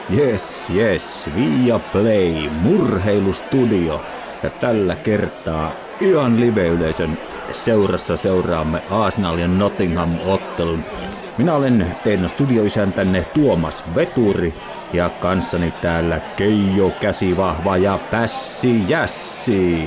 Yes, Viaplay, murheilustudio. Ja tällä kertaa ihan live-yleisön seurassa seuraamme Arsenal ja Nottingham-ottelun. Minä olen teidän studioisäntänne Tuomas Veturi ja kanssani täällä Keijo Käsivahva ja Pässi Jässi.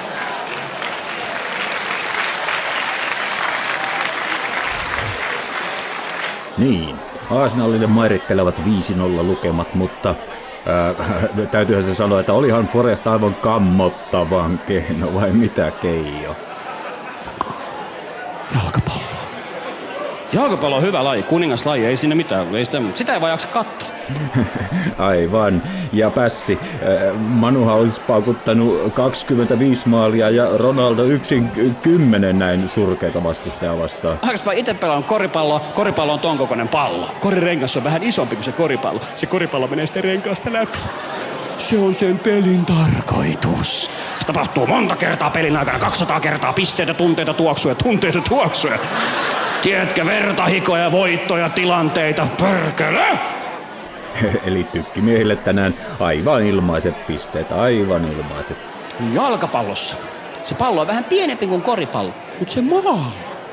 Niin, Arsenalille mairittelevat 5-0 lukemat, mutta täytyyhän se sanoa, että olihan Forest aivan kammottavan kehno, vai mitä, Keijo? Jalkapallo on hyvä laji, kuningaslaji, ei siinä mitään, sitä ei vaan jaksa katsoa. Aivan, ja Pässi, Manuhan olisi paukuttanut 25 maalia ja Ronaldo yksin 10 näin surkeita vastustajaa vastaan. Aikaspa itse pelaan koripallo on ton kokoinen pallo. Korirengas on vähän isompi kuin se koripallo. Se koripallo menee sitten renkaasta läpi. Se on sen pelin tarkoitus. Se tapahtuu monta kertaa pelin aikana, 200 kertaa, pisteitä, tunteita, tuoksuja. Tiedätkö, vertahikoja, voittoja, tilanteita, pörkölö! Eli tykkimiehille tänään aivan ilmaiset pisteet, aivan ilmaiset. Jalkapallossa se pallo on vähän pienempi kuin koripallo, mutta se maali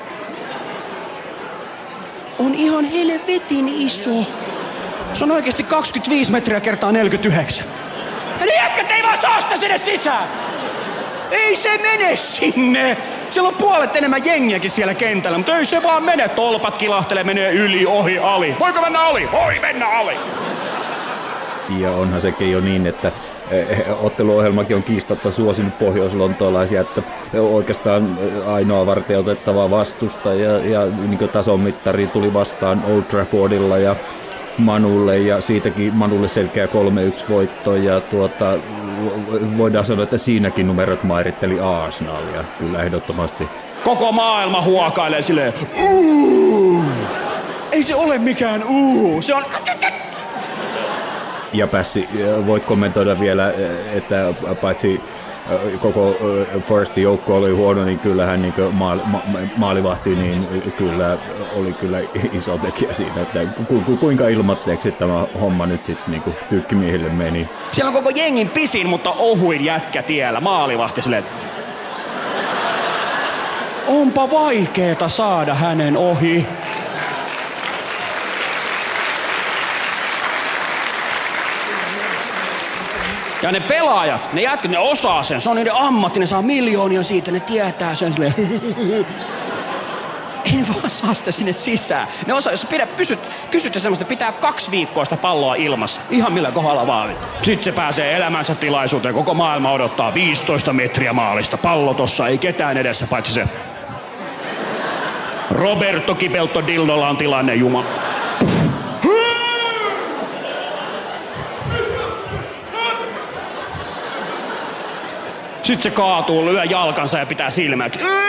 on ihan helvetin iso. Se on oikeasti 25 metriä kertaa 49. Ja ne jätkät ei vaan saa sitä sinne sisään! Ei se mene sinne! Siellä on puolet enemmän jengiäkin siellä kentällä, mutta ei se vaan mene. Tolpat kilahtelee, menee yli, ohi, ali. Voiko mennä ali? Voi mennä ali! Ja onhan sekin jo niin, että otteluohjelmakin on kiistatta suosinut pohjois-lontoolaisia, että oikeastaan ainoa varteutettava vastusta ja niin tason mittari tuli vastaan Old Traffordilla ja Manulle, ja siitäkin Manulle selkeä 3-1 voitto, ja voidaan sanoa, että siinäkin numerot mairitteli Arsenalia, kyllä ehdottomasti. Koko maailma huokailee silleen, ei se ole mikään se on... Ja Pässi, voit kommentoida vielä, että paitsi koko Forestin joukko oli huono, niin kyllähän niin maalivahti niin kyllä oli kyllä iso tekijä siinä, että kuinka ilmatteeksi tämä homma nyt sitten niin tykkimiehille meni. Siellä on koko jengin pisin, mutta ohuin jätkä tiellä, maalivahti silleen, onpa vaikeeta saada hänen ohi. Ja ne pelaajat, ne jätkät, ne osaa sen. Se on niiden ammatti, ne saa miljoonia siitä, ne tietää sen silleen. Ei ne vaan saa sitä sinne sisään. Ne osaa, jos kysytte semmoista, pitää 2 viikkoa sitä palloa ilmassa. Ihan millä kohdalla vaan. Sitten se pääsee elämänsä tilaisuuteen. Koko maailma odottaa 15 metriä maalista. Pallo tossa, ei ketään edessä, paitsi se. Roberto Kipelto Dildolla on tilanne, jumala. Sitten se kaatuu, lyö jalkansa ja pitää silmää.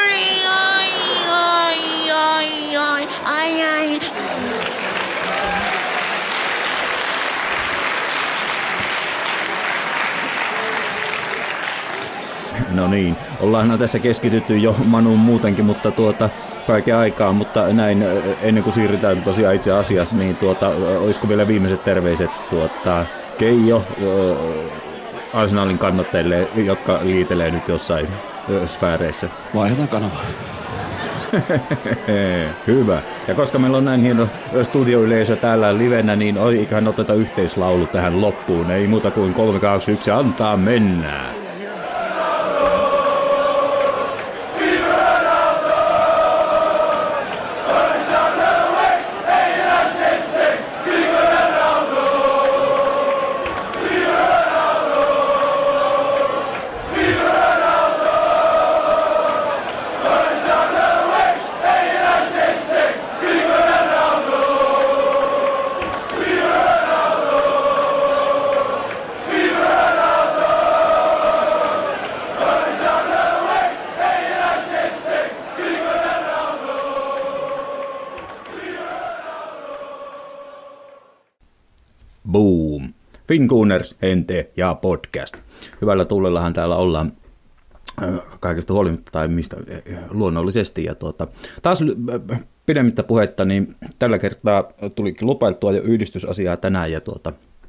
Ai. No niin, ollaan tässä keskitytty jo Manuun muutenkin, mutta kaiken aikaa, mutta näin ennen kuin siirrytään tosiaan itse asiasta, niin olisiko vielä viimeiset terveiset Keijo Arsenalin kannattajille, jotka liitelee nyt jossain sfääreissä. Vaihdetaan kanavaa. Hyvä. Ja koska meillä on näin hieno studioyleisö täällä livenä, niin eiköhän oteta yhteislaulu tähän loppuun. Ei muuta kuin 3, 2, 1, antaa mennä. Boom. Finkuuners, Ente ja podcast. Hyvällä tullellahan täällä ollaan kaikesta huolimatta tai mistä luonnollisesti. Ja taas pidemmittä puhetta, niin tällä kertaa tulikin lupailtua jo yhdistysasiaa tänään ja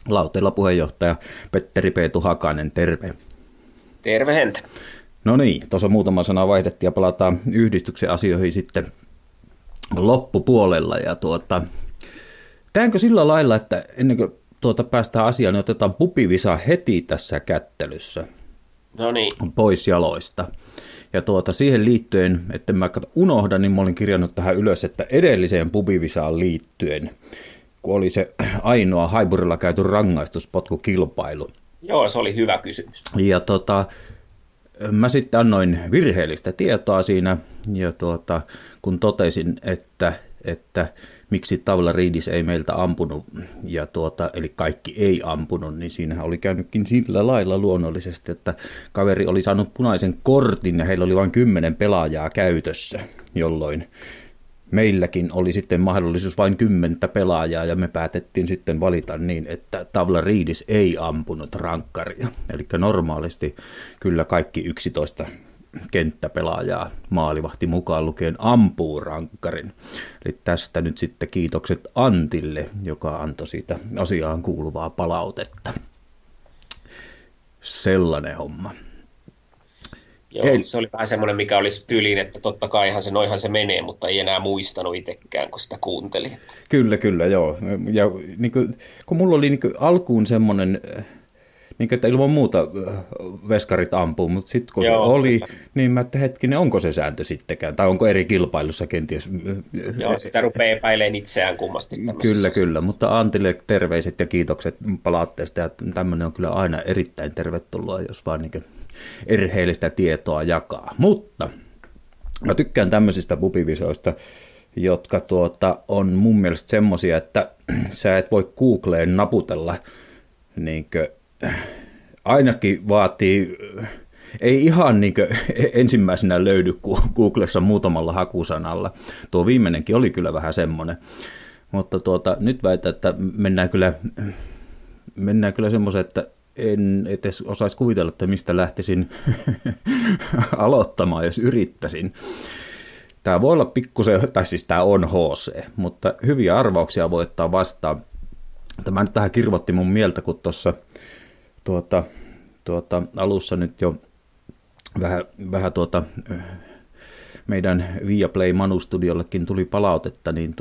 Lauteilla puheenjohtaja Petteri Peetu Hakanen, terve. Terve hentä. No niin, tuossa muutama sana vaihdettiin ja palataan yhdistyksen asioihin sitten loppupuolella. Ja tehdäänkö sillä lailla, että ennen kuin päästään asiaan, niin otetaan pupivisa heti tässä kättelyssä pois jaloista. Ja siihen liittyen, että mä unohda, niin mä olin kirjannut tähän ylös, että edelliseen pubivisaan liittyen, kun oli se ainoa Haiburilla käyty rangaistuspotkukilpailu. Joo, se oli hyvä kysymys. Ja mä sitten annoin virheellistä tietoa siinä, ja kun totesin, että miksi Tavlariidis ei meiltä ampunut, ja eli kaikki ei ampunut, niin siinähän oli käynytkin sillä lailla luonnollisesti, että kaveri oli saanut punaisen kortin, ja heillä oli vain 10 pelaajaa käytössä, jolloin meilläkin oli sitten mahdollisuus vain 10 pelaajaa, ja me päätettiin sitten valita niin, että Tavlariidis ei ampunut rankkaria. Eli normaalisti kyllä kaikki 11 kenttäpelaajaa, maalivahti mukaan lukien, ampuu rankkarin. Eli tästä nyt sitten kiitokset Antille, joka antoi siitä asiaan kuuluvaa palautetta. Sellainen homma. Joo, se oli vähän semmoinen, mikä olisi tyyliin, että totta kai noihan se menee, mutta ei enää muistanut itsekään, kun sitä kuunteli. Kyllä, joo. Ja kun mulla oli alkuun semmoinen, että ilman muuta veskarit ampuu, mutta sitten kun se oli, niin mä että hetkinen, onko se sääntö sittenkään, tai onko eri kilpailussa kenties. Joo, sitä rupeaa epäilemään itseään kummasti. Kyllä, mutta Antille terveiset ja kiitokset palautteesta, ja tämmöinen on kyllä aina erittäin tervetuloa, jos vaan erheellistä tietoa jakaa. Mutta mä tykkään tämmöisistä pubivisoista, jotka on mun mielestä semmosia, että sä et voi Googleen naputella, ainakin vaatii, ei ihan ensimmäisenä löydy Googlessa muutamalla hakusanalla. Tuo viimeinenkin oli kyllä vähän semmoinen, mutta nyt väitän, että mennään kyllä semmoisen, että en edes osaisi kuvitella, että mistä lähtisin aloittamaan, jos yrittäisin. Tämä voi olla pikkusen, tai siis tämä on HC, mutta hyviä arvauksia voi ottaa vastaan. Tämä nyt tähän kirvoitti mun mieltä, kun tuossa alussa nyt jo vähän meidän Viaplay Manu-studiollekin tuli palautetta, niin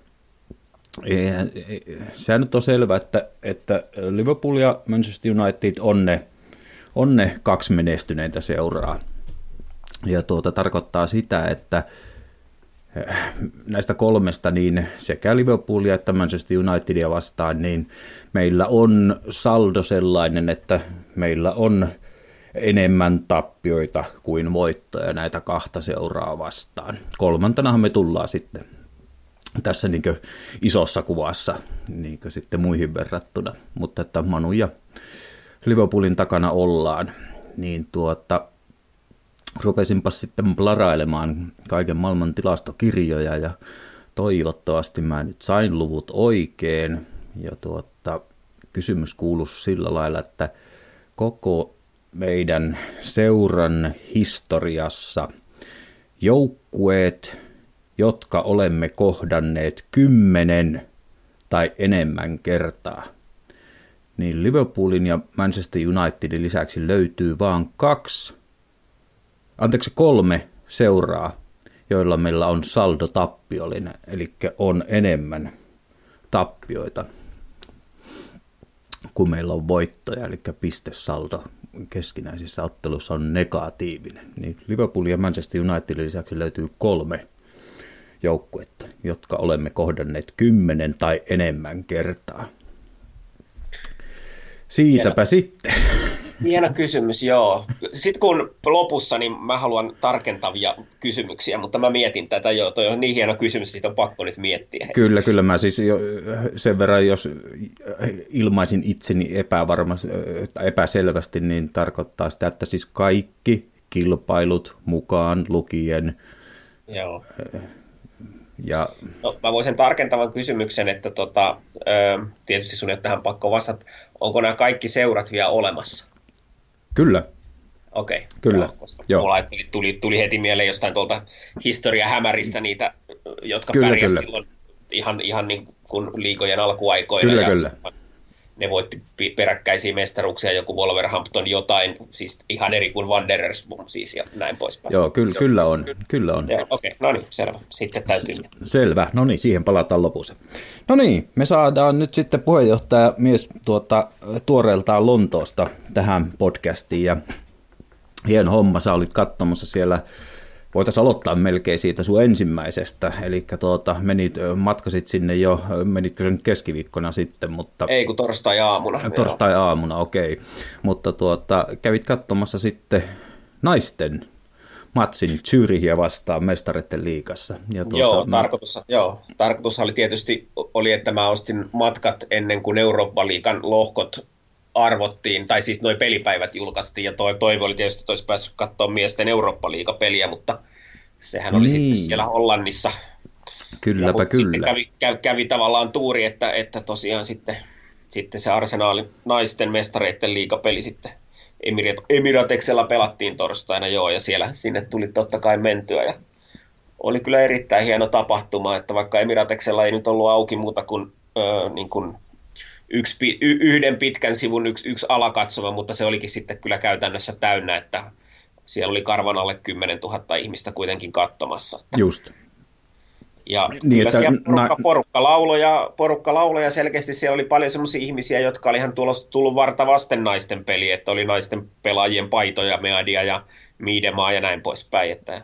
sehän nyt on selvä, että Liverpool ja Manchester United on ne 2 menestyneintä seuraa. Ja tarkoittaa sitä, että näistä 3, niin sekä Liverpoolia että Manchester Unitedia vastaan, niin meillä on saldo sellainen, että meillä on enemmän tappioita kuin voittoja näitä 2 seuraa vastaan. 3. me tullaan sitten tässä isossa kuvassa sitten muihin verrattuna, mutta että Manu ja Liverpoolin takana ollaan, niin rupesinpas sitten plarailemaan kaiken maailman tilastokirjoja ja toivottavasti mä nyt sain luvut oikein ja kysymys kuului sillä lailla, että koko meidän seuran historiassa joukkueet, jotka olemme kohdanneet 10 tai enemmän kertaa, niin Liverpoolin ja Manchester Unitedin lisäksi löytyy vaan 3 seuraa, joilla meillä on saldo tappiollinen, eli on enemmän tappioita kuin meillä on voittoja, eli pistesaldo keskinäisissä otteluissa on negatiivinen. Niin Liverpool ja Manchester Unitedin lisäksi löytyy 3 joukkuetta, jotka olemme kohdanneet 10 tai enemmän kertaa. Siitäpä sitten. Hieno kysymys, joo. Sitten kun lopussa, niin mä haluan tarkentavia kysymyksiä, mutta mä mietin tätä jo. Toi on niin hieno kysymys, siitä on pakko nyt miettiä. Kyllä. Mä siis sen verran, jos ilmaisin itseni epäselvästi, niin tarkoittaa sitä, että siis kaikki kilpailut mukaan lukien. Joo. Ja no, mä voisin tarkentavan kysymyksen, että tietysti sun ei ole tähän pakko vastata, onko nämä kaikki seurat vielä olemassa? Kyllä. Okei. Kyllä. Joo, koska mulla tuli heti mieleen jostain tuolta historiahämäristä niitä, jotka pärjäsivät silloin ihan niin kuin liigojen alkuaikoina. Kyllä. ne voitti peräkkäisiä mestaruuksia, joku Wolverhampton jotain, siis ihan eri kuin Wanderers siis ja näin poispäin. Joo, kyllä on. Okei, no niin, selvä. Sitten täytyy. Selvä, no niin, siihen palataan lopussa. No niin, me saadaan nyt sitten puheenjohtaja mies tuoreeltaan Lontoosta tähän podcastiin ja hieno homma, sä olit katsomassa siellä. Voitaisiin aloittaa melkein siitä sun ensimmäisestä, eli matkasit sinne jo, menitkö se nyt keskiviikkona sitten, mutta... Ei, kun torstai-aamuna. Torstai-aamuna, okei. Mutta kävit katsomassa sitten naisten matsin Zürichiä vastaan Mestareiden liigassa. Ja tarkoitus oli tietysti, että mä ostin matkat ennen kuin Eurooppa-liigan lohkot arvottiin, tai siis noi pelipäivät julkaistiin, ja toivo oli tietysti, että olisi päässyt katsoa miesten Eurooppa-liigapeliä, mutta sehän oli sitten siellä Hollannissa. Kylläpä kyllä. Sitten kävi tavallaan tuuri, että tosiaan sitten se Arsenalin naisten Mestareiden liigapeli sitten Emiratexella pelattiin torstaina, ja sinne tuli totta kai mentyä, ja oli kyllä erittäin hieno tapahtuma, että vaikka Emiratexella ei nyt ollut auki muuta kuin niin kuin yhden pitkän sivun yksi alakatsoma, mutta se olikin sitten kyllä käytännössä täynnä, että siellä oli karvan alle 10 000 ihmistä kuitenkin katsomassa. Just. Ja niin, kyllä siellä porukka lauloja selkeästi, siellä oli paljon sellaisia ihmisiä, jotka oli ihan tullut varta vasten naisten peliä, että oli naisten pelaajien paitoja, Meadia ja Miidemaa ja näin poispäin, että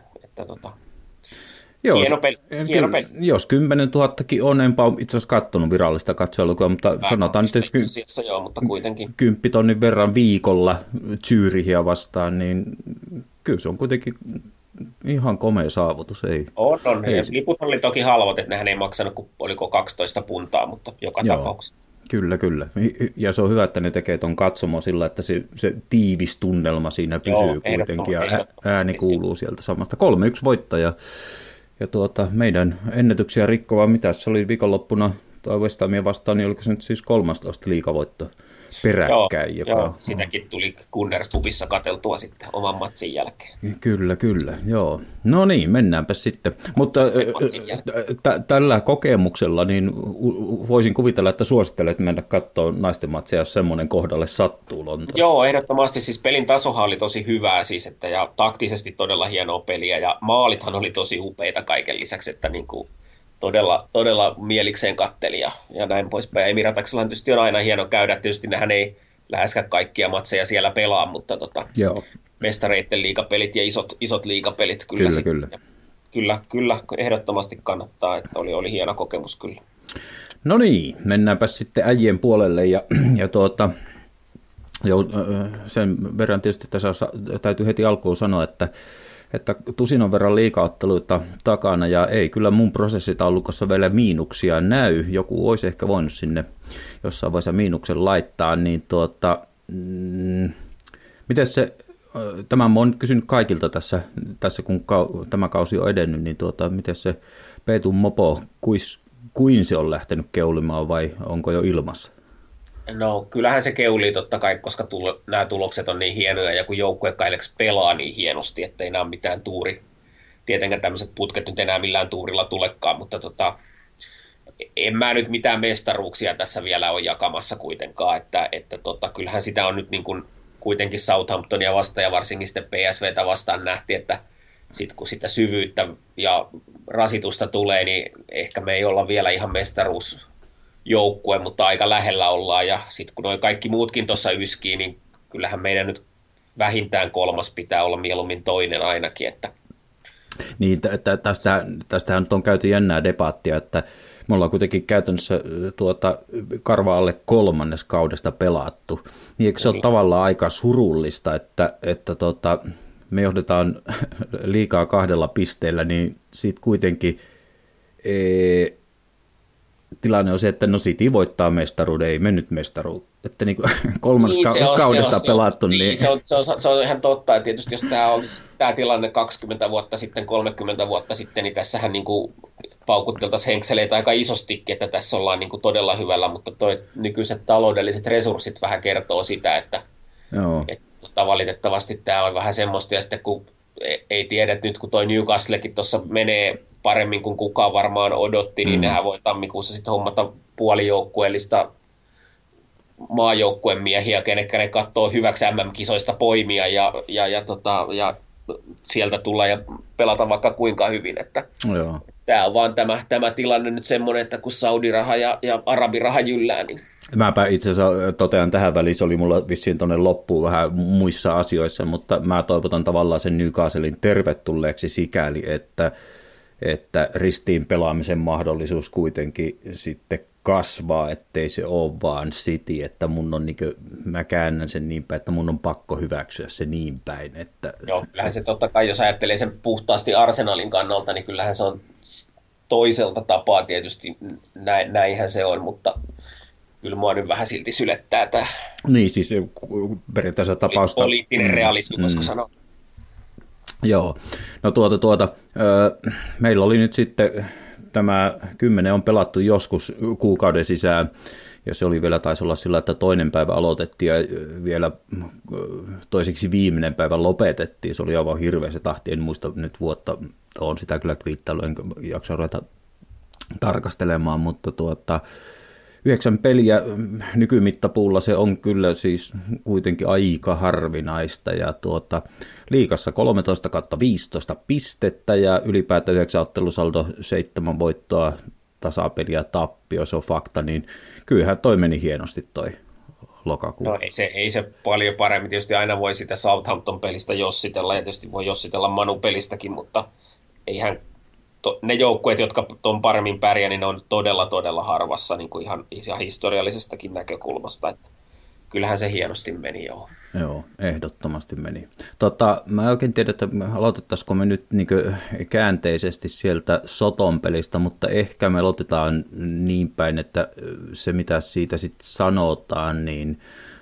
hieno peli. Jos 10 000kin on, enpä ole itse asiassa katsonut virallista katsojalukua, mutta sanotaan nyt, että mutta kuitenkin 10 000 verran viikolla Zürichiä vastaan, niin kyllä se on kuitenkin ihan komea saavutus. On. Liput oli toki halvat, että nehän ei maksanut, kun oliko 12 puntaa, mutta joka tapauksessa. Kyllä. Ja se on hyvä, että ne tekee tuon katsomo sillä, että se tiivis tunnelma siinä pysyy kuitenkin ja ääni kuuluu sieltä samasta. 3-1 voittaja. Ja meidän ennätyksiä rikkova, mitä se oli viikonloppuna West Hamia vastaan, niin oliko se nyt siis 13 liigavoitto peräkkäin. Joo, sitäkin tuli Kunderspubissa katseltua sitten oman matsin jälkeen. Kyllä, joo. No niin, mennäänpä sitten. Mutta tällä kokemuksella niin voisin kuvitella, että suosittelet mennä katsomaan naisten matseja, jos semmoinen kohdalle sattuu Lontoossa. Joo, ehdottomasti. Siis pelin tasohan oli tosi hyvää siis, ja taktisesti todella hienoa peliä, ja maalithan oli tosi upeita kaiken lisäksi, että niin kuin todella mielikseen katteli ja näin poispäin. Ja Emiratexilla tietysti on aina hieno käydä. Tietysti nehän ei läheskään kaikkia matseja siellä pelaa, mutta Mestareiden liigapelit ja isot liigapelit kyllä ehdottomasti kannattaa. Että oli hieno kokemus kyllä. No niin, mennäänpä sitten äijien puolelle ja sen verran tietysti tässä täytyy heti alkuun sanoa, että tusinan verran liigaotteluita takana ja ei kyllä mun prosessitaulukossa vielä miinuksia näy. Joku olisi ehkä voinut sinne jossain vaiheessa miinuksen laittaa, niin miten se, tämän mä oon nyt kysynyt kaikilta tässä kun tämä kausi on edennyt, niin miten se Peetun mopo, kuin se on lähtenyt keulimaan vai onko jo ilmassa? No kyllähän se keulii totta kai, koska nämä tulokset on niin hienoja ja kun joukkue kaileksi pelaa niin hienosti, ettei nämä ole mitään tietenkään tämmöiset putket nyt enää millään tuurilla tulekaan, mutta en mä nyt mitään mestaruuksia tässä vielä ole jakamassa kuitenkaan, että kyllähän sitä on nyt niin kuin kuitenkin Southamptonia vastaan ja varsinkin sitten PSVtä vastaan nähtiin, että sitten kun sitä syvyyttä ja rasitusta tulee, niin ehkä me ei olla vielä ihan mestaruusjoukkue, mutta aika lähellä ollaan, ja sitten kun noi kaikki muutkin tuossa yskii, niin kyllähän meidän nyt vähintään 3. pitää olla mieluummin toinen ainakin. Että. Niin, tästähän nyt on käyty jännää debaattia, että me ollaan kuitenkin käytännössä karva alle 3. kaudesta pelattu. Niin eikö se ole tavallaan aika surullista, että me johdetaan liigaa 2 pisteellä, niin siitä kuitenkin tilanne on se, että no City voittaa mestaruuden, ei mennyt mestaruuden. Että niin kuin 3. kaudesta pelattu. Niin. Se on ihan totta, että tietysti jos tämä olisi tämä tilanne 20 vuotta sitten, 30 vuotta sitten, niin tässähän niin kuin paukutteltaisiin henkseleitä aika isostikin, että tässä ollaan niin kuin todella hyvällä, mutta nykyiset taloudelliset resurssit vähän kertoo sitä, että valitettavasti tämä on vähän semmoista, ja sitten kun ei tiedä, että nyt kun toi Newcastlekin tuossa menee paremmin kuin kukaan varmaan odotti, niin nehän voi tammikuussa sitten hommata puolijoukkueellista maajoukkueen miehiä, kenekkä ne katsoo hyväksi MM-kisoista poimia ja sieltä tulla ja pelata vaikka kuinka hyvin. Että Joo. Tämä on vaan tämä tilanne nyt semmoinen, että kun Saudi-raha ja arabiraha jyllää, niin... Mäpä itse asiassa totean tähän väliin, se oli mulla vissiin tuonne loppuun vähän muissa asioissa, mutta mä toivotan tavallaan sen Newcastlein tervetulleeksi sikäli, että ristiin pelaamisen mahdollisuus kuitenkin sitten kasvaa, ettei se ole vaan City, että mun on mä käännän sen niin päin, että mun on pakko hyväksyä se niin päin. Että... Joo, kyllähän se totta kai, jos ajattelee sen puhtaasti Arsenalin kannalta, niin kyllähän se on toiselta tapaa tietysti, näinhän se on, mutta kyllä mua nyt vähän silti sylettää tämä niin, siis periaatteessa tapausta... poliittinen realismi, koska sanoo. Joo, no meillä oli nyt sitten tämä 10 on pelattu joskus kuukauden sisään, ja se oli vielä, taisi olla sillä, että toinen päivä aloitettiin ja vielä toiseksi viimeinen päivä lopetettiin. Se oli aivan hirveä se tahti, en muista nyt vuotta, olen sitä kyllä twiittailu, en jaksa ruveta tarkastelemaan, mutta 9 peliä nykymittapuulla se on kyllä siis kuitenkin aika harvinaista ja liigassa 13/15 pistettä ja ylipäätään 9 ottelusaldo 7 voittoa, tasapeliä, tappio, se on fakta, niin kyllähän toi meni hienosti toi lokakuu. No ei se paljon paremmin, tietysti aina voi sitä Southampton-pelistä jossitella ja tietysti voi jossitella Manu-pelistäkin, mutta eihän ne joukkueet, jotka on paremmin pärjää, niin ne on todella harvassa niin kuin ihan historiallisestakin näkökulmasta. Että kyllähän se hienosti meni, joo. Joo, ehdottomasti meni. Mä en oikein tiedä, että aloitettaisiko me nyt niin käänteisesti sieltä Soton pelistä, mutta ehkä me aloitetaan niin päin, että se mitä siitä sitten sanotaan, niin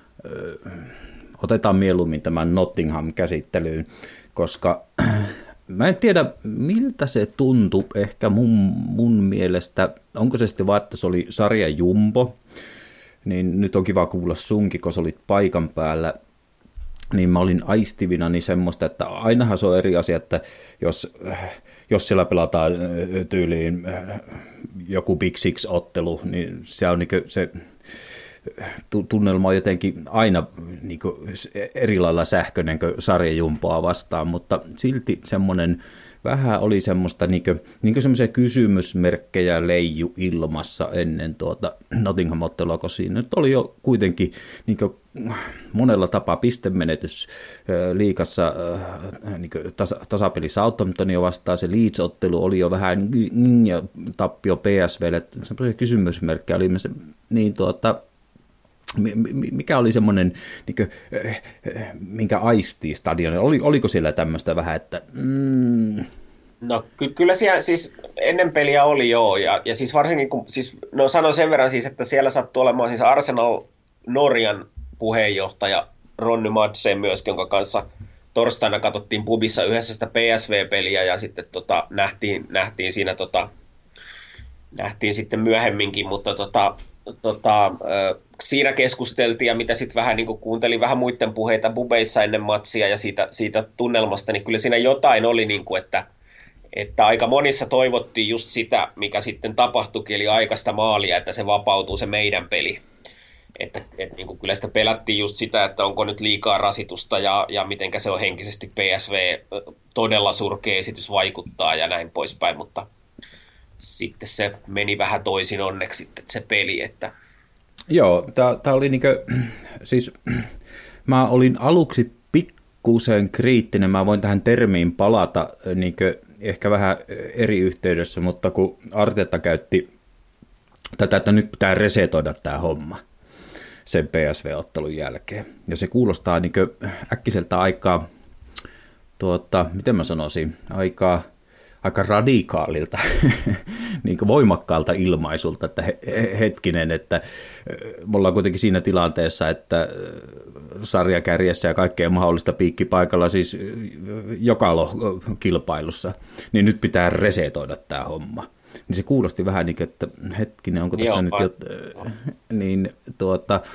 otetaan mieluummin tämän Nottingham-käsittelyyn, koska... Mä en tiedä, miltä se tuntui ehkä mun mielestä, onko se sitten vaan, että se oli sarja jumbo, niin nyt on kiva kuulla sunkin, kun sä olit paikan päällä, niin mä olin aistivinani semmoista, että ainahan se on eri asia, että jos siellä pelataan tyyliin joku Big Six-ottelu, niin se on niin se... Tunnelma on jotenkin aina niin kuin eri lailla sähköinen kuin sarjajumpoa vastaan, mutta silti semmoinen vähän oli semmoista niin semmoisia kysymysmerkkejä leiju ilmassa ennen Nottingham-ottelua, koska siinä nyt oli jo kuitenkin niin monella tapaa pistemenetys liigassa niin tasapeli Southamptonia vastaan, se Leeds-ottelu oli jo vähän ja tappio PSVlle, semmoisia kysymysmerkkejä oli niin mikä oli semmoinen, minkä aistii stadionilla? Oliko siellä tämmöistä vähän, että... No kyllä siellä siis ennen peliä oli joo, ja siis varsinkin kun, siis, no sanon sen verran siis, että siellä sattui olemaan siis Arsenal Norjan puheenjohtaja Ronny Madsen myöskin, jonka kanssa torstaina katsottiin pubissa yhdessä sitä PSV-peliä, ja sitten nähtiin siinä nähtiin sitten myöhemminkin, mutta siinä keskusteltiin ja mitä sitten vähän niin kuin kuuntelin vähän muiden puheita bubeissa ennen matsia ja siitä tunnelmasta, niin kyllä siinä jotain oli, niin kuin, että aika monissa toivottiin just sitä, mikä sitten tapahtuikin, eli aikaista maalia, että se vapautuu se meidän peli. Että niin kuin kyllä sitä pelättiin just sitä, että onko nyt liikaa rasitusta ja mitenkä se on henkisesti PSV, todella surkea esitys vaikuttaa ja näin poispäin, mutta sitten se meni vähän toisin onneksi se peli, että... Joo, tämä oli siis mä olin aluksi pikkusen kriittinen, mä voin tähän termiin palata ehkä vähän eri yhteydessä, mutta kun Arteta käytti tätä, että nyt pitää resetoida tämä homma sen PSV-ottelun jälkeen, ja se kuulostaa äkkiseltä aikaa, miten mä sanoisin, aika radikaalilta, niin kuin voimakkaalta ilmaisulta, että hetkinen, että me ollaan kuitenkin siinä tilanteessa, että sarjakärjessä ja kaikkea mahdollista piikkipaikalla, siis joka kilpailussa, niin nyt pitää resetoida tämä homma. Niin se kuulosti vähän niin kuin, että hetkinen, onko tässä nyt niin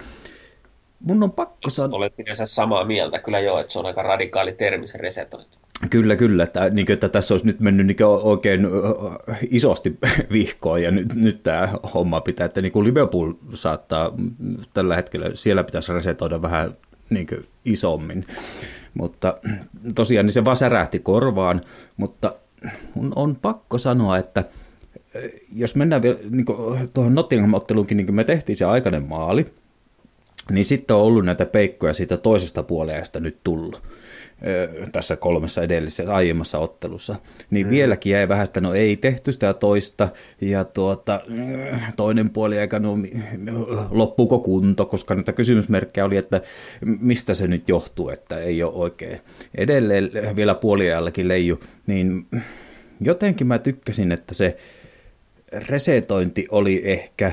mun on pakko sanoa. Olet sinänsä samaa mieltä, kyllä joo, että se on aika radikaali termi se resetointi. Kyllä, että tässä olisi nyt mennyt niin oikein isosti vihkoon ja nyt tämä homma pitää, että niin kuin Liverpool saattaa tällä hetkellä, siellä pitäisi resetoida vähän niin kuin isommin, mutta tosiaan niin se vaan särähti korvaan, mutta mun on pakko sanoa, että jos mennään vielä niin tuohon Nottingham-otteluunkin, niin me tehtiin se aikainen maali, niin sitten on ollut näitä peikkoja siitä toisesta puoliajasta nyt tullut tässä 3 edellisessä aiemmassa ottelussa, niin vieläkin jäi vähän sitä, no ei tehty sitä toista, ja toinen puoliaika, no loppuuko kunto, koska näitä kysymysmerkkejä oli, että mistä se nyt johtuu, että ei ole oikein. Edelleen vielä puoliajallakin leiju, niin jotenkin mä tykkäsin, että se resetointi oli ehkä,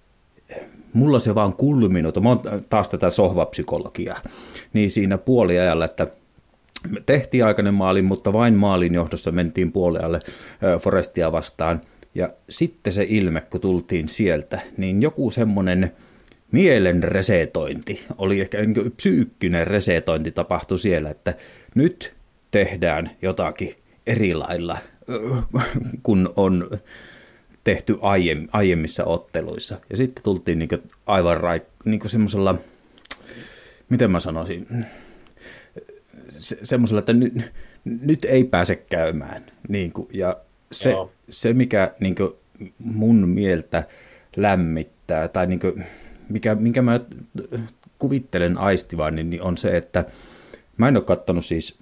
mulla se vaan kulminoitu, mä oon taas tätä sohvapsykologiaa, niin siinä puoliajalla, että me tehtiin aikainen maali, mutta vain maalin johdossa mentiin puoliajalle Forestia vastaan, ja sitten se ilme, kun tultiin sieltä, niin joku semmoinen mielen resetointi, oli ehkä psyykkinen resetointi tapahtui siellä, että nyt tehdään jotakin eri lailla, kun on tehty aiemmissa otteluissa. Ja sitten tultiin niinku aivan niinku semmoisella, miten mä sanoisin, semmoisella, että nyt ei pääse käymään. Niinku, ja se mikä niinku mun mieltä lämmittää, tai niinku, minkä mä kuvittelen aistivani, niin on se, että mä en ole katsonut siis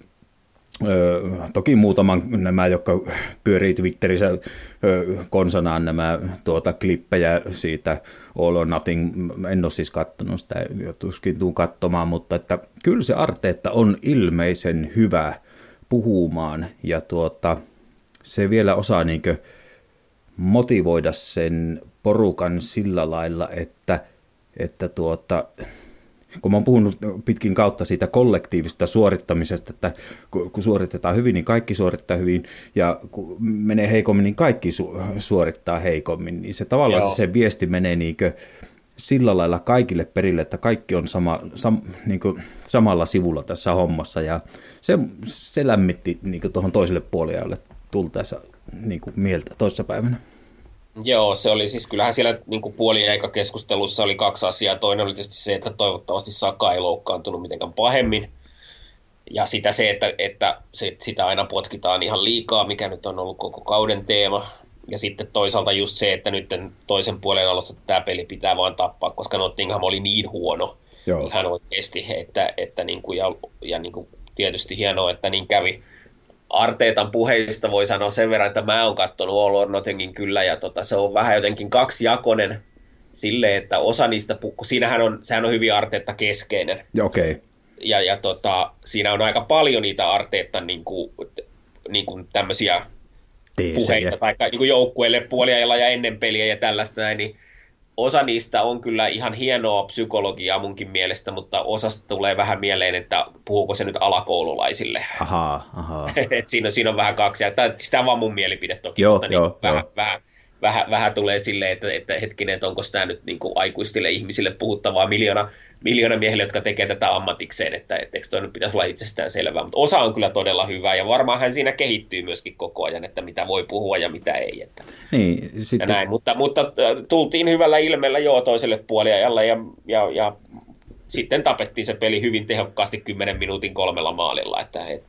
toki muutaman nämä, jotka pyörii Twitterissä konsanaan nämä klippejä siitä All or Nothing, en ole siis katsonut sitä, tuskin tuun katsomaan, mutta että kyllä se Arteetta on ilmeisen hyvä puhumaan ja se vielä osaa niinkö motivoida sen porukan sillä lailla, että kun mä oon puhunut pitkin kautta siitä kollektiivista suorittamisesta, että kun suoritetaan hyvin, niin kaikki suorittaa hyvin, ja kun menee heikommin, niin kaikki suorittaa heikommin, niin se tavallaan se viesti menee niinkö sillä lailla kaikille perille, että kaikki on niinkö samalla sivulla tässä hommassa, ja se lämmitti niinkö tuohon toiselle puoliajalle tultaessa niinkö mieltä toissapäivänä. Joo, se oli siis, kyllähän siellä niin kuin puoliaikakeskustelussa oli 2 asiaa. Toinen oli tietysti se, että toivottavasti Saka ei loukkaantunut mitenkään pahemmin. Ja että sitä aina potkitaan ihan liikaa, mikä nyt on ollut koko kauden teema. Ja sitten toisaalta just se, että nyt toisen puolen alussa tämä peli pitää vaan tappaa, koska Nottingham oli niin huono. Joo. Ihan oikeasti, että niin kuin, ja niin kuin tietysti hienoa, että niin kävi. Arteetan puheista voi sanoa sen verran, että mä oon katsonut All or Nothingin kyllä, ja se on vähän jotenkin kaksijakoinen silleen, että osa niistä, sehän on hyvin Arteetta keskeinen. Okay. Ja siinä on aika paljon niitä Arteetan niin kuin tämmöisiä puheita, tai niin kuin joukkueelle puoliajalla ja ennen peliä ja tällaista näin, niin osa niistä on kyllä ihan hienoa psykologiaa munkin mielestä, mutta osasta tulee vähän mieleen, että puhuuko se nyt alakoululaisille. Ahaa. Et siinä on vähän kaksi. Sitä on vaan mun mielipide toki, mutta vähän tulee silleen, että hetkinen, että onko tämä nyt niin kuin aikuisille ihmisille puhuttavaa miljoona miehille, jotka tekee tätä ammatikseen, että eikö toi nyt pitäisi olla itsestään selvää. Mutta osa on kyllä todella hyvä, ja varmaan hän siinä kehittyy myöskin koko ajan, että mitä voi puhua ja mitä ei. Että. Niin, sitten. Ja näin, mutta tultiin hyvällä ilmeellä toiselle puoliajalle, ja sitten tapettiin se peli hyvin tehokkaasti 10 minuutin 3 maalilla.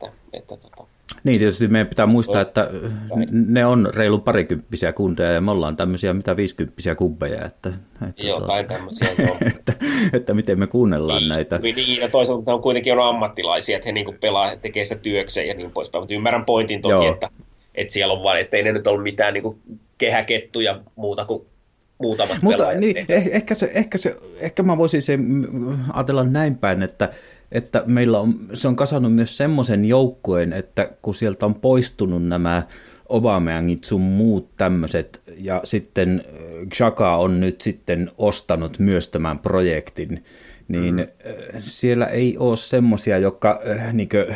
Niin, tietysti meidän pitää muistaa, että ne on reilu parikymppisiä kundeja, ja me ollaan tämmöisiä 50-kympppisiä kubbeja. Joo, tai tämmöisiä. että miten me kuunnellaan näitä. Niin, ja toisaalta on kuitenkin ammattilaisia, että he niinku pelaa, tekee sitä työkseen ja niin poispäin. Mutta ymmärrän pointin toki, että siellä on vaan, että ei ne nyt ollut mitään niinku kehäkettuja muuta kuin muutamat pelaajat. Niin, ehkä mä voisin ajatella näin päin, että meillä se on kasannut myös semmoisen joukkueen, että kun sieltä on poistunut nämä Aubameyangit sun muut tämmöiset, ja sitten Xhaka on nyt sitten ostanut myös tämän projektin, niin siellä ei ole semmoisia, jotka niinkö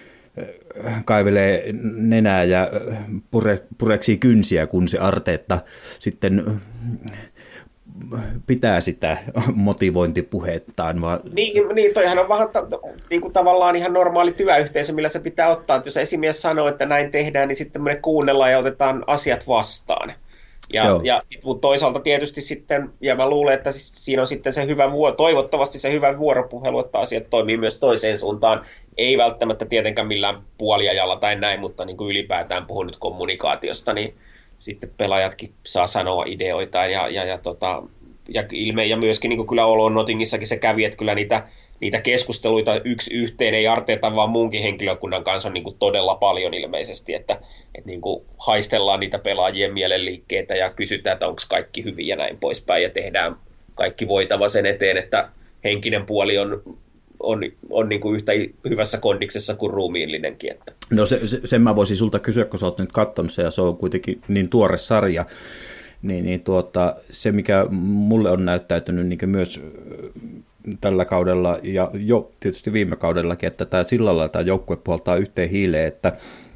kaivelee nenää ja pureksii kynsiä, kun se Arteetta sitten pitää sitä motivointipuhettaan. Vaan... Niin, toihan on vähän niin kuin tavallaan ihan normaali työyhteisö, millä se pitää ottaa. Että jos esimies sanoo, että näin tehdään, niin sitten me kuunnellaan ja otetaan asiat vastaan. Ja mutta toisaalta tietysti sitten, ja mä luulen, että siinä on sitten se toivottavasti se hyvä vuoropuhelu, että asiat toimii myös toiseen suuntaan. Ei välttämättä tietenkään millään puoliajalla tai näin, mutta niin kuin ylipäätään puhun nyt kommunikaatiosta, niin sitten pelaajatkin saa sanoa ideoita ja myöskin niin kuin kyllä Olon Nottingissakin se kävi, että kyllä niitä keskusteluita yksi yhteen ei Arteetan vaan muunkin henkilökunnan kanssa on niin kuin todella paljon ilmeisesti, että niin kuin haistellaan niitä pelaajien mielenliikkeitä ja kysytään, että onko kaikki hyvin ja näin poispäin ja tehdään kaikki voitava sen eteen, että henkinen puoli on niin kuin yhtä hyvässä kondiksessa kuin ruumiillinenkin. Että. No sen mä voisin sulta kysyä, kun sä oot nyt katsonut se ja se on kuitenkin niin tuore sarja, se mikä mulle on näyttäytynyt niin myös tällä kaudella ja jo tietysti viime kaudellakin, että tämä sillä lailla tämä joukkue puhaltaa yhteen hiileen, että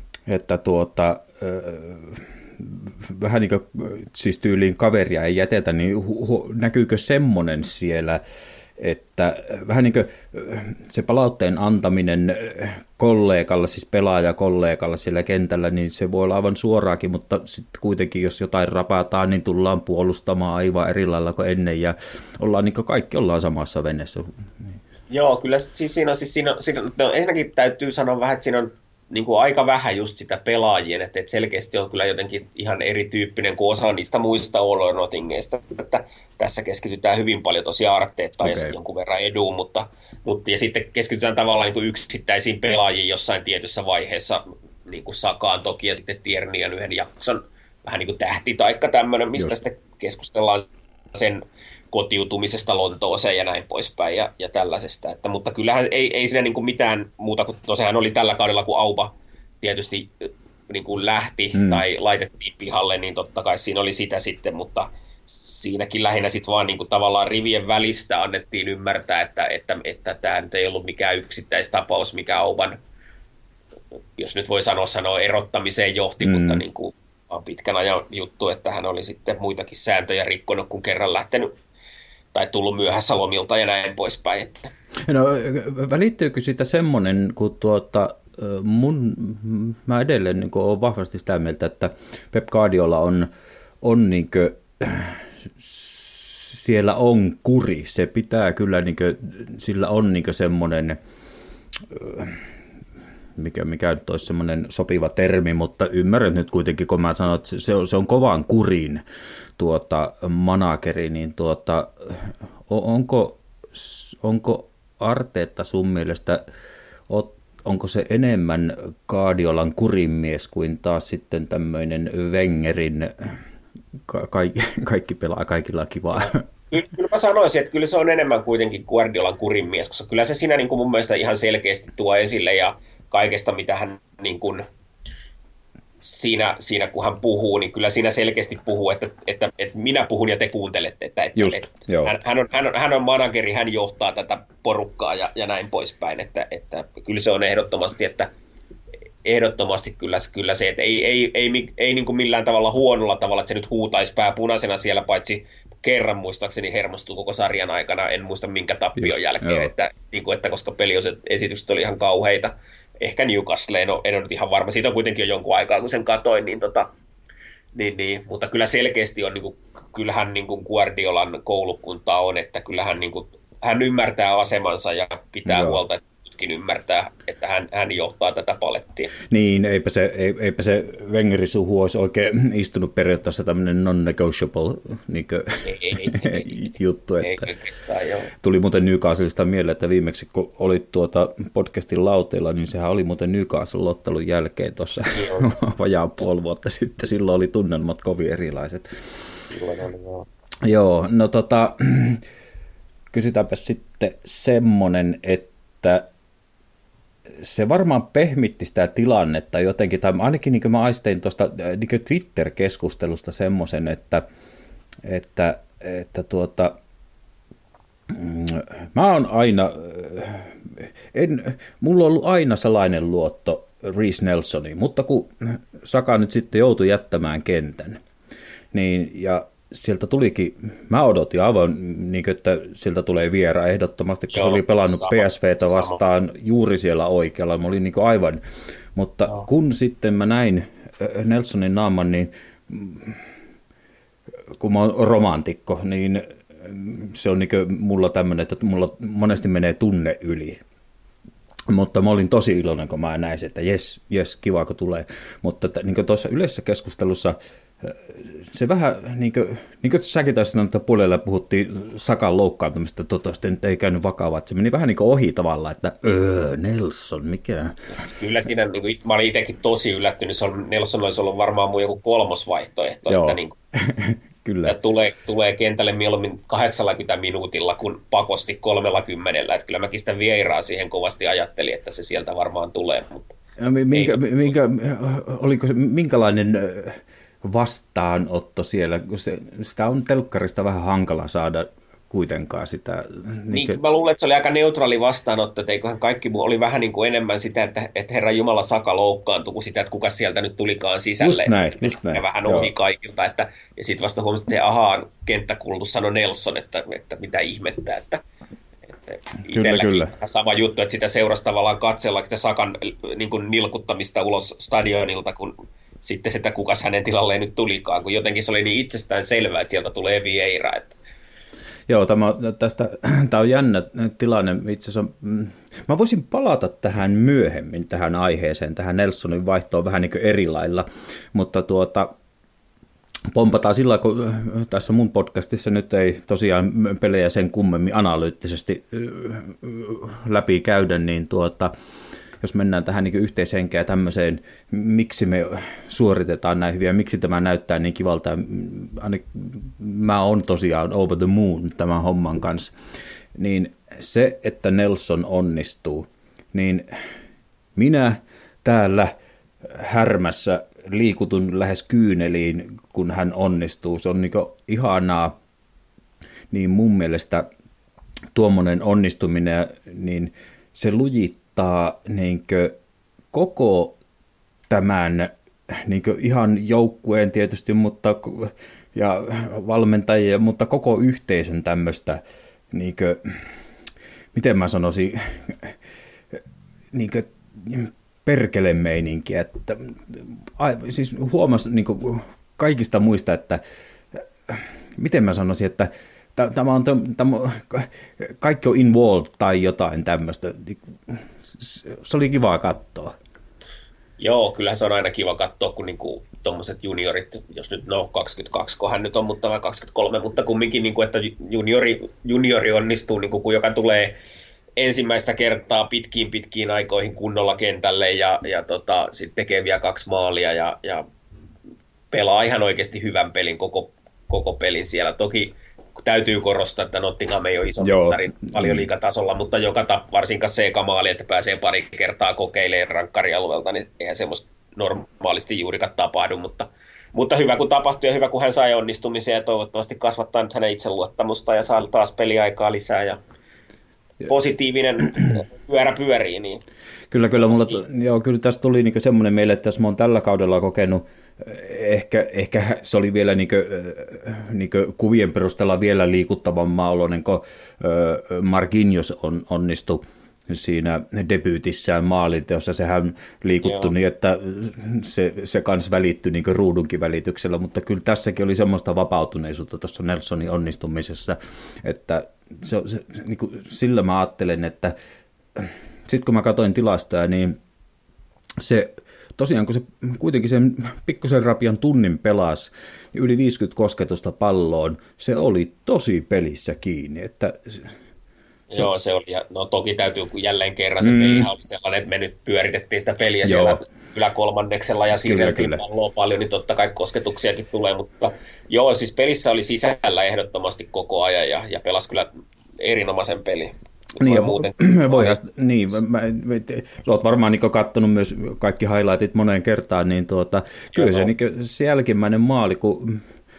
vähän niin kuin siis tyyliin kaveria ei jätetä, niin näkyykö semmoinen siellä, että vähän niin kuin se palautteen antaminen kollegalla, siis pelaajakollegalla siellä kentällä, niin se voi olla aivan suoraakin, mutta sitten kuitenkin jos jotain rapataan, niin tullaan puolustamaan aivan eri lailla kuin ennen ja ollaan niin kuin kaikki ollaan samassa veneessä. Joo, kyllä siinä ensinnäkin täytyy sanoa vähän, että siinä on niin kuin aika vähän just sitä pelaajien, että selkeästi on kyllä jotenkin ihan erityyppinen kuin osa niistä muista All-or-Nothingeista, että tässä keskitytään hyvin paljon tosiaan Arteettaan ja sitten jonkun verran Eduun, mutta ja sitten keskitytään tavallaan niin kuin yksittäisiin pelaajiin jossain tietyssä vaiheessa, niin kuin Sakaan toki ja sitten Tiernian yhden jakson vähän niin kuin tähtitaikka tämmöinen, mistä sitten keskustellaan sen kotiutumisesta Lontooseen ja näin poispäin ja tällaisesta. Mutta kyllähän ei siinä niin kuin mitään muuta kuin, sehän oli tällä kaudella, kun Auba tietysti niin kuin lähti tai laitettiin pihalle, niin totta kai siinä oli sitä sitten, mutta siinäkin lähinnä sitten vaan niin kuin tavallaan rivien välistä annettiin ymmärtää, että tämä nyt ei ollut mikään yksittäistapaus, mikä Auban, jos nyt voi sanoa erottamiseen johti, mutta niin kuin pitkän ajan juttu, että hän oli sitten muitakin sääntöjä rikkonut, kun kerran lähtenyt tai tullut myöhässä lomilta ja näin poispäin. Että. No, välittyykö siitä semmoinen, kun mä edelleen niin olen vahvasti sitä mieltä, että Pep Guardiola on niin kuin, siellä on kuri, se pitää kyllä, niin kuin, sillä on niin kuin semmoinen, mikä nyt olisi semmoinen sopiva termi, mutta ymmärrän nyt kuitenkin, kun mä sanon, että se on kovan kurin manageri, niin onko Arteetta sun mielestä, onko se enemmän Guardiolan kurinmies kuin taas sitten tämmöinen Wengerin kaikki pelaa, kaikilla kivaa? Kyllä mä sanoisin, että kyllä se on enemmän kuitenkin Guardiolan kurinmies, koska kyllä se siinä niin kuin mun mielestä ihan selkeästi tuo esille ja kaikesta, mitä hän niin kuin siinä kun hän puhuu, niin kyllä siinä selkeästi puhuu, että minä puhun ja te kuuntelette. Hän on manageri, hän johtaa tätä porukkaa ja näin poispäin. Että kyllä se on ehdottomasti kyllä se, että ei niin kuin millään tavalla huonolla tavalla, että se nyt huutaisi pää punaisena siellä, paitsi kerran muistaakseni hermostuu koko sarjan aikana, en muista minkä tappion jälkeen, että koska peliesitykset oli ihan kauheita. Ehkä Newcastle, en ole nyt ihan varma, siitä on kuitenkin jo jonkun aikaa, kun sen katoin, mutta kyllä selkeästi on, kyllähän Guardiolan koulukuntaa on, että kyllähän hän ymmärtää asemansa ja pitää huolta, että muutkin ymmärtää, että hän johtaa tätä palettia. Niin, eipä se Wengerin suhu olisi oikein istunut periaatteessa tämmöinen non-negotiable juttu. Että tuli muuten Newcastlesta mieleen, että viimeksi kun olit podcastin lauteilla, niin sehän oli muuten Newcastle-lottelun jälkeen tuossa vajaan puoli vuotta sitten. Silloin oli tunnelmat kovin erilaiset. Joo, no kysytäänpä sitten semmoinen, että se varmaan pehmitti sitä tilannetta jotenkin, tai ainakin niin kuin mä aistein tuosta niin Twitter-keskustelusta semmoisen, että mä oon aina, mulla on ollut aina sellainen luotto Reece Nelsoniin, mutta kun Saka nyt sitten joutui jättämään kentän, niin, ja sieltä tulikin, mä odotin aivan, niin kuin, että sieltä tulee viera ehdottomasti, kun se oli pelannut PSVtä vastaan juuri siellä oikealla, mä olin niin kuin aivan, mutta kun sitten mä näin Nelsonin naaman, niin kun mä oon romantikko, niin se on niin kuin mulla tämmöinen, että mulla monesti menee tunne yli. Mutta mä olin tosi iloinen, kun mä näin, että jes, kiva, kun tulee. Mutta niin tuossa yleisessä keskustelussa se vähän, niin kuin säkin taisi sanoa, että puolella puhuttiin Sakan loukkaantumista, toivottavasti nyt ei käynyt vakavaa, että se meni vähän niin kuin ohi tavallaan, että Nelson, mikä? Kyllä siinä, niin kuin, mä olin itsekin tosi yllättynyt, Nelson olisi ollut varmaan mun joku kolmosvaihtoehto, että niin kuin, kyllä. Tulee kentälle mieluummin 80 minuutilla kuin pakosti 30, että kyllä mäkin sitä Vieiraa siihen kovasti ajattelin, että se sieltä varmaan tulee, mutta oliko se, minkälainen vastaanotto siellä, kun sitä on telkkarista vähän hankala saada kuitenkaan sitä. Niin, mä luulen, että se oli aika neutraali vastaanotto, että eiköhän kaikki muu oli vähän niin kuin enemmän sitä, että Herran Jumala Saka loukkaantui, kuin sitä, että kuka sieltä nyt tulikaan sisälle. Just näin. Vähän ohi kaikilta, ja sitten vasta huomasin, että ahaa, kenttäkuulutus sanoi Nelson, että mitä ihmettä, että Kyllä. Sama juttu, että sitä seurasi tavallaan katsella sitä Sakan niin kuin nilkuttamista ulos stadionilta, kun sitten sitä kukas hänen tilalleen nyt tulikaan, kun jotenkin se oli niin itsestään selvää, että sieltä tulee Vieira. Joo, tämä on jännä tilanne. Itse asiassa, mä voisin palata tähän myöhemmin, tähän aiheeseen, tähän Nelsonin vaihtoon vähän niin kuin eri lailla, mutta pompataan sillä, kun tässä mun podcastissa nyt ei tosiaan pelejä sen kummemmin analyyttisesti läpi käydä, niin jos mennään tähän niin yhteishenkeen ja tämmöiseen, miksi me suoritetaan näin hyviä, miksi tämä näyttää niin kivalta, mä oon tosiaan over the moon tämän homman kanssa, niin se, että Nelson onnistuu, niin minä täällä Härmässä liikutun lähes kyyneliin, kun hän onnistuu. Se on niin ihanaa, niin mun mielestä tuommoinen onnistuminen, niin se lujittaa niin koko tämän niin ihan joukkueen tietysti, ja valmentajia, mutta koko yhteisön tämmöistä, niin miten mä sanoisin, niin perkelemeininkiä, että siis huomasin niin kaikista muista, että miten mä sanoisin, että kaikki on involved tai jotain tämmöistä. Se oli kiva katsoa. Joo, kyllähän se on aina kiva katsoa, kun niinku tuommoiset juniorit, jos nyt 22, kun hän nyt on, mutta 23, mutta kumminkin, niinku, että juniori onnistuu, niinku, kun joka tulee ensimmäistä kertaa pitkiin aikoihin kunnolla kentälle ja sitten tekee vielä 2 maalia ja pelaa ihan oikeasti hyvän pelin, koko pelin siellä. Toki täytyy korostaa, että Nottingham ei ole iso mittari paljon liigatasolla, mutta varsinkaan C-maali, että pääsee pari kertaa kokeilemaan rankkarialueelta, niin eihän semmoista normaalisti juurikaan tapahdu, mutta hyvä kun tapahtui ja hyvä kun hän sai onnistumisen ja toivottavasti kasvattaa nyt hänen itseluottamusta ja saa taas peliaikaa lisää ja positiivinen pyörä pyörii. Niin kyllä, kyllä tästä tuli niinku semmoinen meille, että jos mä oon tällä kaudella kokenut, ehkä se oli vielä niinku kuvien perusteella vielä liikuttavamman oloinen, kun Marquinhos onnistui siinä debyytissään maalinteossa. Sehän liikuttui niin, että se kans välittyi niin ruudunkin välityksellä, mutta kyllä tässäkin oli semmoista vapautuneisuutta tuossa Nelsonin onnistumisessa, että niin kuin sillä mä ajattelen, että sitten kun mä katsoin tilastoja, niin se tosiaan, kun se kuitenkin sen pikkusen rapian tunnin pelasi, niin yli 50 kosketusta palloon, se oli tosi pelissä kiinni, että joo, se oli. No toki täytyy jälleen kerran, se pelihan oli sellainen, että me nyt pyöritettiin sitä peliä siellä yläkolmanneksella ja siirreltiin palloa paljon, niin totta kai kosketuksiakin tulee, mutta joo, siis pelissä oli sisällä ehdottomasti koko ajan ja pelasi kyllä erinomaisen pelin. Niin, sä oot varmaan niin katsonut myös kaikki highlightit moneen kertaan, niin kyllä se jälkimmäinen maali, kun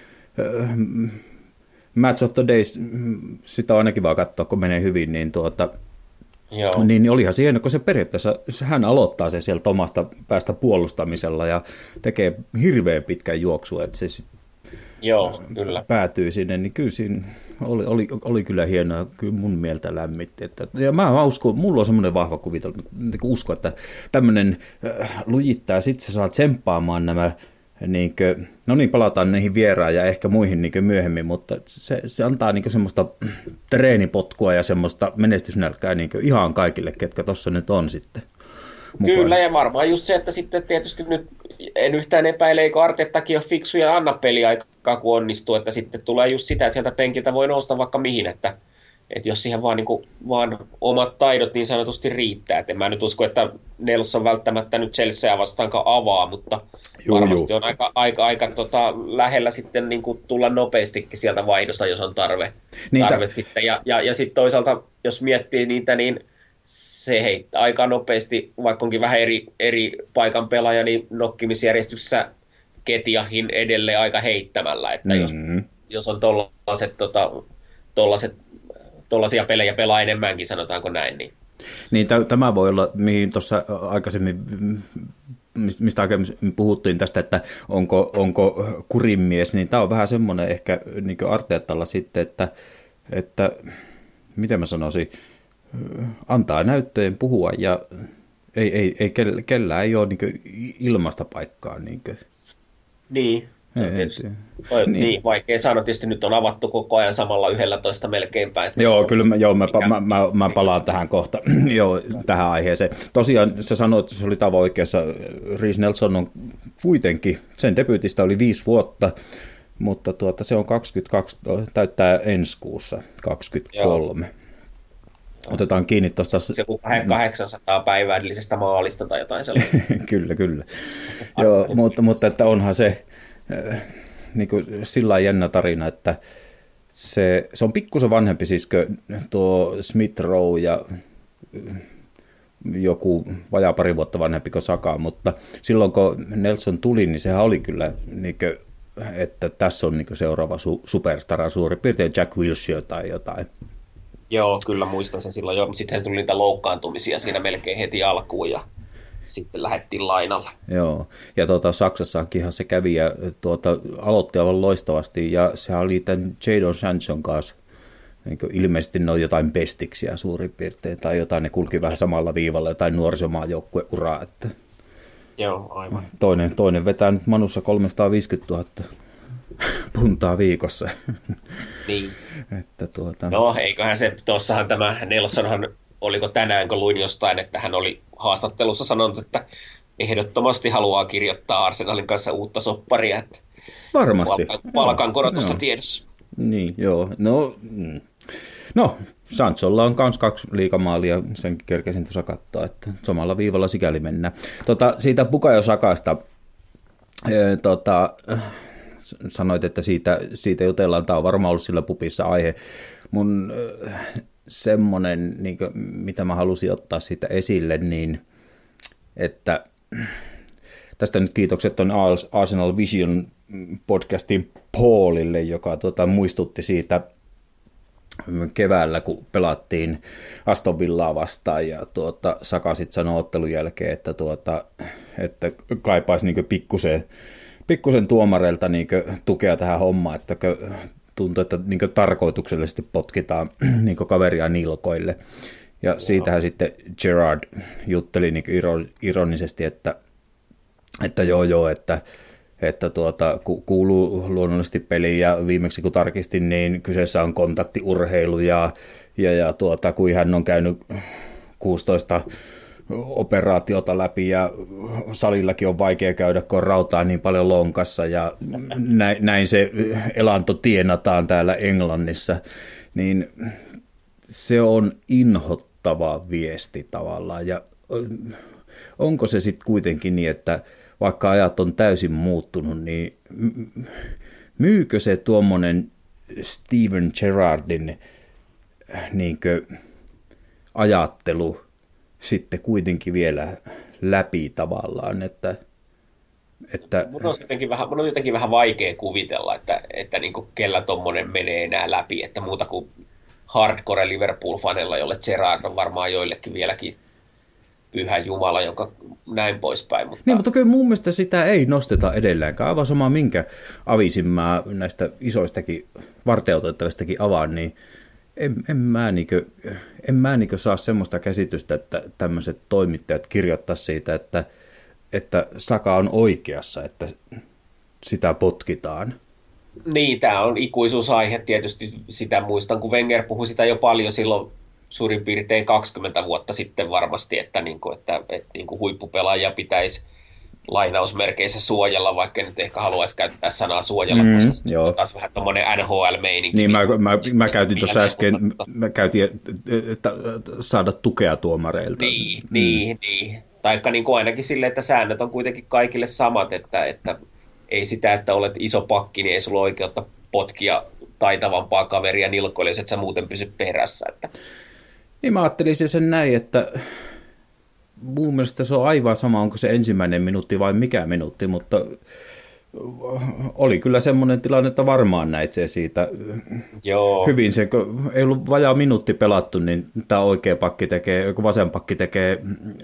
Match of the Days, sitä on ainakin vaan katsoa, kun menee hyvin, niin olihan se hieno, kun se periaatteessa, hän aloittaa se sieltä omasta päästä puolustamisella ja tekee hirveän pitkän juoksun, että se Joo, kyllä. Päätyi sinne, niin kyllä siinä oli kyllä hienoa, kyllä mun mieltä lämmitti. Ja mä uskon, mulla on semmoinen vahva kuvitelma, usko, että tämmöinen lujittaa, sit sä saat tsemppaamaan nämä, no niin, palataan niihin vieraan ja ehkä muihin myöhemmin, mutta se antaa semmoista treenipotkua ja semmoista menestysnälkää ihan kaikille, ketkä tuossa nyt on sitten mukaan. Kyllä, ja varmaan just se, että sitten tietysti nyt en yhtään epäile, eikö Artettakin ole fiksu ja anna peliaikaa, kun onnistuu, että sitten tulee just sitä, että sieltä penkiltä voi nousta vaikka mihin, että jos siihen vaan omat taidot niin sanotusti riittää. Et en mä nyt usko, että Nelson välttämättä nyt Chelseaa vastaankaan avaa, mutta varmasti on aika lähellä sitten niin kuin tulla nopeastikin sieltä vaihdosta, jos on tarve sitten. Ja sitten toisaalta, jos miettii niitä, niin se heittää aika nopeasti, vaikka onkin vähän eri paikan pelaaja, niin nokkimisjärjestyksessä Ketiahin edelleen aika heittämällä, että jos on tollaisia pelejä pelaa enemmänkin, sanotaanko näin. Niin tämä voi olla, mihin tuossa aikaisemmin, mistä aikaisemmin puhuttiin tästä, että onko kurinmies, niin tämä on vähän semmoinen ehkä niin kuin Arteetalla sitten, että miten mä sanoisin, antaa näyttöjen puhua ja kellään ei ole niin ilmaista paikkaa. Niin. Niin, vaikea sanoa. Tietysti nyt on avattu koko ajan samalla 11 melkeinpä. Joo, kyllä mä palaan tähän kohta tähän aiheeseen. Tosiaan sä sanoit, että se oli tavoin oikeassa. Reiss Nelson on kuitenkin, sen debyytistä oli 5 vuotta, mutta se on 22, täyttää ensi kuussa 23. Joo. Otetaan kiinni tuosta. Se on 800 päivää edellisestä maalista tai jotain sellaista. Kyllä. Joo, mutta että onhan se niin kuin sillä jännä tarina, että se on pikkusen vanhempi siis tuo Smith Rowe ja joku vajaa pari vuotta vanhempi kuin Saka, mutta silloin kun Nelson tuli, niin sehän oli kyllä, niin kuin, että tässä on niin kuin seuraava superstara suurin piirtein Jack Wilshere tai jotain. Joo, kyllä muistan sen silloin jo. Sitten tuli niitä loukkaantumisia siinä melkein heti alkuun ja sitten lähdettiin lainalle. Joo, ja Saksassakin se kävi ja aloitti aivan loistavasti ja sehän oli tämän Jadon Sanchon kanssa. Niin ilmeisesti ne on jotain bestiksiä suurin piirtein tai jotain, ne kulki vähän samalla viivalla, jotain nuorisomaajoukkueuraa. Että joo, aivan. Toinen vetää nyt Manussa 350 000 puntaa viikossa. Niin. Että No, eiköhän se, tuossahan tämä Nelsonhan, oliko tänään, kun luin jostain, että hän oli haastattelussa sanonut, että ehdottomasti haluaa kirjoittaa Arsenalin kanssa uutta sopparia, että varmasti. Palkankorotusta tiedossa. Niin, joo. No, Sancholla on myös 2 liigamaalia, sen kerkesin tuossa katsoa, että samalla viivalla sikäli mennään. Siitä Bukayo Sakasta, sanoit, että siitä jutellaan, tämä on varmaan ollut sillä pupissa aihe. Mun semmoinen, niin kuin, mitä mä halusin ottaa siitä esille, niin että tästä nyt kiitokset on Arsenal Vision podcastin Paulille, joka muistutti siitä keväällä, kun pelattiin Aston Villaa vastaan, ja Saka sitten sanoi ottelun jälkeen, että kaipaisi niin pikkusen tuomareilta niin tukea tähän hommaan, että tuntuu, että niin tarkoituksellisesti potkitaan niin kaveria nilkoille. Ja siitähän sitten Gerrard jutteli niin ironisesti, että joo, että kuuluu luonnollisesti peliin, ja viimeksi kun tarkistin, niin kyseessä on kontaktiurheilu, ja kun hän on käynyt 16 operaatiota läpi, ja salillakin on vaikea käydä, kun on rautaa niin paljon lonkassa, ja näin se elanto tienataan täällä Englannissa, niin se on inhottava viesti tavallaan, ja onko se sitten kuitenkin niin, että vaikka ajat on täysin muuttunut, niin myykö se tuommoinen Steven Gerrardin ajattelu sitten kuitenkin vielä läpi tavallaan, että mun on jotenkin vähän vaikea kuvitella, että niin kuin kellä tommonen menee enää läpi, että muuta kuin hardcore Liverpool-fanella, jolle Gerrard on varmaan joillekin pyhä Jumala, joka näin poispäin. Niin, mutta kyllä mun mielestä sitä ei nosteta edelleenkään. Aivan sama minkä avisin mä näistä isoistakin varteutettavistakin avaan, niin en mä saa semmoista käsitystä, että tämmöiset toimittajat kirjoittaa siitä, että Saka on oikeassa, että sitä potkitaan. Niin, tämä on ikuisuusaihe tietysti. Sitä muistan, kun Wenger puhui sitä jo paljon silloin suurin piirtein 20 vuotta sitten varmasti, että huippupelaajia pitäisi lainausmerkeissä suojella, vaikka nyt ehkä haluaisi käyttää sanaa suojella, koska se on taas vähän tommoinen NHL-meininki. Niin, mä käytin tuossa äsken, että saada tukea tuomareilta. Niin. Taikka niin kuin ainakin silleen, että säännöt on kuitenkin kaikille samat, että ei sitä, että olet iso pakki, niin ei sulla ole oikeutta potkia taitavampaa kaveria nilkoille, jos et sä muuten pysy perässä. Että. Niin mä ajattelisin sen näin, että mun mielestä se on aivan sama, onko se ensimmäinen minuutti vai mikä minuutti, mutta oli kyllä semmoinen tilanne, että varmaan näit se siitä hyvin. Se, kun ei ollut vajaa minuutti pelattu, niin tämä oikea pakki tekee, joku vasen pakki tekee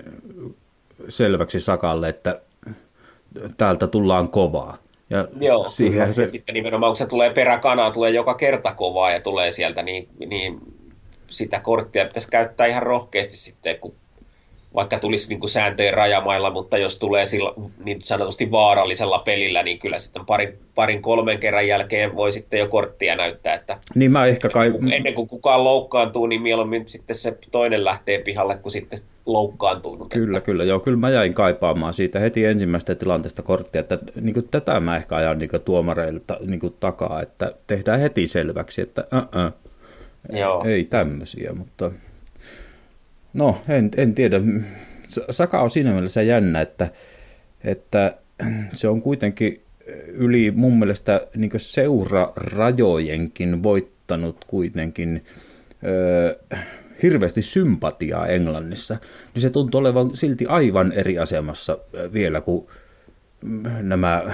selväksi Sakalle, että täältä tullaan kovaa. Ja joo, se sitten nimenomaan, kun se tulee peräkanaa, tulee joka kerta kovaa ja tulee sieltä, niin sitä korttia pitäisi käyttää ihan rohkeasti sitten, kun vaikka tulisi niin kuin sääntöjen rajamailla, mutta jos tulee sillä, niin sanotusti vaarallisella pelillä, niin kyllä sitten parin kolmen kerran jälkeen voi sitten jo korttia näyttää, että niin mä ehkä ennen kuin kukaan loukkaantuu, niin mieluummin sitten se toinen lähtee pihalle, kun sitten loukkaantuu. Kyllä mä jäin kaipaamaan siitä heti ensimmäistä tilanteesta korttia, että niin kuin tätä mä ehkä ajan niin kuin tuomareilta niin kuin takaa, että tehdään heti selväksi, että ei tämmöisiä, mutta no, en tiedä. Saka on siinä mielessä jännä, että se on kuitenkin yli mun mielestä niin seurarajojenkin voittanut kuitenkin hirveästi sympatiaa Englannissa. Niin se tuntuu olevan silti aivan eri asemassa vielä kuin nämä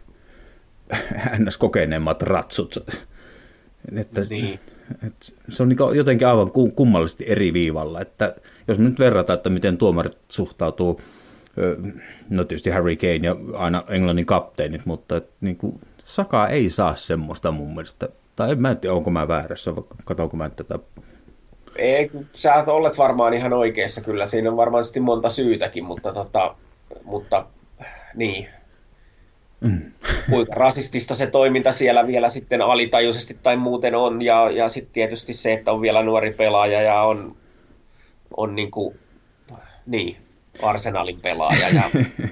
ns-kokeneemmat ratsut. Että niin. Se on niin jotenkin aivan kummallisesti eri viivalla, että jos me nyt verrataan, että miten tuomarit suhtautuu, no tietysti Harry Kane ja aina Englannin kapteenit, mutta niin kuin Saka ei saa semmoista mun mielestä, tai en tiedä, onko mä väärässä, katsonko mä tätä. Ei, sä olet varmaan ihan oikeassa kyllä, siinä on varmasti monta syytäkin, mutta niin. Kuinka rasistista se toiminta siellä vielä sitten alitajuisesti tai muuten on, ja sitten tietysti se, että on vielä nuori pelaaja ja on niin Arsenalin pelaaja ja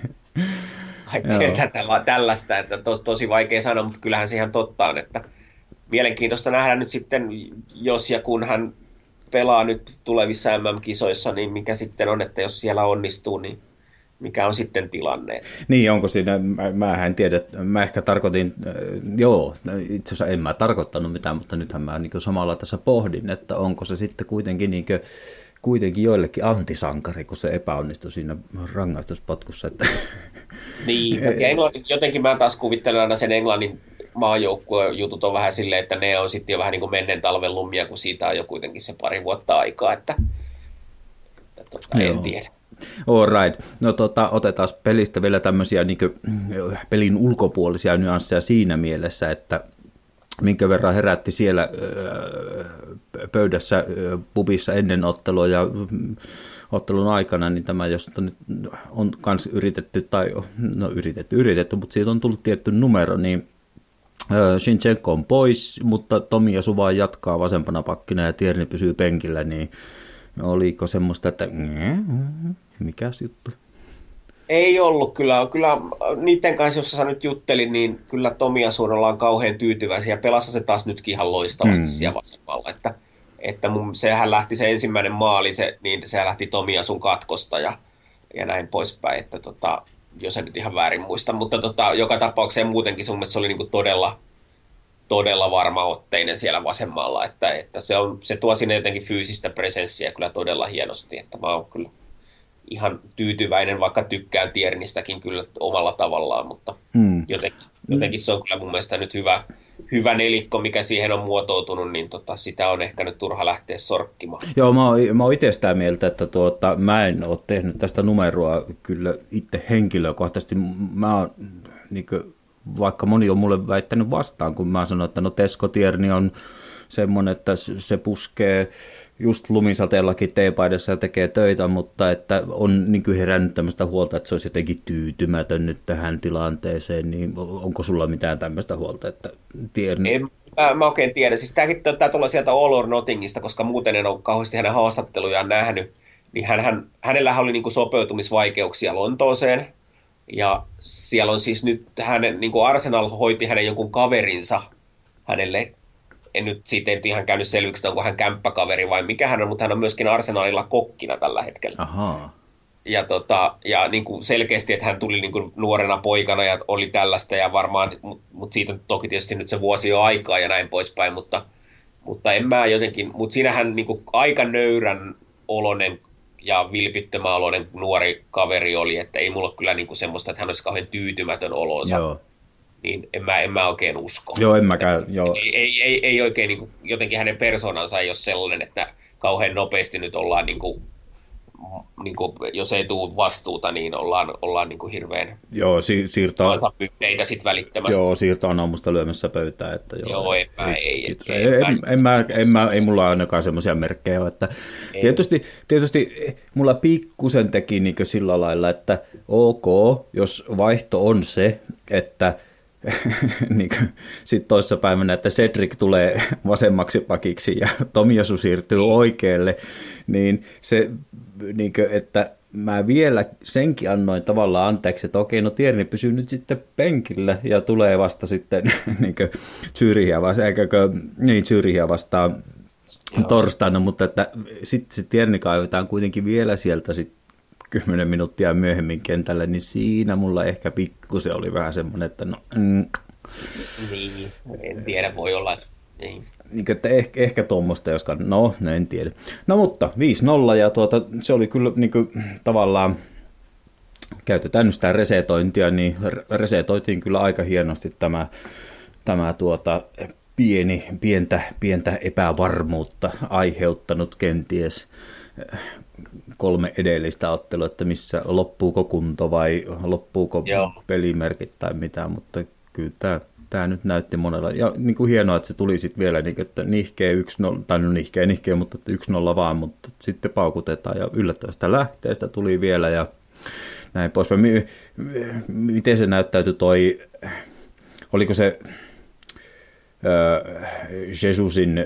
kaikkea tällaista, että tosi vaikea sanoa, mutta kyllähän se ihan totta on, että mielenkiintoista nähdä nyt sitten, jos ja kun hän pelaa nyt tulevissa MM-kisoissa, niin mikä sitten on, että jos siellä onnistuu, niin mikä on sitten tilanne? Niin, onko siinä, mä en tiedä, mä ehkä tarkoitin, itse asiassa en mä tarkoittanut mitään, mutta nythän mä niin samalla tässä pohdin, että onko se sitten kuitenkin joillekin antisankari, kun se epäonnistui siinä rangaistuspotkussa. Että. Niin, ja jotenkin mä taas kuvittelen aina sen Englannin maajoukkueen jutut on vähän silleen, että ne on sitten jo vähän niin kuin menneen talven lumia, kun siitä on jo kuitenkin se pari vuotta aikaa, että en tiedä. All right. No otetaan pelistä vielä tämmöisiä niin pelin ulkopuolisia nyansseja siinä mielessä, että minkä verran herätti siellä pöydässä pubissa ennen ottelua ja ottelun aikana, niin tämä, josta nyt on myös yritetty, mutta siitä on tullut tietty numero, niin Zinchenko on pois, mutta Tomiasu vaan jatkaa vasempana pakkina ja Tierney pysyy penkillä, niin oliko semmoista, että mikäs juttu? Ei ollut kyllä niiden kanssa, jossa sä nyt juttelin, niin kyllä Tomiasuun ollaan kauhean tyytyväisiä. Pelassa se taas nytkin ihan loistavasti siellä vasemmalla, että sehän lähti se ensimmäinen maali, niin se lähti Tomiasun katkosta ja näin poispäin, että jos en nyt ihan väärin muista, mutta joka tapauksessa muutenkin sun mielestä se oli niinku todella varmaotteinen siellä vasemmalla, että se tuo sinne jotenkin fyysistä presenssiä kyllä todella hienosti, että mä oon kyllä ihan tyytyväinen, vaikka tykkään Tiernistäkin kyllä omalla tavallaan, mutta jotenkin jotenkin se on kyllä mun mielestä nyt hyvä nelikko, mikä siihen on muotoutunut, niin sitä on ehkä nyt turha lähteä sorkkimaan. Joo, mä oon itse sitä mieltä, että mä en ole tehnyt tästä numeroa kyllä itse henkilökohtaisesti. Mä oon, niin kuin, vaikka moni on mulle väittänyt vastaan, kun mä sanon, että no Tesco Tierni on semmoinen, että se puskee just lumisateellakin teepaidassa ja tekee töitä, mutta että on niin kuin herännyt tämmöistä huolta, että se olisi jotenkin tyytymätön nyt tähän tilanteeseen, niin onko sulla mitään tämmöistä huolta, että Tierni? En mä oikein tiedä. Siis tämä tulee sieltä All or Nothingista, koska muuten en ole kauheasti hänen haastattelujaan nähnyt, niin hänellähän oli niin kuin sopeutumisvaikeuksia Lontooseen, ja siellä on siis nyt niin kuin Arsenal hoiti hänen jonkun kaverinsa hänelle. En nyt siitä ei ihan käynyt selviksi, onko hän kämppäkaveri vai mikä hän on, mutta hän on myöskin Arsenalilla kokkina tällä hetkellä. Ahaa. Ja niin kuin selkeästi, että hän tuli niin kuin nuorena poikana ja oli tällaista ja varmaan, mutta siitä on toki tietysti nyt se vuosi jo aikaa ja näin poispäin, mutta en mä jotenkin, mutta siinähän niin kuin aika nöyrän oloinen ja vilpittömän oloinen nuori kaveri oli, että ei mulla kyllä niin kuin semmoista, että hän olisi kauhean tyytymätön olonsa. Joo. Niin en mä oikein usko. Joo, en mäkään, joo. Ei oikein, niin kuin, jotenkin hänen persoonansa ei ole sellainen, että kauhean nopeasti nyt ollaan, niin kuin, jos ei tule vastuuta, niin ollaan niin kuin hirveän vansapyydeitä sitten välittömästi. Joo, siirto on aamusta lyömässä pöytään. Että joo, ei mulla ainakaan semmoisia merkkejä ole. Että tietysti mulla pikkusen teki niin sillä lailla, että ok, jos vaihto on se, että niin sitten toissapäivänä, että Cedric tulee vasemmaksi pakiksi ja Tomiyasu siirtyy oikealle, niin se, niin kuin, että mä vielä senkin annoin tavallaan anteeksi, että okei, no Tierney pysyy nyt sitten penkillä ja tulee vasta sitten niin Zürichiä vastaan torstaina, mutta että sitten se Tierney kaivetaan kuitenkin vielä sieltä sitten 10 minuuttia myöhemmin kentällä, niin siinä mulla ehkä pikkusen oli vähän semmoinen, että Niin, en tiedä, voi olla. Niin. Niin, että ehkä tuommoista, en tiedä. No mutta 5-0 ja se oli kyllä niin kuin, tavallaan, käytetään nyt sitä resetointia, niin resetoitiin kyllä aika hienosti tämä pientä epävarmuutta aiheuttanut kenties 3 edellistä ottelua, että missä loppuuko kunto vai loppuuko pelimerkit tai mitään, mutta kyllä tämä nyt näytti monella. Ja niin kuin hienoa, että se tuli sitten vielä, niin, että nihkeä 1-0, tai no nihkeä, mutta 1-0 vaan, mutta sitten paukutetaan ja yllättävästä lähteestä tuli vielä ja näin pois. Miten se näyttäytyi oliko se Jesusin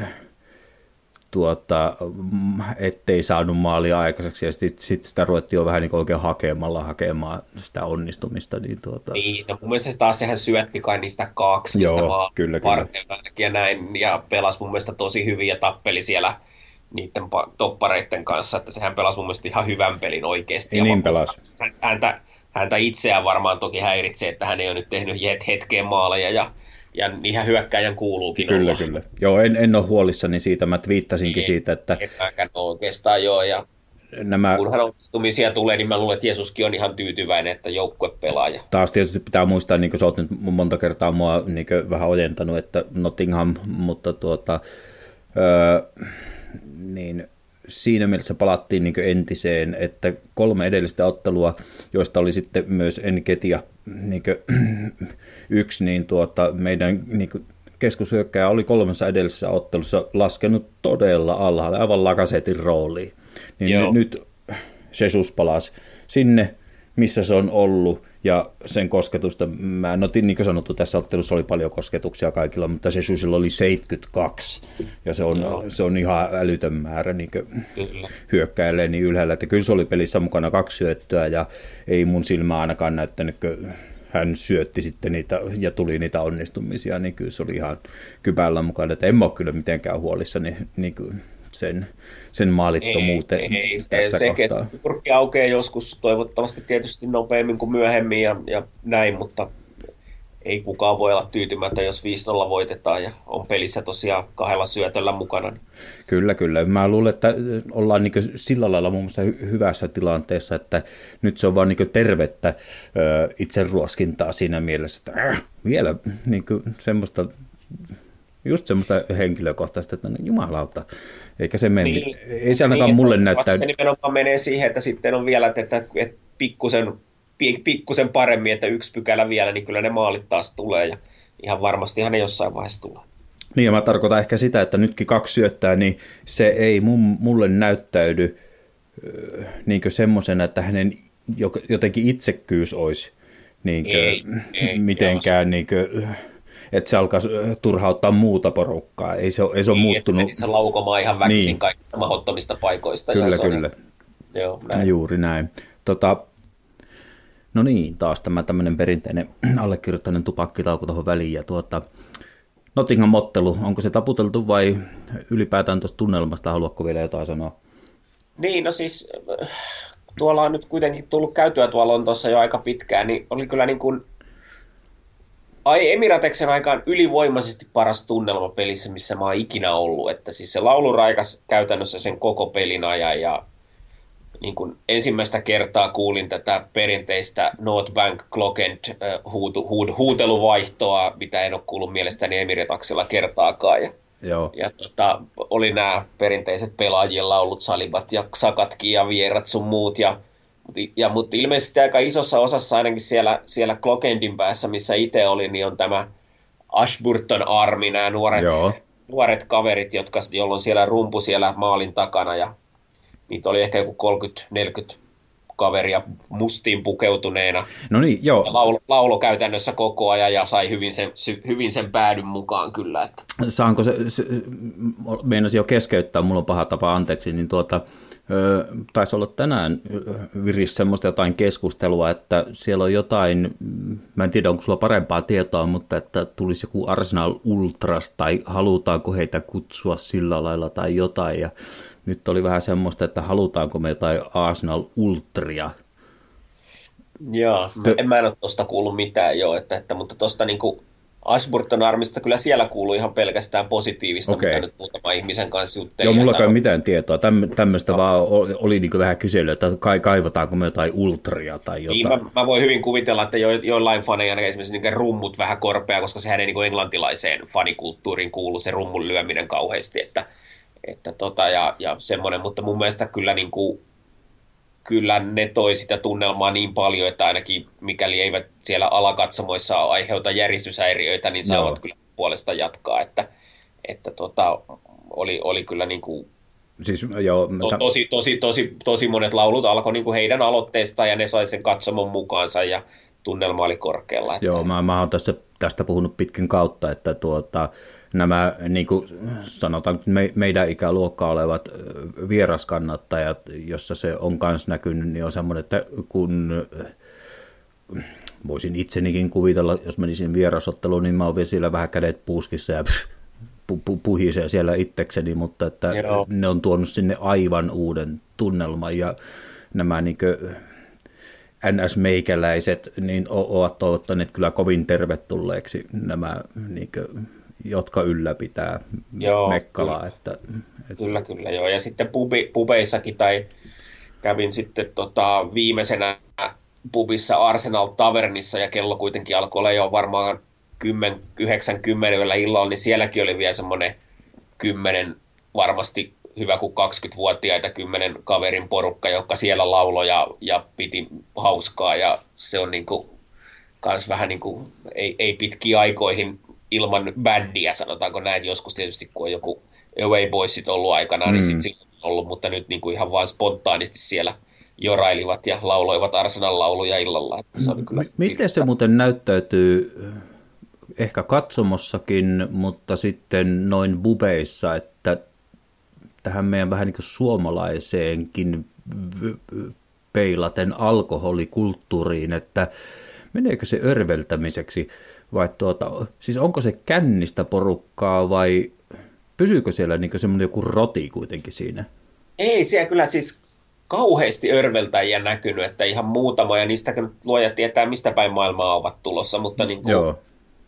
ettei saanut maalia aikaiseksi, ja sitten sitä ruvettiin jo vähän niin oikein hakemaan sitä onnistumista. Niin, no mun mielestä taas sehän syötti kai niistä 2, mistä vaan ja näin, ja pelasi mun mielestä tosi hyvin ja tappeli siellä niiden toppareiden kanssa, että sehän pelasi mun mielestä ihan hyvän pelin oikeasti. Ja niin pelasi. Häntä itseään varmaan toki häiritsee, että hän ei ole nyt tehnyt hetkeen maaleja, ja niinhän hyökkääjän kuuluukin olla. Kyllä. Joo, en ole huolissani siitä. Mä twiittasinkin siitä, että oikeastaan joo, ja kunhan onnistumisia tulee, niin mä luulen, että Jeesuskin on ihan tyytyväinen, että joukkue pelaa. Taas tietysti pitää muistaa, niin kuin sä oot nyt monta kertaa mua niin vähän ojentanut, että Nottingham, mutta niin siinä mielessä palattiin niin entiseen, että 3 edellistä ottelua, joista oli sitten myös Enketia niin 1, niin meidän niin keskushyökkääjä oli 3 edellisessä ottelussa laskenut todella alhaalle, aivan Lacazettin rooliin. Niin nyt Jesus palasi sinne, missä se on ollut, ja sen kosketusta, niin kuin sanottu, tässä ottelussa oli paljon kosketuksia kaikilla, mutta Jesusilla oli 72, ja se on ihan älytön määrä niin hyökkäilee niin ylhäällä, että kyllä se oli pelissä mukana 2 syöttöä, ja ei mun silmä ainakaan näyttänyt, kun hän syötti sitten niitä, ja tuli niitä onnistumisia, niin kyllä se oli ihan kypällä mukana, että en mä ole kyllä mitenkään huolissani niin kuin sen maalittomuuteen tässä kohtaa. Kurkki aukeaa joskus, toivottavasti tietysti nopeammin kuin myöhemmin ja näin, mutta ei kukaan voi olla tyytymätön, jos 5-0 voitetaan ja on pelissä tosiaan 2 syötöllä mukana. Kyllä. Mä luulen, että ollaan niin sillä lailla muun muassa hyvässä tilanteessa, että nyt se on vaan niin tervettä itse ruoskintaa siinä mielessä, että vielä niin semmoista, just semmoista henkilökohtaista, että jumalauta, eikä se mene. Niin, ei se ainakaan mulle näyttää. Se nimenomaan menee siihen, että sitten on vielä, että pikkusen paremmin, että 1 pykälä vielä, niin kyllä ne maalit taas tulee ja ihan varmastihan ne jossain vaiheessa tulee. Niin, ja mä tarkoitan ehkä sitä, että nytkin 2 syöttää, niin se ei mulle näyttäydy niin semmoisena, että hänen jotenkin itsekkyys olisi niin ei, mitenkään, niin kuin, että se alkaa turhauttaa muuta porukkaa. Ei se ole muuttunut. Että se laukomaan ihan väkisin kaikista mahdottomista paikoista. Kyllä. Joo, näin. Juuri näin. No niin, taas tämä tämmöinen perinteinen allekirjoittaneen tupakkitauko tuohon väliin. Ja Nottingham-ottelu, onko se taputeltu vai ylipäätään tuosta tunnelmasta, haluatko vielä jotain sanoa? Niin, no siis tuolla on nyt kuitenkin tullut käytyä tuolla Lontoossa jo aika pitkään, niin oli kyllä niin kuin Emirateksen aikaan ylivoimaisesti paras tunnelma pelissä, missä mä oon ikinä ollut. Että siis se laulu raikas käytännössä sen koko pelin ajan ja niin kuin ensimmäistä kertaa kuulin tätä perinteistä North Bank Clock End huuteluvaihtoa, mitä en ole kuullut mielestäni Emirataksella kertaakaan. Ja oli nämä perinteiset pelaajien laulut, Salibat ja Sakatkin ja Vierat sun muut. Mutta ilmeisesti aika isossa osassa ainakin siellä Clock Endin päässä, missä itse olin, niin on tämä Ashburton Army, nämä nuoret kaverit, joilla on siellä rumpu siellä maalin takana ja niitä oli ehkä joku 30-40 kaveria mustiin pukeutuneena. No niin, joo. Laulo käytännössä koko ajan ja sai hyvin sen päädyn mukaan kyllä. Että. Saanko se meinasin jo keskeyttää, mulla on paha tapa, anteeksi, niin taisi olla tänään viris semmoista jotain keskustelua, että siellä on jotain, mä en tiedä onko sulla parempaa tietoa, mutta että tulisi joku Arsenal Ultras tai halutaanko heitä kutsua sillä lailla tai jotain ja nyt oli vähän semmoista, että halutaanko me jotain Arsenal Ultria. Joo, mä en ole tuosta kuullut mitään jo, mutta tuosta niinku Ashburton Armista kyllä siellä kuuluu ihan pelkästään positiivista, mitä nyt muutama ihmisen kanssa juttelin. Joo, mulla ei ole mitään tietoa. Tämmöistä vaan oli niin vähän kyselyä, että kaivataanko me jotain ultria tai jotain. Niin, mä voin hyvin kuvitella, että joillain faneja esimerkiksi niin rummut vähän korpea, koska sehän ei niin englantilaiseen fanikulttuuriin kuulu se rummun lyöminen kauheasti, ja semmoinen, mutta mun mielestä kyllä niin kuin kyllä ne toi sitä tunnelmaa niin paljon, että ainakin mikäli eivät siellä alakatsomoissa aiheuta järjestyshäiriöitä, niin saavat kyllä puolesta jatkaa, että oli kyllä niin kuin siis, tosi monet laulut alkoi niin kuin heidän aloitteestaan ja ne sai sen katsomon mukaansa ja tunnelma oli korkealla. Että. Joo, mä oon tästä puhunut pitkin kautta, että nämä, niin kuin sanotaan, meidän ikäluokkaa olevat vieraskannattajat, jossa se on myös näkynyt, niin on semmoinen, että kun voisin itsenikin kuvitella, jos menisin vierasotteluun, niin mä oon vielä siellä vähän kädet puuskissa ja puhisee siellä itsekseni, mutta että ne on tuonut sinne aivan uuden tunnelman ja nämä niin kuin NS-meikäläiset niin ovat toivottaneet kyllä kovin tervetulleeksi nämä niin kuin, jotka ylläpitää Mekkalaa. Kyllä, joo. Ja sitten pubeissakin, tai kävin sitten viimeisenä pubissa Arsenal Tavernissa, ja kello kuitenkin alkoi olla jo varmaan 9-10 illalla, niin sielläkin oli vielä semmoinen 10, varmasti hyvä kuin 20-vuotiaita 10 kaverin porukka, joka siellä lauloi ja piti hauskaa, ja se on niinku kans vähän niin kuin, ei pitkiä aikoihin ilman bändiä, sanotaanko näin, joskus tietysti kun on joku Away Boysit ollut aikanaan, niin sitten on ollut, mutta nyt niin kuin ihan vaan spontaanisti siellä jorailivat ja lauloivat Arsenal-lauluja illalla. Miten se muuten näyttäytyy ehkä katsomossakin, mutta sitten noin bubeissa, että tähän meidän vähän niin kuin suomalaiseenkin peilaten alkoholikulttuuriin, että meneekö se örveltämiseksi vai siis onko se kännistä porukkaa vai pysyykö siellä niin semmoinen joku roti kuitenkin siinä? Ei siellä kyllä siis kauheasti örveltäjiä näkynyt, että ihan muutama ja niistä luoja tietää mistä päin maailmaa ovat tulossa, mutta niin kuin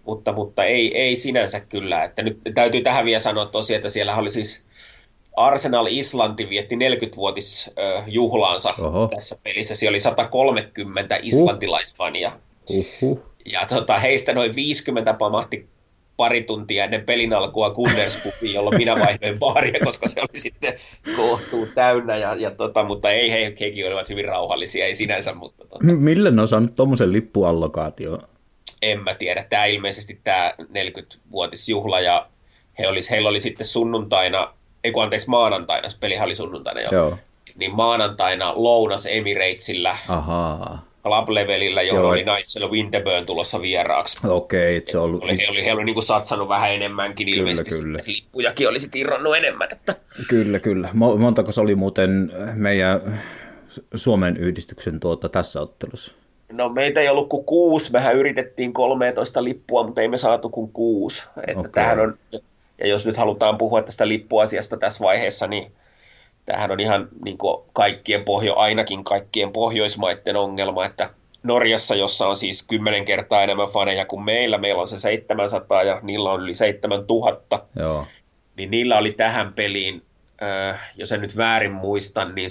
mutta ei sinänsä kyllä. Että nyt täytyy tähän vielä sanoa tosiaan, että siellä oli siis Arsenal Islanti vietti 40-vuotisjuhlaansa tässä pelissä. Siellä oli 130 islantilaisfania. Ja heistä noin 50 pamahti pari tuntia ennen pelin alkua Gunnerspubiin, jolloin minä vaihdoin baaria, koska se oli sitten kohtuu täynnä. Mutta ei, hekin olivat hyvin rauhallisia, ei sinänsä. Mutta Millä ne on saanut tuommoisen lippuallokaation? En mä tiedä. Tämä ilmeisesti tämä 40-vuotisjuhla, ja heillä oli sitten maanantaina, pelihän oli sunnuntaina jo. Joo. Niin maanantaina lounas Emiratesillä. Ahaa. Club-levelillä, johon oli Nigel Winterburn tulossa vieraaksi. Okei, se on ollut... He oli niin kuin satsannut vähän enemmänkin ilmeisesti. Kyllä. Lippujakin oli sitten irronnut enemmän. Että... Kyllä. Montako se oli muuten meidän Suomen yhdistyksen tässä ottelussa? No meitä ei ollut kuin 6. Mehän yritettiin 13 lippua, mutta ei me saatu kuin 6. Että tämähän on, ja jos nyt halutaan puhua tästä lippuasiasta tässä vaiheessa, niin tämähän on ihan niin kuin ainakin kaikkien Pohjoismaiden ongelma, että Norjassa, jossa on siis 10 kertaa enemmän faneja kuin meillä on se 700 ja niillä on yli 7000, Joo. Niin niillä oli tähän peliin, jos en nyt väärin muista, niin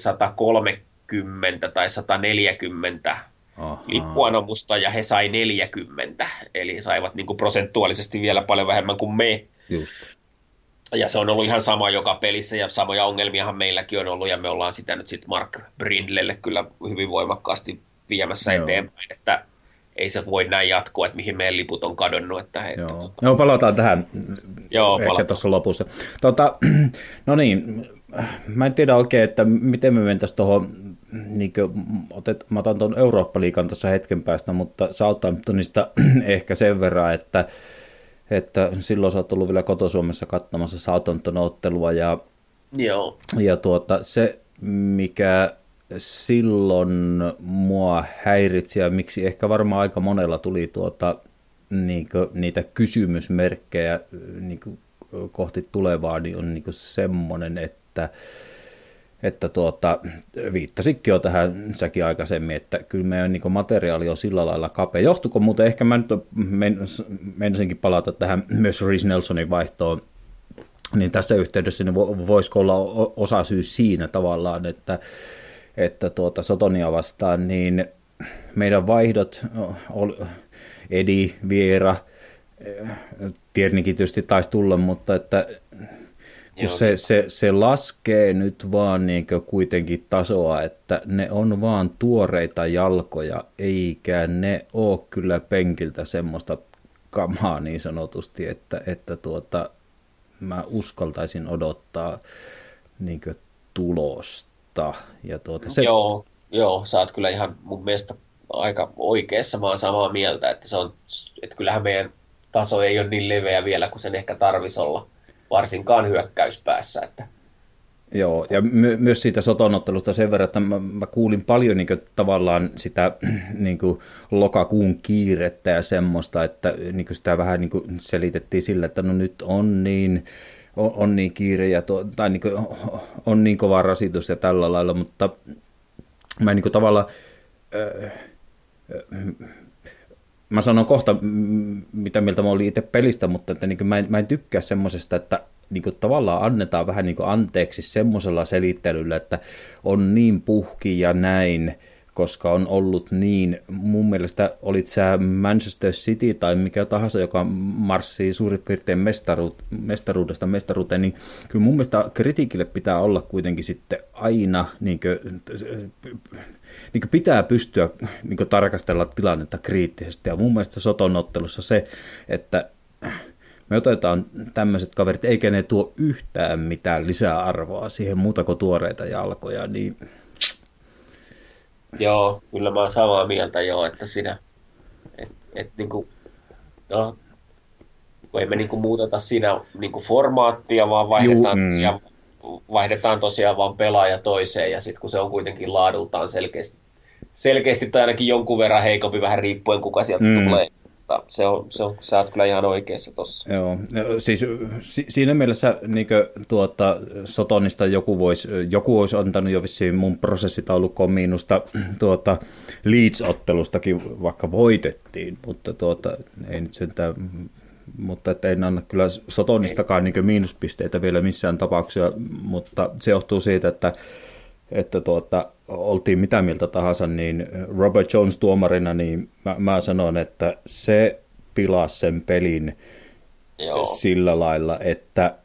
130 tai 140 lippuanomusta ja he sai 40, eli saivat niin kuin prosentuaalisesti vielä paljon vähemmän kuin me. Just. Ja se on ollut ihan sama joka pelissä, ja samoja ongelmiahan meilläkin on ollut, ja me ollaan sitä nyt sitten Mark Brindlelle kyllä hyvin voimakkaasti viemässä eteenpäin, että ei se voi näin jatkua, että mihin meidän liput on kadonnut. Joo, palataan tähän ehkä tuossa lopussa. No niin, mä en tiedä oikein, että miten me mentäisiin tuohon, niin mä otan tuon Eurooppa-liigan tuossa hetken päästä, mutta Southamptonista ehkä sen verran, että silloin sä oot ollut vielä kotosuomessa katsomassa Southampton-ottelua ja se, mikä silloin mua häiritsi ja miksi ehkä varmaan aika monella tuli niitä kysymysmerkkejä kohti tulevaa, niin on semmoinen, että viittasitkin jo tähän säkin aikaisemmin, että kyllä meidän materiaali on sillä lailla kapea. Johtuiko muuten, ehkä mä nyt menisinkin palata tähän myös Reiss Nelsonin vaihtoon, niin tässä yhteydessä niin voisiko olla osasyy siinä tavallaan, että Sotonia vastaan, niin meidän vaihdot, Edi, Vieira, Tierneykin tietysti taisi tulla, mutta että kun se laskee nyt vaan niin kuitenkin tasoa, että ne on vaan tuoreita jalkoja, eikä ne ole kyllä penkiltä semmoista kamaa niin sanotusti, että mä uskaltaisin odottaa niin tulosta. Ja Joo, sä oot kyllä ihan mun mielestä aika oikeassa, mä oon samaa mieltä, että kyllähän meidän taso ei ole niin leveä vielä kuin sen ehkä tarvisi olla. Varsinkaan hyökkäyspäässä. Että. Joo, ja myös siitä Soton-ottelusta sen verran, että mä kuulin paljon tavallaan sitä lokakuun kiirettä ja semmoista, että sitä vähän selitettiin sillä, että no nyt on niin kiire ja tai on niin kova rasitus ja tällä lailla, mutta mä tavallaan mä sanon kohta, mitä mieltä mä olin itse pelistä, mutta että mä en tykkää semmoisesta, että tavallaan annetaan vähän anteeksi semmoisella selittelyllä, että on niin puhki ja näin, koska on ollut niin, mun mielestä olit sä Manchester City tai mikä tahansa, joka marssii suurin piirtein mestaruudesta mestaruuteen, niin kyllä mun mielestä kritiikille pitää olla kuitenkin sitten aina pitää pystyä tarkastella tilannetta kriittisesti. Ja mun mielestä Soton ottelussa se, että me otetaan tämmöiset kaverit, eikä ne tuo yhtään mitään lisäarvoa siihen muuta kuin tuoreita jalkoja, niin... Joo, kyllä mä oon samaa mieltä että siinä, kun ei me muuteta siinä formaattia, vaan vaihdetaan tosiaan vaan pelaaja toiseen, ja sitten kun se on kuitenkin laadultaan selkeästi tai ainakin jonkun verran heikompi, vähän riippuen kuka sieltä tulee, Sä oot kyllä ihan oikeassa tuossa. Joo, siis siinä mielessä niin Sotonista joku olisi antanut jo vissiin mun prosessitaulukkoon miinusta Leeds-ottelustakin, vaikka voitettiin, mutta ei nyt sentään, mutta että en anna kyllä Sotonistakaan niin miinuspisteitä vielä missään tapauksessa, mutta se johtuu siitä, että oltiin mitä mieltä tahansa, niin Robert Jones tuomarina, niin mä sanon, että se pilasi sen pelin sillä lailla, että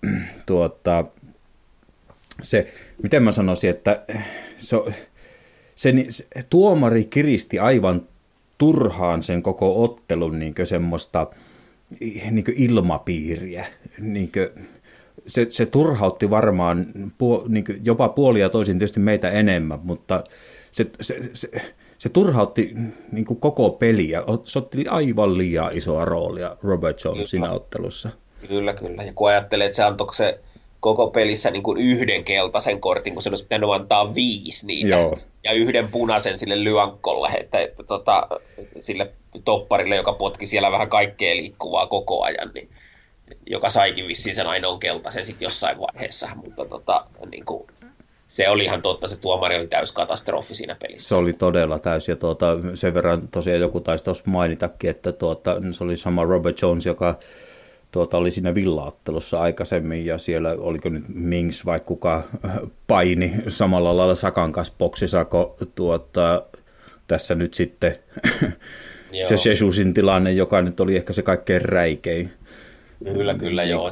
se, miten mä sanoisin, että se tuomari kiristi aivan turhaan sen koko ottelun niin semmoista niin ilmapiiriä, niin se turhautti varmaan niin jopa puolia toisin tietysti meitä enemmän, mutta se turhautti niin koko peliä. Se otti aivan liian isoa roolia Robert Jones siinä ottelussa. Kyllä. Ja kun ajattelee, että se antoi se koko pelissä niin kuin yhden keltaisen kortin, kun se olisi pitänyt antaa 5 niitä. Joo. Ja yhden punaisen sille Lyankolle, että sille topparille, joka potki siellä vähän kaikkea liikkuvaa koko ajan, niin joka saikin vissiin sen ainoan keltaisen sitten jossain vaiheessa, mutta niin kuin, se oli ihan totta, se tuomari oli täys katastrofi siinä pelissä. Se oli todella täys, ja sen verran tosiaan joku taisi tuossa mainitakin, että se oli sama Robert Jones, joka oli siinä villaottelussa aikaisemmin, ja siellä oliko nyt Mings vai kuka paini samalla lailla Sakan kanssa boksisako tässä nyt sitten se Jesusin tilanne, joka nyt oli ehkä se kaikkein räikein. Kyllä, joo.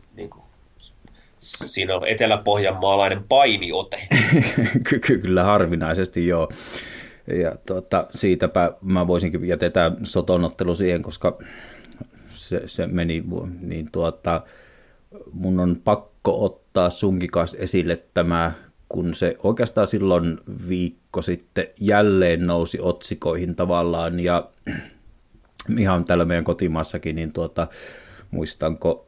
Siinä on etelä-pohjanmaalainen painiote. Kyllä, harvinaisesti joo. Ja siitäpä mä voisinkin jätetään Soton-ottelu siihen, koska se meni, niin mun on pakko ottaa sunkin kanssa esille tämä, kun se oikeastaan silloin viikko sitten jälleen nousi otsikoihin tavallaan, ja ihan täällä meidän kotimaassakin, niin muistanko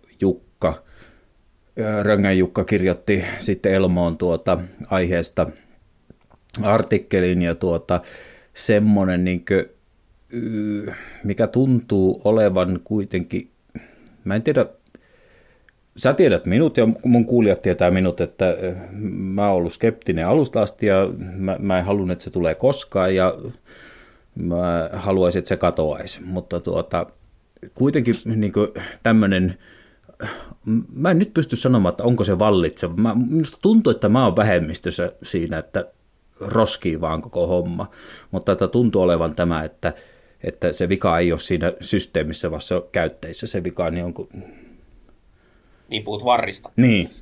Röngän Jukka kirjoitti sitten Elmoon aiheesta artikkelin, ja semmoinen, niin kuin, mikä tuntuu olevan kuitenkin, mä en tiedä, sä tiedät minut ja mun kuulijat tietää minut, että mä oon ollut skeptinen alusta asti ja mä en halunnut, että se tulee koskaan ja mä haluaisin, että se katoaisi, mutta kuitenkin niin tämmöinen, mä en nyt pysty sanomaan, että onko se vallitseva. Minusta tuntuu, että mä oon vähemmistössä siinä, että roskii vaan koko homma, mutta että tuntuu olevan tämä, että se vika ei ole siinä systeemissä, vaan se on käyttäjissä se vika, niin onko... Niin puhut VARista. Niin.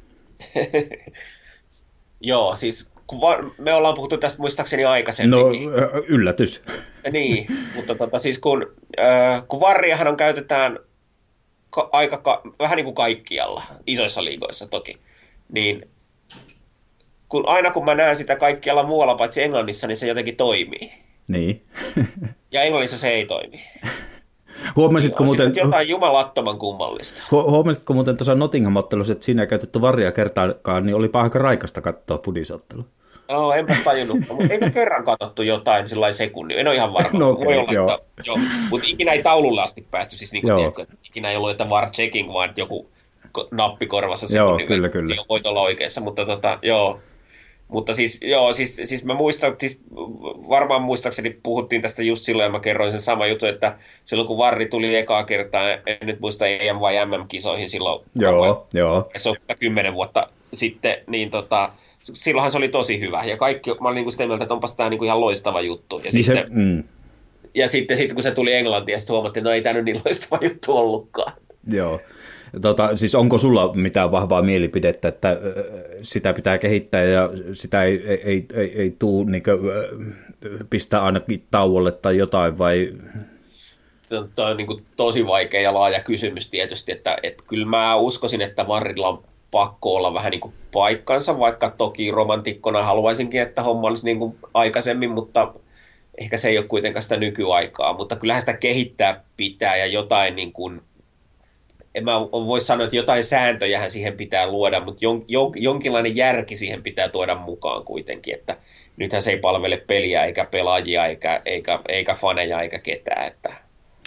Joo, siis me ollaan puhuttu tästä muistaakseni aikaisemminkin. No, yllätys. Niin, mutta siis kun VARiahan käytetään vähän niin kuin kaikkialla, isoissa liigoissa toki, niin aina kun mä näen sitä kaikkialla muualla paitsi Englannissa, niin se jotenkin toimii. Niin. Ja Englannissa se ei toimi. Huomasitko muuten... jotain jumalattoman kummallista. Huomasitko muuten tuossa Nottingham-ottelussa, että siinä ei käytetty VARia kertaakaan, niin oli aika raikasta katsoa fudisottelu. No, enpä tajunnut. Eikö kerran katsottu jotain sellainen sekunnin? En ole ihan varma. No, okay, voi olla, joo. Mutta ikinä ei taululle asti päästy, siis niin kuin tiedätkö, ikinä ei ollut jotain VAR-checking, vaan joku nappi korvassa sekunnin. Joo, kyllä. Voit olla oikeassa, mutta joo. Mutta siis mä muistan, siis varmaan muistaakseni puhuttiin tästä just silloin, ja mä kerroin sen sama juttu, että silloin kun VAR tuli ekaa kertaa, en nyt muista EM- vai MM-kisoihin silloin, se on 10 vuotta sitten, niin silloinhan se oli tosi hyvä, ja kaikki, mä olin niin kuin sitä mieltä, että onpas tämä niin kuin ihan loistava juttu, ja, niin ja sitten kun se tuli Englantiin, ja sitten huomattiin, että no ei tämä nyt niin loistava juttu ollutkaan. Joo. Siis onko sulla mitään vahvaa mielipidettä, että sitä pitää kehittää ja sitä ei tule niin pistää ainakin tauolle tai jotain vai? Tämä on niin kuin tosi vaikea ja laaja kysymys tietysti, että kyllä mä uskoisin, että VARilla on pakko olla vähän niin kuin paikkansa, vaikka toki romantikkona haluaisinkin, että homma olisi niin kuin aikaisemmin, mutta ehkä se ei ole kuitenkaan sitä nykyaikaa, mutta kyllähän sitä kehittää pitää ja jotain niin kuin, en mä voi sanoa, että jotain sääntöjähän siihen pitää luoda, mutta jonkinlainen järki siihen pitää tuoda mukaan kuitenkin, että nythän se ei palvele peliä eikä pelaajia eikä faneja eikä ketään. Että.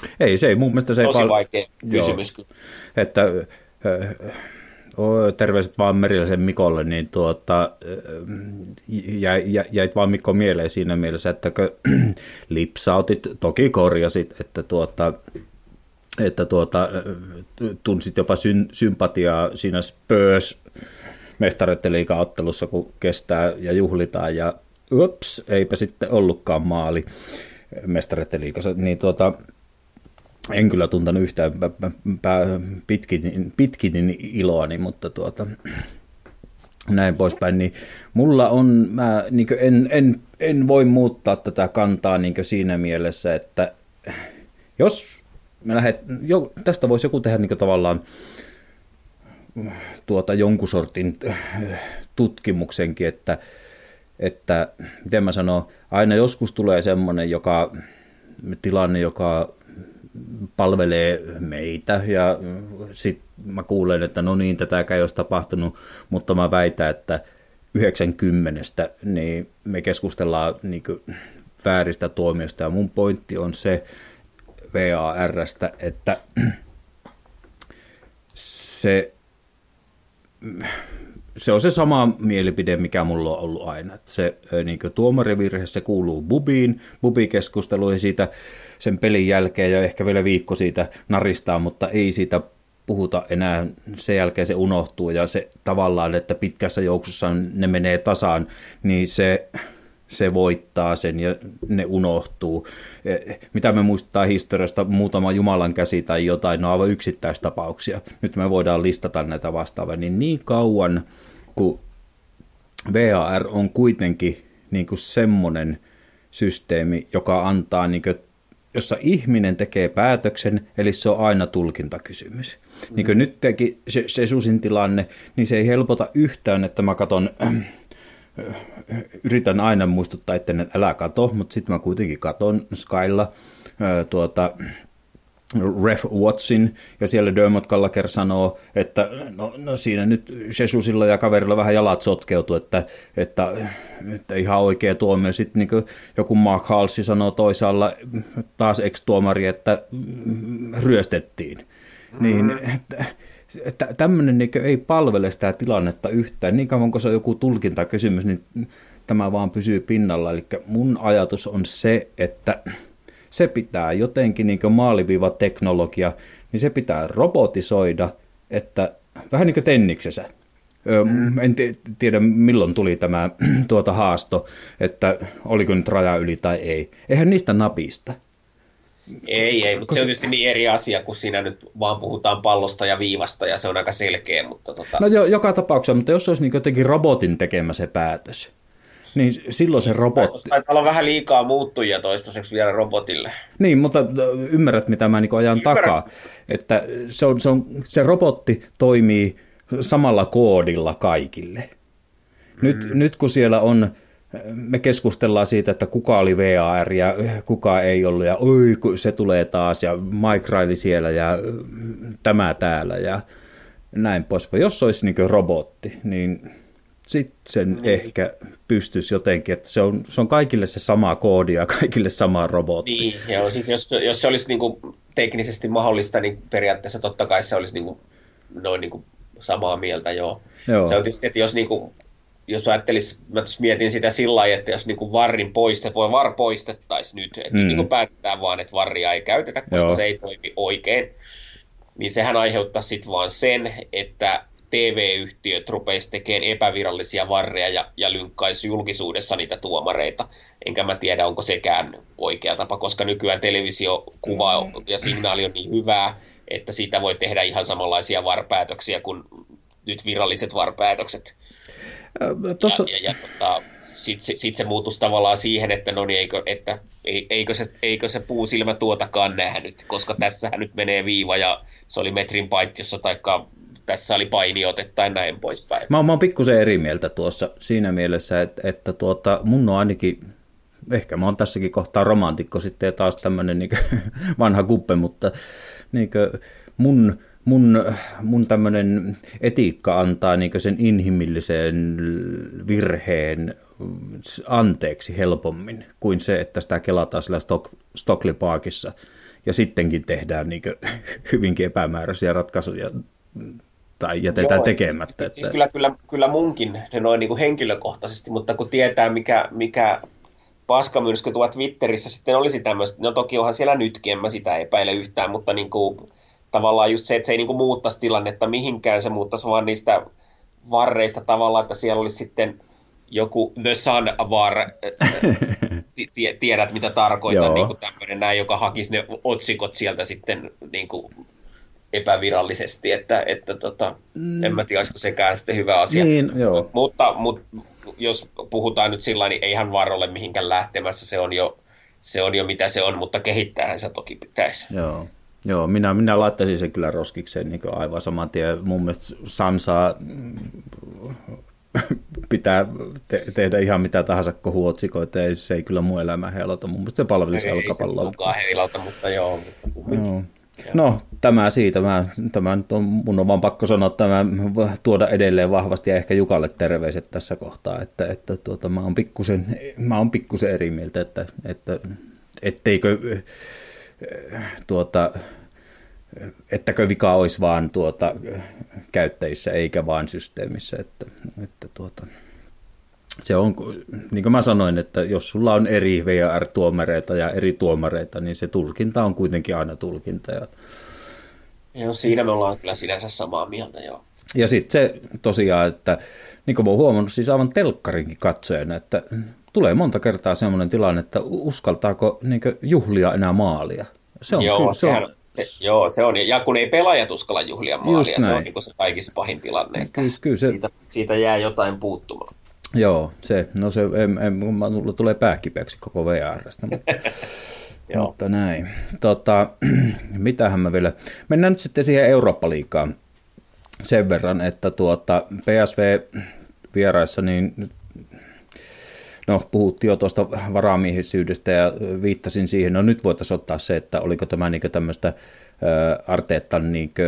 Ei mun mielestä se tosi vaikea kysymys. Joo, että terveiset vaan Meriläisen Mikolle, niin jäit vaan Mikko mieleen siinä mielessä, että lipsautit, toki korjasit, että tunsit jopa sympatiaa siinä Spurs mestareiden liigaottelussa, kun kestää ja juhlitaan, ja ups, eipä sitten ollutkaan maali mestareiden liigassa, niin en kyllä tuntanut yhtään pitkin iloani, mutta näin poispäin, niin mulla on, mä niin en voi muuttaa tätä kantaa niin siinä mielessä, että jos me tästä voisi joku tehdä niin tavallaan jonkun sortin tutkimuksenkin, että miten mä sanon, aina joskus tulee semmoinen tilanne, joka palvelee meitä, ja sitten mä kuulen, että no niin, tätäkään ei olisi tapahtunut, mutta mä väitän, että 90 niin me keskustellaan niin vääristä tuomioista, ja mun pointti on se VAR:stä, että se on se sama mielipide, mikä mulla on ollut aina. Että se niin tuomarivirhe, se kuuluu Bubi-keskusteluihin siitä sen pelin jälkeen, ja ehkä vielä viikko siitä naristaa, mutta ei siitä puhuta enää, sen jälkeen se unohtuu, ja se tavallaan, että pitkässä juoksussa ne menee tasaan, niin se voittaa sen ja ne unohtuu. Mitä me muistetaan historiasta, muutama Jumalan käsi tai jotain, no aivan yksittäistapauksia. Nyt me voidaan listata näitä vastaavia, niin kauan kuin VAR on kuitenkin niin kuin semmoinen systeemi, joka antaa, niin kuin, jossa ihminen tekee päätöksen, eli se on aina tulkintakysymys. Niin kuin nyt teki se Susin tilanne, niin se ei helpota yhtään, että mä katson yritän aina muistuttaa, että älä kato, mutta sitten mä kuitenkin katon Skylla Ref Watchin, ja siellä Dermot Gallagher sanoo, että no siinä nyt Jesusilla ja kaverilla vähän jalat sotkeutuu, että ihan oikea tuomio. Sitten niin joku Mark Halsi sanoo toisaalla, taas ex-tuomari, että ryöstettiin. Niin, että tämmöinen niin ei palvele sitä tilannetta yhtään. Niin kauan kun se on joku tulkintakysymys, niin tämä vaan pysyy pinnalla. Eli mun ajatus on se, että se pitää jotenkin niin kuin maaliviivateknologia, niin se pitää robotisoida, että vähän niin kuin tenniksessä. En tiedä milloin tuli tämä haasto, että oliko nyt raja yli tai ei. Eihän niistä napista. Ei, mutta se on tietysti niin eri asia, kun siinä nyt vaan puhutaan pallosta ja viivasta, ja se on aika selkeä. Mutta No joka tapauksessa, mutta jos olisi niin jotenkin robotin tekemä se päätös, niin silloin se robotti... Taitaa olla vähän liikaa muuttujia toistaiseksi vielä robotille. Niin, mutta ymmärrät, mitä mä niin ajan takaa. Että se robotti toimii samalla koodilla kaikille. Nyt kun siellä on... Me keskustellaan siitä, että kuka oli VAR ja kuka ei ollut, ja oi, se tulee taas, ja Mike Riley siellä, ja tämä täällä, ja näin pois. Jos olisi niin kuin robotti, niin sitten sen ehkä pystyisi jotenkin, että se on kaikille se sama koodi ja kaikille sama robotti. Niin, joo, siis jos se olisi niin kuin teknisesti mahdollista, niin periaatteessa totta kai se olisi niin kuin, noin niin kuin samaa mieltä, joo. Se on tietysti, että jos ajattelisi, mä mietin sitä sillä lailla, että jos niin VARin VAR poistettaisiin nyt, että niin päätetään vaan, että VARia ei käytetä, koska se ei toimi oikein, niin sehän aiheuttaa sitten vaan sen, että TV-yhtiöt rupeisi tekemään epävirallisia VAReja ja lynkkaisi julkisuudessa niitä tuomareita. Enkä mä tiedä, onko sekään oikea tapa, koska nykyään televisiokuva ja signaali on niin hyvää, että siitä voi tehdä ihan samanlaisia VAR-päätöksiä kuin nyt viralliset VAR-päätökset. Sitten se muutuisi tavallaan siihen, että no niin, eikö se puusilmä tuotakaan nähnyt, koska tässähän nyt menee viiva ja se oli metrin paitiossa taikka tässä oli painiote tai näin poispäin. Mä oon pikkusen eri mieltä tuossa siinä mielessä, että mun on ainakin, ehkä mä oon tässäkin kohtaa romantikko sitten ja taas tämmöinen niin vanha kuppe, mutta niin mun tämmöinen etiikka antaa niin sen inhimillisen virheen anteeksi helpommin kuin se, että sitä kelataan siellä Stockley Parkissa ja sittenkin tehdään niin kuin hyvinkin epämääräisiä ratkaisuja tai jätetään tekemättä. Siis kyllä munkin ne noin niin kuin henkilökohtaisesti, mutta kun tietää mikä paskamyrsky tuolla Twitterissä sitten olisi tämmöistä, no toki onhan siellä nytkin, en mä sitä epäile yhtään, mutta niin kuin, tavallaan just se, että se ei niin kuin muuttaisi tilannetta mihinkään, se muuttaisi vaan niistä varreista tavallaan, että siellä olisi sitten joku The Sun var, tiedät mitä tarkoitan, niin kuin tämmöinen näin, joka hakisi ne otsikot sieltä sitten niin kuin epävirallisesti, että en mä tiedä, olisiko sekään sitten hyvä asia. Niin, mutta jos puhutaan nyt sillä niin eihän VAR ole mihinkään lähtemässä, se on jo mitä se on, mutta kehittäähän se toki pitäisi. Joo, minä laittaisin sen kyllä roskikseen niin aivan saman tien. Mun mielestä Sansaa pitää tehdä ihan mitä tahansa kohuotsikoita, ja se ei kyllä mun elämää heilauta. Mun mielestä se palvelisi jalkapalloa. Ei se mukaan heilauta, mutta joo. No, tämä siitä. Tämä nyt on, mun on vaan pakko sanoa, että mä tuoda edelleen vahvasti ja ehkä Jukalle terveiset tässä kohtaa, että mä oon pikkusen eri mieltä, että etteikö ettäkö vika olisi vaan käyttäjissä eikä vaan systeemissä, että se on, niin kuin mä sanoin, että jos sulla on eri VAR-tuomareita ja eri tuomareita, niin se tulkinta on kuitenkin aina tulkinta. Joo, siinä me ollaan kyllä sinänsä samaa mieltä, joo. Ja sitten se tosiaan, että niin kuin mä oon huomannut siis aivan telkkarinkin katsojana, että tulee monta kertaa semmoinen tilanne, että uskaltaako niin kuin juhlia enää maalia. Se on, se on. Ja kun ei pelaajat uskalla juhlia maalia, se on niin kuin se kaikissa pahin tilanne. Kyllä se, siitä jää jotain puuttumaan. Joo, mulla tulee pääkipeäksi koko VR:stä, mutta näin. Mitähän mä vielä, mennään nyt sitten siihen Eurooppa-liigaan sen verran, että PSV-vieraissa, niin no puhuttiin jo tuosta varamiehisyydestä ja viittasin siihen, no nyt voitaisiin ottaa se, että oliko tämä niinku tämmöistä Arteetan niinku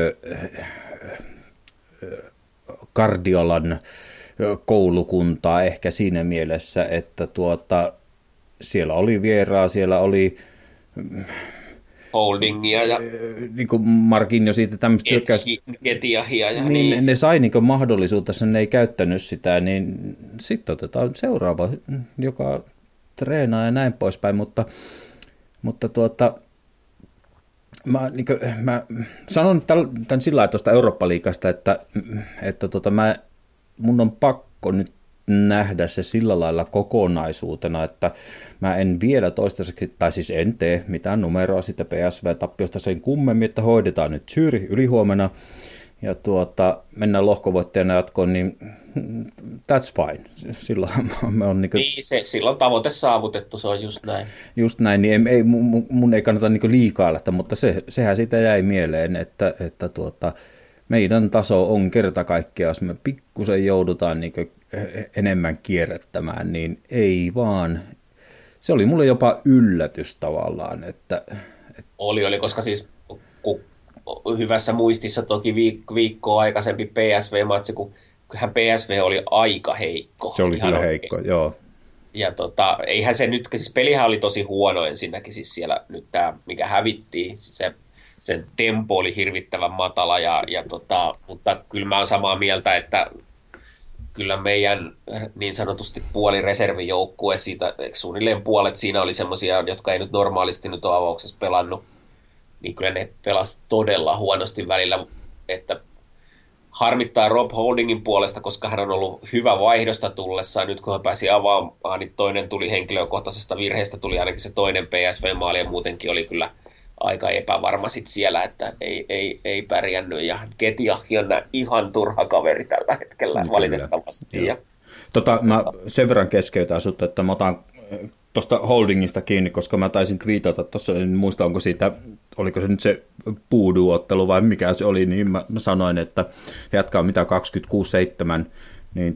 Guardiolan koulukuntaa ehkä siinä mielessä, että siellä oli vieraa, siellä oli Holdingia ja niin kuin Markin jo siitä tämmöistä Etiahia ja niin. Ne sai niin mahdollisuutta, ne ei käyttänyt sitä, niin sitten otetaan seuraava, joka treenaa ja näin poispäin, mutta mä sanon tämän sillä lailla tuosta Eurooppa-liigasta, että mun on pakko nyt nähdä se sillä lailla kokonaisuutena, että mä en vielä toistaiseksi, tai siis en tee mitään numeroa sitä PSV-tappiosta sen kummemmin, että hoidetaan nyt Zürich ylihuomenna ja mennään lohkovoittajana jatkoon, niin that's fine. Silloin me on silloin tavoite saavutettu, se on just näin. Just näin, niin mun ei kannata liikailla, mutta sehän siitä jäi mieleen, että meidän taso on kerta kaikkiaan, jos me pikkusen joudutaan enemmän kierrättämään, niin ei vaan. Se oli mulle jopa yllätys tavallaan. Oli, koska siis hyvässä muistissa toki viikkoa aikaisempi PSV-matsi, kun kyllähän PSV oli aika heikko. Se oli kyllä heikko, joo. Ja eihän se nyt, siis pelihän oli tosi huono ensinnäkin, siis siellä nyt tämä, mikä hävittiin, sen tempo oli hirvittävän matala, mutta kyllä mä oon samaa mieltä, että kyllä meidän niin sanotusti puolireservijoukkue, siitä suunnilleen puolet siinä oli semmoisia, jotka ei nyt normaalisti nyt ole avauksessa pelannut, niin kyllä ne pelasi todella huonosti välillä, että harmittaa Rob Holdingin puolesta, koska hän on ollut hyvä vaihdosta tullessaan. Nyt kun hän pääsi avaamaan, niin toinen tuli henkilökohtaisesta virheestä, tuli ainakin se toinen PSV-maali ja muutenkin oli kyllä aika epävarma sit siellä, että ei pärjännyt ja Ketiahi on ihan turha kaveri tällä hetkellä kyllä, valitettavasti. Mä sen verran keskeytän sut, että mä otan tuosta Holdingista kiinni, koska mä taisin twiitata tuossa, en muista oliko se nyt se puuduottelu vai mikä se oli, niin mä sanoin, että jatkaa mitä 26-7, niin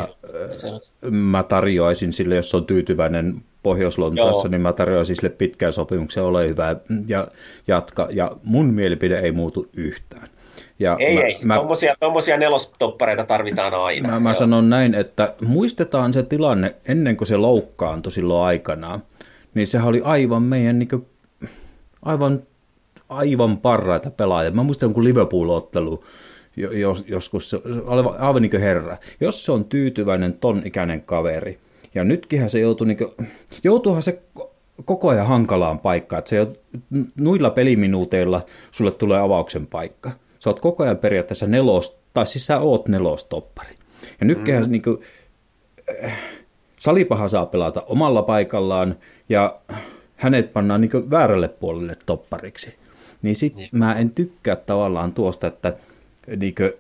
mä tarjoaisin sille, jos on tyytyväinen Pohjois-Lontaassa, niin mä tarjoaisin sille pitkään sopimuksen, ole hyvä ja jatka, ja mun mielipide ei muutu yhtään. Ja tommosia nelostoppareita tarvitaan aina. Mä sanon näin, että muistetaan se tilanne ennen kuin se loukkaantui silloin aikanaan, niin sehän oli aivan meidän aivan aivan parhaita pelaajia. Mä muistan jonkun Liverpool-ottelu joskus, aivan niin kuin herra. Jos se on tyytyväinen ton ikäinen kaveri, ja nytkinhän se joutuuhan se koko ajan hankalaan paikkaan, että se noilla peliminuuteilla sulle tulee avauksen paikka. Sä oot koko ajan periaatteessa siis sä oot nelostoppari. Ja nytkinhän niin kuin, Salibahan saa pelata omalla paikallaan, ja hänet pannaan niin kuin väärälle puolelle toppariksi. Niin sit mä en tykkää tavallaan tuosta, että niin kuin,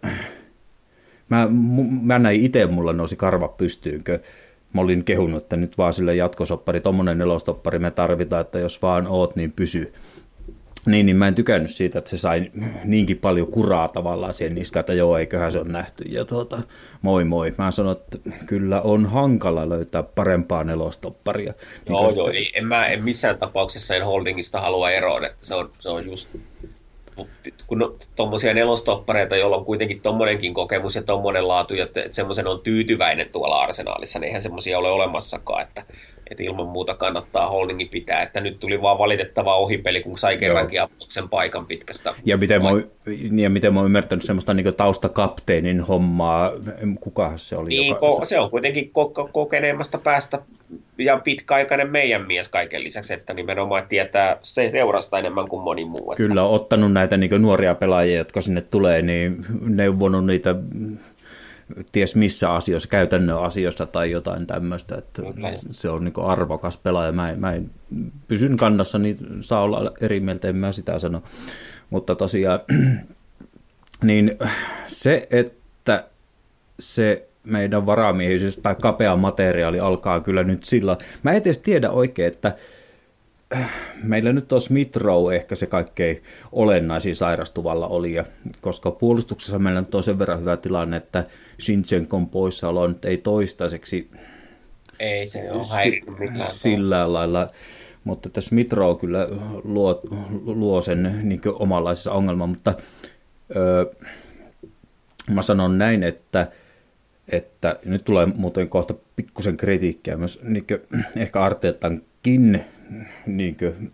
mä näin itse, mulla nousi karva pystyynkö. Mä olin kehunut, että nyt vaan sille jatkosoppari, tommonen nelostoppari me tarvitaan, että jos vaan oot, niin pysy. Niin mä en tykännyt siitä, että se sai niinkin paljon kuraa tavallaan siihen niskaan, että joo, eiköhän se on nähty. Ja moi. Mä sanon, että kyllä on hankala löytää parempaa nelostopparia. Joo, en missään tapauksessa en Holdingista halua eroon, että se on just, kun tuommoisia nelostoppareita, joilla on kuitenkin tommonenkin kokemus ja tommonen laatu, että semmoisen on tyytyväinen tuolla Arsenaalissa, niin eihän semmoisia ole olemassakaan, että ilman muuta kannattaa Holdingin pitää, että nyt tuli vaan valitettava ohipeli, kun sai kerrankin sen paikan pitkästä. Ja miten mä oon ymmärtänyt semmoista niin taustakapteenin hommaa, kuka se oli? Niin, se on kuitenkin kokeneemmasta päästä ja pitkäaikainen meidän mies kaiken lisäksi, että nimenomaan tietää se seurasta enemmän kuin moni muu. Kyllä, on ottanut näitä niin nuoria pelaajia, jotka sinne tulee, niin neuvonut niitä ties missä asioissa, käytännön asioissa tai jotain tämmöistä, että se on niin arvokas pelaaja. Mä en pysyn kannassa, niin saa olla eri mieltä, en mä sitä sano. Mutta tosiaan, niin se, että se meidän varamiehisyys tai kapea materiaali alkaa kyllä nyt sillä. Mä en edes tiedä oikein, että meillä nyt on Smith Rowe ehkä se kaikkein olennaisin sairastuvalla olija, koska puolustuksessa meillä nyt on sen verran hyvä tilanne, että Shinchenkon poissaolo nyt ei toistaiseksi ei se ole häirinyt sillä lailla, mutta että Smith Rowe kyllä luo sen niin omanlaisessa ongelman, mutta mä sanon näin, että nyt tulee muuten kohta pikkusen kritiikkiä myös niin ehkä Arteetankin niin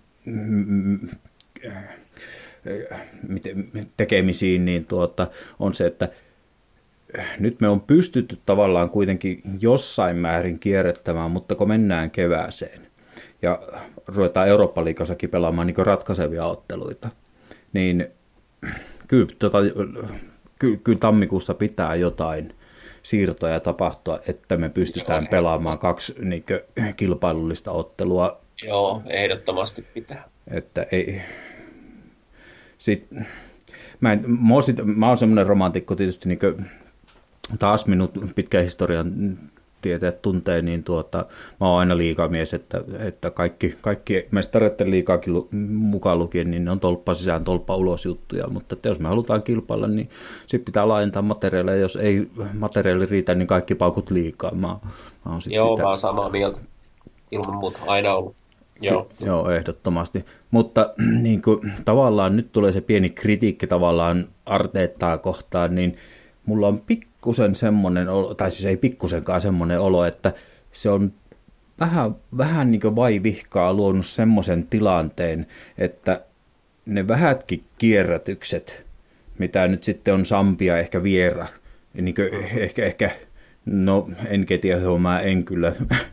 tekemisiin, niin on se, että nyt me on pystytty tavallaan kuitenkin jossain määrin kierrättämään, mutta kun mennään kevääseen ja ruvetaan Eurooppa-liigassakin pelaamaan niin ratkaisevia otteluita, niin kyllä tammikuussa pitää jotain siirtoja tapahtua, että me pystytään pelaamaan 2 niin kilpailullista ottelua. Joo, ehdottomasti pitää. Että ei. Mä oon semmoinen romantikko tietysti, niin taas minut pitkän historian tieteet tuntee, niin mä oon aina liigamies, että kaikki mestareiden liigaakin mukaan lukien, niin ne on tolppa sisään, tolppa ulos juttuja, mutta että jos me halutaan kilpailla, niin sitten pitää laajentaa materiaaleja, jos ei materiaali riitä, niin kaikki paukut liikaa. Mä oon samaa mieltä, ilman muuta aina ollut. Joo, ehdottomasti. Mutta niin kuin, tavallaan nyt tulee se pieni kritiikki tavallaan Arteettaa kohtaan, niin mulla on pikkusen semmoinen olo, tai siis ei pikkusenkaan semmoinen olo, että se on vähän niin kuin vaivihkaa luonut semmoisen tilanteen, että ne vähätkin kierrätykset, mitä nyt sitten on Sambia ehkä Viera, niin ehkä, no en tiedä, mä en kyllä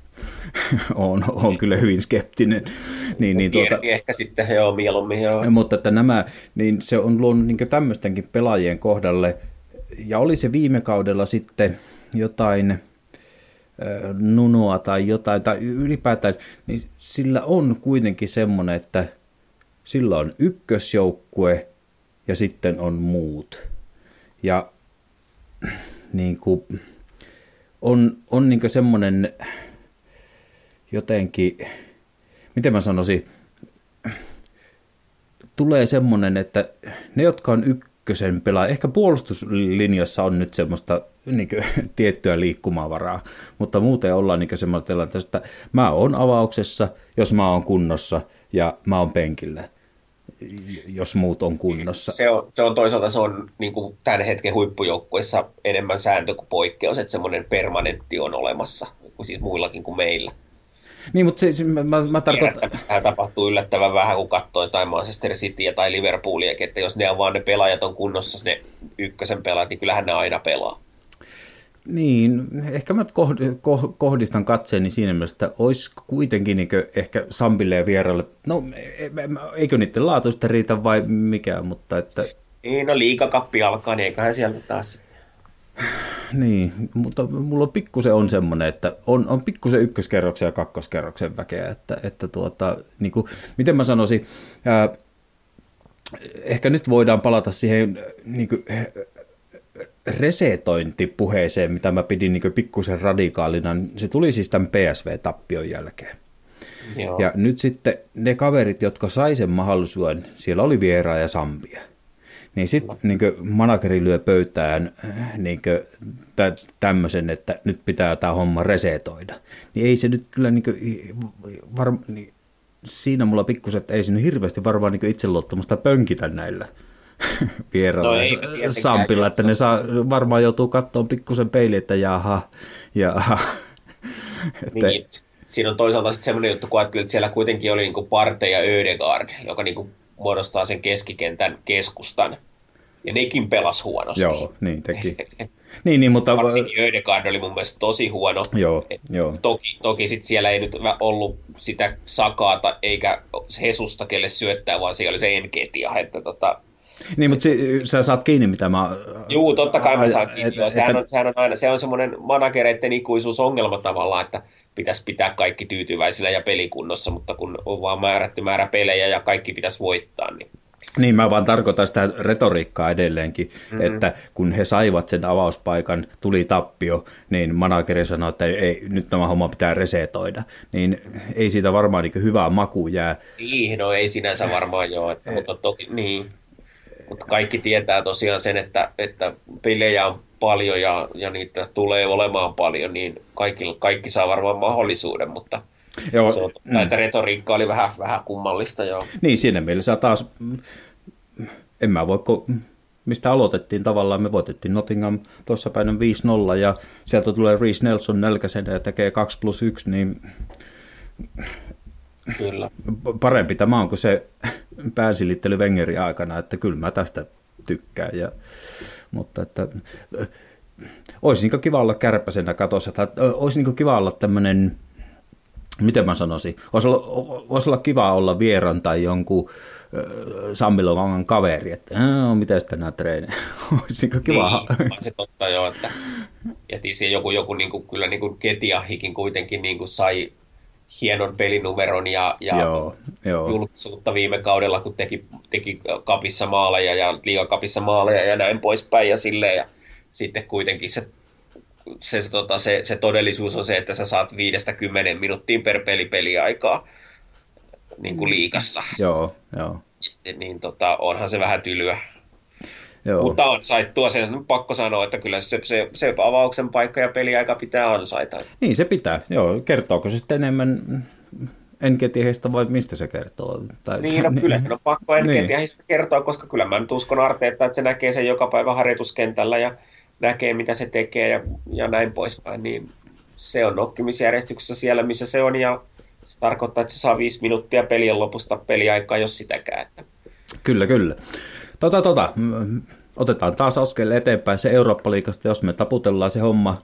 on kyllä hyvin skeptinen. Ehkä sitten mieluummin. Joo. Mutta että niin se on luonut niin tämmöistenkin pelaajien kohdalle, ja oli se viime kaudella sitten jotain Nunoa tai jotain, tai ylipäätään, niin sillä on kuitenkin semmoinen, että sillä on ykkösjoukkue ja sitten on muut. Ja niin kuin, on niin kuin semmoinen jotenkin, miten mä sanoisin, tulee semmoinen, että ne, jotka on ykkösen pelaa, ehkä puolustuslinjassa on nyt semmoista niin kuin, tiettyä liikkumavaraa, mutta muuten ollaan niin semmoista tilanteesta, että mä oon avauksessa, jos mä oon kunnossa, ja mä oon penkillä, jos muut on kunnossa. Se on toisaalta se on niin kuin tämän hetken huippujoukkueessa enemmän sääntö kuin poikkeus, että semmoinen permanentti on olemassa, siis muillakin kuin meillä. Niin, mutta mä tarkoitan... Tämä tapahtuu yllättävän vähän, kun katsoo tai Manchester Cityä tai Liverpoolia, että jos ne vaan ne pelaajat on kunnossa, ne ykkösen pelaajat, niin kyllähän ne aina pelaa. Niin, ehkä mä kohdistan katseeni siinä mielessä, että olisi kuitenkin niin ehkä Sampille ja Vieralle, no eikö niiden laatuista riitä vai mikä, mutta että... Niin, no liigakappi alkaa, niin eiköhän sieltä taas... Niin, mutta mulla on pikkusen on semmoinen, että on pikkusen ykköskerroksen ja kakkoskerroksen väkeä, että niin kuin, miten mä sanoisin, ehkä nyt voidaan palata siihen niin kuin, resetointipuheeseen, mitä mä pidin niin pikkusen radikaalina. Se tuli siis tämän PSV-tappion jälkeen. Joo. Ja nyt sitten ne kaverit, jotka sai sen mahdollisuuden, siellä oli Vieira ja Sampia. Niin sitten niin manageri lyö pöytään niin tämmöisen, että nyt pitää tämä homma resetoida. Niin ei se nyt kyllä, niin siinä mulla pikkusen, että ei se nyt hirveästi varmaan niin itseluottamusta pönkitä näillä Vieralla ja Sampilla, että ne varmaan joutuu katsomaan pikkusen peiliin, että jaha. Niin, siinä on toisaalta sitten semmoinen juttu, kun ajattelin, että siellä kuitenkin oli niin kuin Partey ja Ødegaard, joka niin kuin muodostaa sen keskikentän keskustan. Ja nekin pelas huonosti. Joo, niin teki. niin, mutta... Varsinkin Ødegaard oli mun mielestä tosi huono. Joo. Toki sit siellä ei nyt ollut sitä Sakaata eikä Hesusta, kelle syöttää, vaan se oli se Enketia. Että niin, mutta sä saat kiinni, mitä mä... Juu, totta kai mä saan kiinni. Sehän on aina, se on semmoinen managereiden ikuisuusongelma tavallaan, että pitäisi pitää kaikki tyytyväisillä ja pelikunnossa, mutta kun on vaan määrätty määrä pelejä ja kaikki pitäisi voittaa, niin... Niin, mä vaan tarkoitan sitä retoriikkaa edelleenkin, että kun he saivat sen avauspaikan, tuli tappio, niin manageri sanoi, että ei, nyt tämä homma pitää resetoida. Niin ei siitä varmaan niin hyvää maku jää. Niin, no ei sinänsä varmaan joo, mutta toki niin. Mutta kaikki tietää tosiaan sen, että pelejä on paljon ja niitä tulee olemaan paljon, niin kaikki saa varmaan mahdollisuuden, mutta joo, näitä retoriikka oli vähän kummallista. Joo. Niin, siinä mielessä taas, en mä voi, mistä aloitettiin tavallaan, me voitettiin Nottingham tuossa päivän 5-0 ja sieltä tulee Reece Nelson nälkäisenä ja tekee 2+1, niin kyllä. Parempi tämä on kuin se päänsilittely Wengerin aikana, että kyllä mä tästä tykkään. Mutta että olisi niin kiva olla kärpäsenä katossa, tai olisi niin kiva olla tämmöinen, miten mä sanoisin, olisi olla kiva olla Vieran tai jonkun Sammilongan kaveri, että miten tänään treenejä. Olisi niin kiva. Niin, se totta jo, että jätisi joku niin kuin, kyllä niin kuin Ketiahikin kuitenkin niin kuin sai hienon pelinumeron ja julkisuutta viime kaudella, kun teki kapissa maaleja ja liigakapissa maaleja ja näin poispäin ja silleen. Ja sitten kuitenkin se todellisuus on se, että sä saat 5-10 minuuttiin per peliaikaa niin kuin liigassa. Joo. Niin onhan se vähän tylyä. Joo. Mutta ansaittua, sen on pakko sanoa, että kyllä se avauksen paikka ja peliaika pitää ansaita. Niin se pitää, joo. Kertooko se sitten enemmän Enketiehistä vai mistä se kertoo? Niin, no kyllä se on pakko Enketiehistä kertoa, koska kyllä mä nyt uskon Arteetta, että se näkee sen joka päivä harjoituskentällä ja näkee mitä se tekee ja näin poispäin. Niin se on nokkimisjärjestyksessä siellä, missä se on ja se tarkoittaa, että se saa 5 minuuttia pelien lopusta peliaikaa, jos sitäkään. Että. Kyllä. Otetaan taas askel eteenpäin se Eurooppa-liigasta, jos me taputellaan se homma.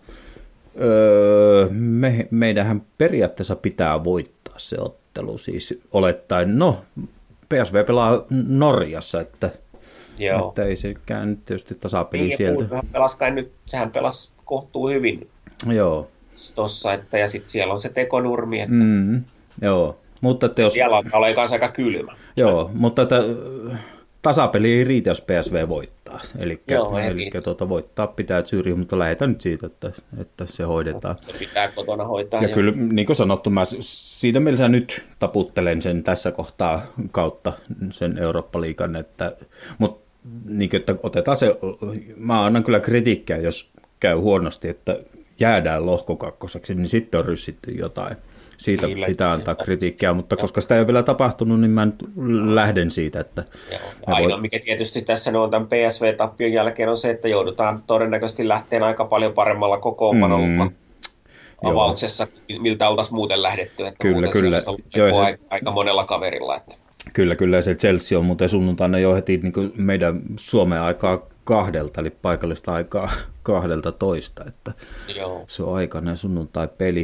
Meidänhän periaatteessa pitää voittaa se ottelu, siis olettaen, PSV pelaa Norjassa, että ei sekään nyt tietysti tasapeli niin, sieltä. Sehän pelasi kohtuu hyvin tossa, ja sitten siellä on se tekonurmi. Että... Joo. Mutta että siellä on kanssa aika kylmä. Joo, mutta että tasapeli ei riitä, jos PSV voittaa. Eli voittaa pitää Zürich, mutta lähdetään nyt siitä, että se hoidetaan. Se pitää kotona hoitaa. Ja kyllä, niin kuin sanottu, mä siinä mielessä nyt taputtelen sen tässä kohtaa kautta sen Eurooppa-liigan, mutta niin, että otetaan se, mä annan kyllä kritiikkiä, jos käy huonosti, että jäädään lohkokakkoseksi, niin sitten on ryssitty jotain. Siitä pitää antaa kritiikkiä, mutta koska sitä ei ole vielä tapahtunut, niin mä nyt lähden siitä. Että ainoa, mikä tietysti tässä on tämän PSV-tappion jälkeen, on se, että joudutaan todennäköisesti lähteen aika paljon paremmalla kokoonpanolla. avauksessa, miltä oltaisiin muuten lähdetty. Että kyllä. Aika monella kaverilla. Että. Kyllä, se Chelsea on muuten sunnuntaina jo heti niin kuin meidän Suomen aikaa 2, eli paikallista aikaa 12, että joo. Se on aikainen sunnuntai-peli.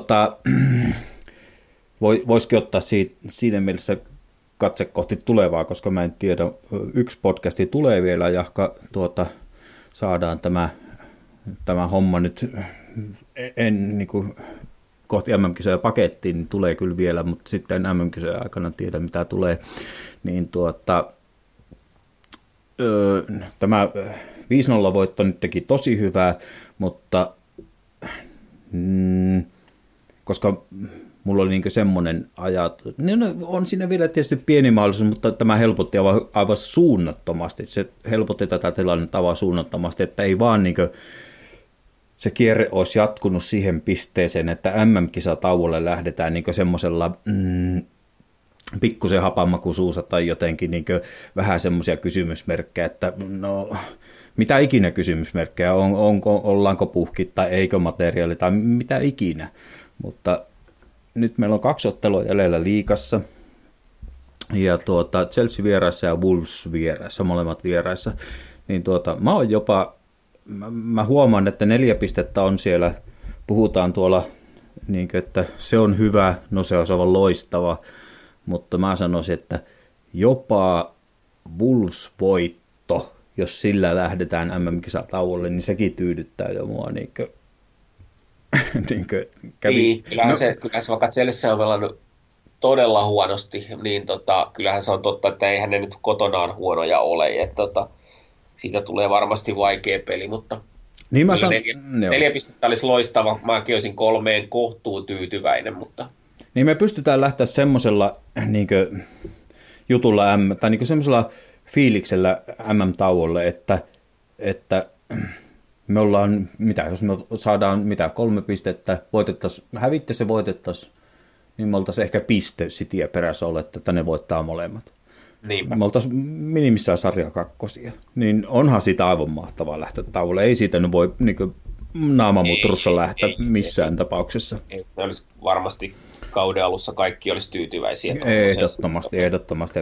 Voisikin ottaa siinä mielessä katse kohti tulevaa, koska mä en tiedä, yksi podcasti tulee vielä, jahka saadaan tämä homma nyt niin kuin kohti MM-kisoja pakettiin, niin tulee kyllä vielä, mutta sitten MM-kisoja aikana tiedä, mitä tulee. Niin tämä 5-0 voitto nyt teki tosi hyvää, mutta koska mulla oli niin semmoinen ajatus, niin on siinä vielä tietysti pieni mahdollisuus, mutta tämä helpotti aivan suunnattomasti. Se helpotti tätä tilannetta aivan suunnattomasti, että ei vaan niin se kierre olisi jatkunut siihen pisteeseen, että MM-kisatauolle lähdetään niin semmoisella pikkusen hapanmaku suussa tai jotenkin niin vähän semmoisia kysymysmerkkejä, että no mitä ikinä kysymysmerkkejä, ollaanko puhki tai eikö materiaali tai mitä ikinä, mutta nyt meillä on 2 ottelua jäljellä liigassa ja Chelsea vieraissa ja Wolves vieraissa, molemmat vieraissa, niin mä oon jopa, mä huomaan, että 4 pistettä on siellä, puhutaan tuolla, niin kuin, että se on hyvä, no se on aivan loistava, mutta mä sanoisin, että jopa Wolves-voitto, jos sillä lähdetään MM-kisatauolle, niin sekin tyydyttää jo mua. Kyllähän se vaikka Chelsea on pelannut todella huonosti, niin kyllähän se on totta, että eihän ne nyt kotonaan huonoja ole. Että siitä tulee varmasti vaikea peli, mutta niin 4 pistettä olisi loistava. Mäkin olisin 3 kohtuun tyytyväinen, mutta niin me pystytään lähteä semmoisella jutulla tai semmoisella fiiliksellä MM-tauolle, että me ollaan, jos me saadaan 3 pistettä, hävittäisiin ja voitettaisiin, niin me oltaisiin ehkä piste Cityä perässä olla, että ne voittaa molemmat. Niinpä. Me oltaisiin minimissään sarja 2, niin onhan siitä aivan mahtavaa lähteä tauolle. Ei siitä nyt voi naamamutrussa lähteä missään tapauksessa. Ei, olisi varmasti kauden alussa kaikki olisi tyytyväisiä. Ehdottomasti,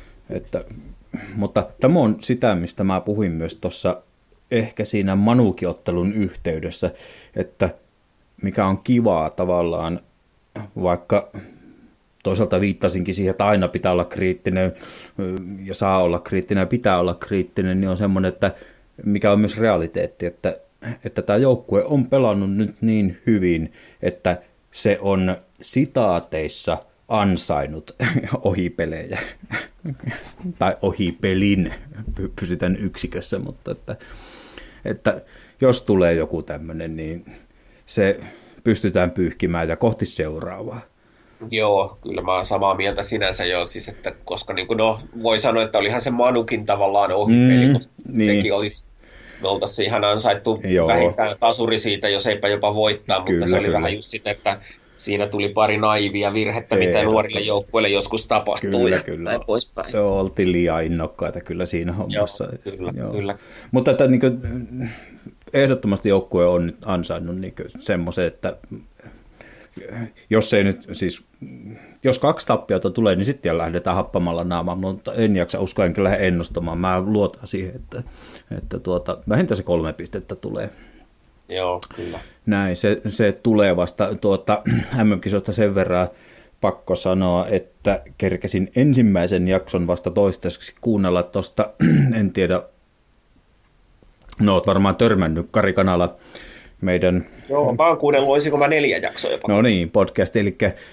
mutta tämä on sitä, mistä mä puhuin myös tuossa ehkä siinä Manuki-ottelun yhteydessä, että mikä on kivaa tavallaan, vaikka toisaalta viittasinkin siihen, että aina pitää olla kriittinen ja saa olla kriittinen ja pitää olla kriittinen, niin on semmoinen, että mikä on myös realiteetti, että tämä joukkue on pelannut nyt niin hyvin, että se on sitaateissa ansainnut ohipelejä tai ohipelin, pysytään yksikössä, mutta että jos tulee joku tämmöinen, niin se pystytään pyyhkimään ja kohti seuraavaa. Joo, kyllä mä oon samaa mieltä sinänsä jo, siis että koska voi sanoa, että olihan se Manukin tavallaan ohipeli, koska sekin olisi, me oltaisiin ihan ansaittu vähintään tasuri siitä, jos eipä jopa voittaa, mutta se oli vähän just sitä, että siinä tuli pari naivia virhettä, mitä nuorille joukkueille joskus tapahtuu kyllä. Näin poispäin. Joo, oltiin liian innokkaita kyllä siinä hommassa. Joo, kyllä. Mutta että ehdottomasti joukkue on nyt ansainnut semmoisen, että jos ei nyt siis, jos 2 tappiota tulee, niin sitten lähdetään happamalla naamaan, mutta en jaksa uskoa, enkä lähde ennustamaan. Mä luotan siihen, että vähintään se 3 pistettä tulee. Joo, kyllä. Näin, se tulee vasta MM-kisosta sen verran pakko sanoa, että kerkesin ensimmäisen jakson vasta toistaiseksi kuunnella tuosta, en tiedä, no oot varmaan törmännyt Kari Kanala meidän... Joo, mä oon kuunnellut, olisiko mä 4 jaksoa jopa. No niin, podcast, eli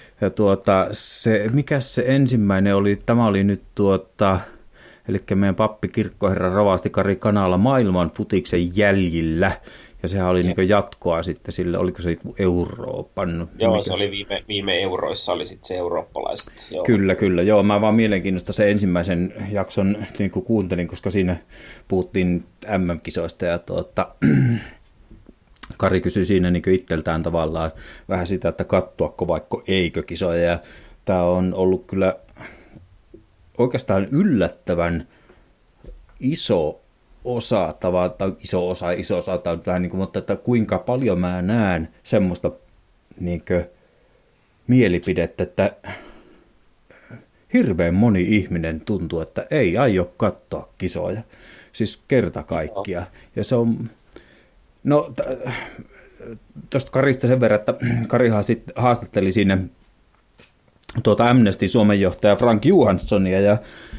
mikä se ensimmäinen oli, tämä oli nyt eli meidän pappi kirkkoherra rovasti Kari Kanala maailman futiksen jäljillä. Ja sehän oli niin jatkoa sitten sille, oliko se Euroopan? Joo, se oli viime euroissa, oli sitten se eurooppalaiset. Joo. Kyllä, joo. Mä vaan mielenkiinnosta sen ensimmäisen jakson niin kuuntelin, koska siinä puhuttiin MM-kisoista ja Kari kysyi siinä niin itseltään tavallaan vähän sitä, että katsoako vaikka eikö kisoja. Ja tämä on ollut kyllä oikeastaan yllättävän iso osa, tai vähän niin kuin, mutta että kuinka paljon mä näen semmoista niinkö mielipidettä, että hirveän moni ihminen tuntuu, että ei aio katsoa kisoja. Siis kerta kaikkiaan. Ja se on, no tuosta Karista sen verran, että Karihan sitten haastatteli sinne Amnesty Suomen johtaja Frank Johanssonia ja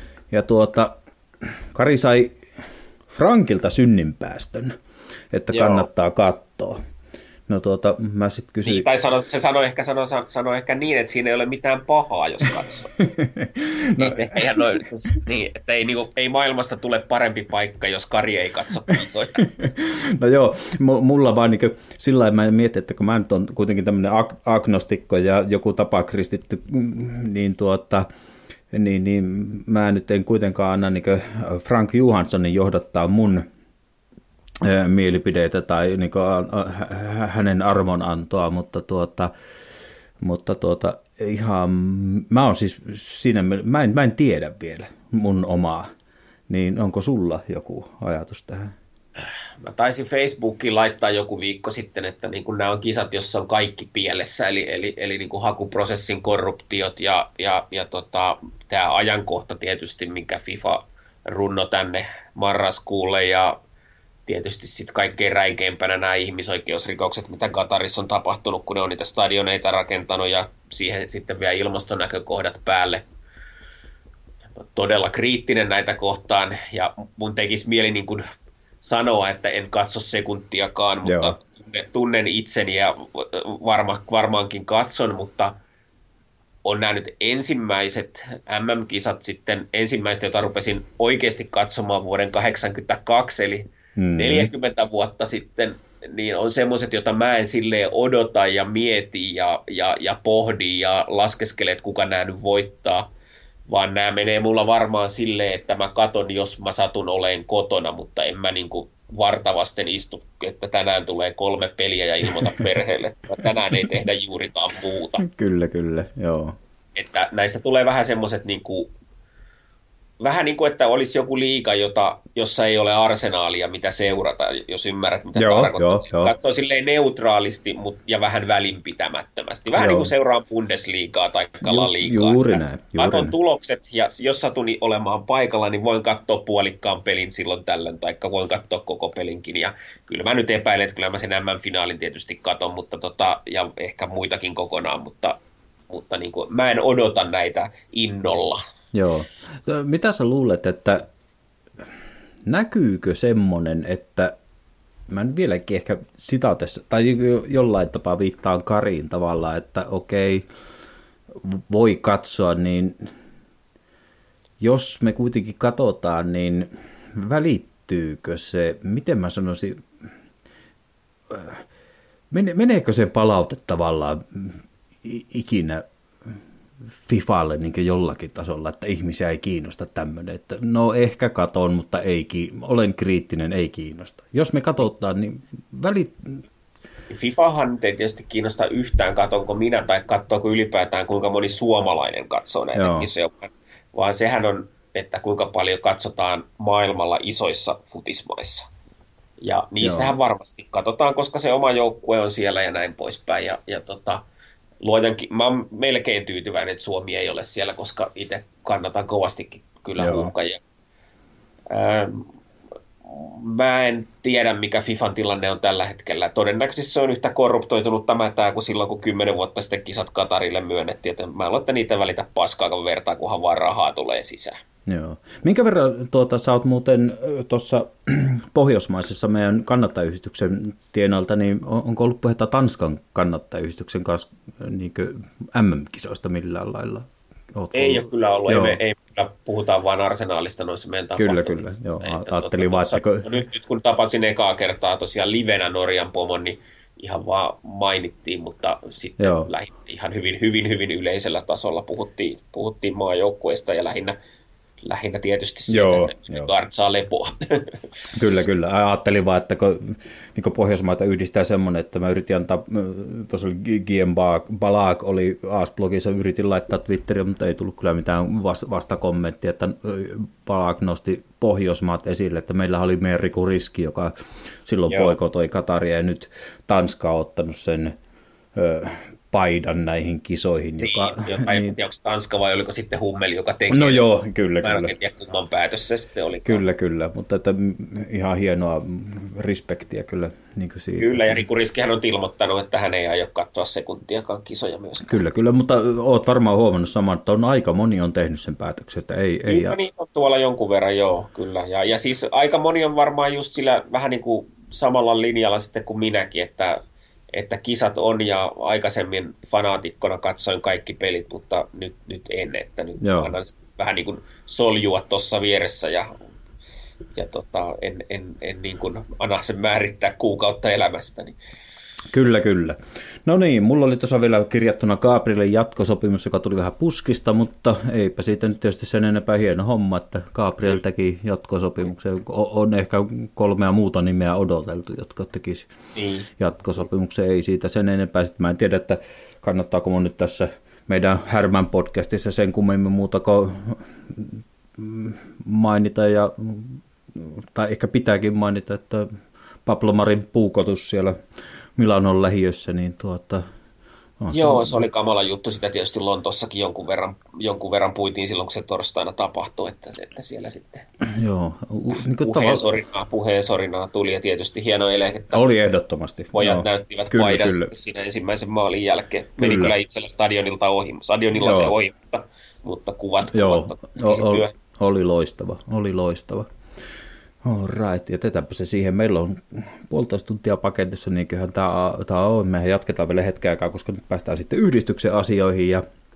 Kari sai Frankilta synninpäästön, että kannattaa katsoa. No mä sitten kysyin. Niin, tai se sanoi ehkä niin, että siinä ei ole mitään pahaa, jos katsoo. No. Niin, että ei maailmasta tule parempi paikka, jos Kari ei katso kisoja. No joo, mulla vaan sillä lailla mä mietin, että kun mä nyt on kuitenkin tämmöinen agnostikko ja joku tapakristitty, niin niin mä nyt en kuitenkaan anna Frank Johanssonin johdattaa mun mielipideitä tai hänen armonantoa, mutta ihan, mä oon siis siinä, mä en tiedä vielä mun omaa, niin onko sulla joku ajatus tähän? Mä taisin Facebookiin laittaa joku viikko sitten, että niin kun nämä on kisat, jossa on kaikki pielessä, eli niin kuin hakuprosessin korruptiot ja tämä ajankohta tietysti, minkä FIFA runno tänne marraskuulle ja tietysti sitten kaikkein räikeimpänä nämä ihmisoikeusrikokset, mitä Katarissa on tapahtunut, kun ne on niitä stadioneita rakentanut ja siihen sitten vielä ilmastonäkökohdat päälle. Todella kriittinen näitä kohtaan ja mun tekisi mieli niin kuin sanoa, että en katso sekuntiakaan, mutta tunnen itseni ja varmaankin katson, mutta on nämä nyt ensimmäiset MM-kisat sitten, ensimmäiset, joita rupesin oikeasti katsomaan vuoden 1982, eli 40 vuotta sitten, niin on semmoiset, joita mä en silleen odota ja mieti ja pohdi ja laskeskele, että kuka nämä nyt voittaa, vaan nämä menee mulla varmaan silleen, että mä katon, jos mä satun oleen kotona, mutta en mä niinku vartavasten istu, että tänään tulee 3 peliä ja ilmoita perheelle, että tänään ei tehdä juurikaan muuta. Kyllä, joo. Että näistä tulee vähän semmoiset vähän niin kuin, että olisi joku liiga, jossa ei ole Arsenaalia, mitä seurata, jos ymmärrät, mitä tarkoittaa. Joo. Katsoo silleen neutraalisti ja vähän välinpitämättömästi. Vähän niin kuin seuraa Bundesliigaa tai La Ligaa. Juuri näin. Katon tulokset, ja jos satun olemaan paikalla, niin voin katsoa puolikkaan pelin silloin tällöin, tai voin katsoa koko pelinkin. Ja kyllä mä nyt epäilen, että kyllä mä sen MM-finaalin tietysti katon, mutta ja ehkä muitakin kokonaan, mutta niin kuin, mä en odota näitä innolla. Joo. Mitä sä luulet, että näkyykö semmoinen, että mä nyt vieläkin ehkä sitaatessa, tai jollain tapaa viittaan Kariin tavallaan, että okei, voi katsoa, niin jos me kuitenkin katsotaan, niin välittyykö se, miten mä sanoisin, meneekö se palaute tavallaan ikinä FIFAlle niin jollakin tasolla, että ihmisiä ei kiinnosta tämmöinen, että no ehkä katon, mutta olen kriittinen, ei kiinnosta. Jos me katsotaan, niin FIFAhan ei tietysti kiinnosta yhtään, katonko minä tai katsoako ylipäätään kuinka moni suomalainen katsoo näitä kisoja, vaan sehän on, että kuinka paljon katsotaan maailmalla isoissa futismaissa. Ja niissähän varmasti katsotaan, koska se oma joukkue on siellä ja näin poispäin. Luojankin, mä oon melkein tyytyväinen, että Suomi ei ole siellä, koska itse kannatan kovastikin kyllä Huuhkajia. Mä en tiedä, mikä FIFAn tilanne on tällä hetkellä. Todennäköisesti se on yhtä korruptoitunut tämä kuin silloin, kun 10 vuotta sitten kisat Katarille myönnettiin. Joten mä luulen, että niitä välitä paskaakaan vertaa, kunhan vaan rahaa tulee sisään. Joo. Minkä verran sä oot muuten tuossa Pohjoismaisessa meidän kannattajayhdistyksen tienoilta, niin onko ollut puhetta Tanskan kannattajayhdistyksen kanssa niin MM-kisoista millään lailla? Ei ole kyllä ollut, ei puhutaan vain Arsenaalista noissa meidän tapahtumissa. Kyllä, joo. Ajattelin vaan, että nyt kun tapasin ekaa kertaa tosiaan livenä Norjan pomon, niin ihan vaan mainittiin, mutta sitten ihan hyvin yleisellä tasolla puhuttiin maajoukkueista ja lähinnä tietysti siitä, että Gard saa lepoa. Kyllä. Ajattelin vaan, että kun Pohjoismaita yhdistää semmoinen, että mä yritin antaa, tuossa oli Guillaume Ballack oli AS-blogissa, yritin laittaa Twitteriin, mutta ei tullut kyllä mitään vastakommenttia, että Ballack nosti Pohjoismaat esille, että meillä oli Riku Riski, joka silloin boikotoi Kataria ja nyt Tanska on ottanut sen paidan näihin kisoihin. Niin, en tiedä, onko Tanska vai oliko sitten Hummeli, joka teki. No joo, kyllä. Mä en tiedä, kumman päätös se sitten oli. Kyllä, mutta että ihan hienoa respektiä kyllä niin kuin siitä. Kyllä, ja Riku Riskihän on ilmoittanut, että hän ei aio katsoa sekuntiakaan kisoja myöskään. Kyllä, mutta oot varmaan huomannut saman, että aika moni on tehnyt sen päätöksen, että ei. Kyllä, niin on tuolla jonkun verran, joo, kyllä. Ja siis aika moni on varmaan just sillä vähän niin kuin samalla linjalla sitten kuin minäkin, että kisat on, ja aikaisemmin fanaatikkona katsoin kaikki pelit, mutta nyt en, että nyt annan vähän niin kuin soljua tuossa vieressä, ja en niin kuin anna sen määrittää kuukautta elämästäni. Kyllä. No niin, mulla oli tuossa vielä kirjattuna Gabrielin jatkosopimus, joka tuli vähän puskista, mutta eipä siitä nyt tietysti sen enempää hieno homma, että Gabriel teki jatkosopimuksen. On ehkä 3 muuta nimeä odoteltu, jotka tekisi jatkosopimuksen, ei siitä sen enempää. Sitten mä en tiedä, että kannattaako mun nyt tässä meidän Härmän podcastissa sen kummemmin muuta kuin mainita, tai ehkä pitääkin mainita, että Pablo Marin puukotus siellä Milanon lähiössä, niin Joo, se oli kamala juttu. Sitä tietysti Lontoossakin jonkun verran puitiin silloin, kun se torstaina tapahtui, että siellä sitten niin puheensorinaa tuli, ja tietysti hieno ele, että oli ehdottomasti. Pojat näyttivät paidan siinä ensimmäisen maalin jälkeen. Meni kyllä itsellä stadionilla se ohi, mutta kuvat oli loistava. Alright, ja tätäpä se siihen. Meillä on 1,5 tuntia paketissa, niin kyllähän tämä on. Mehän jatketaan vielä hetken aikaa, koska nyt päästään sitten yhdistyksen asioihin.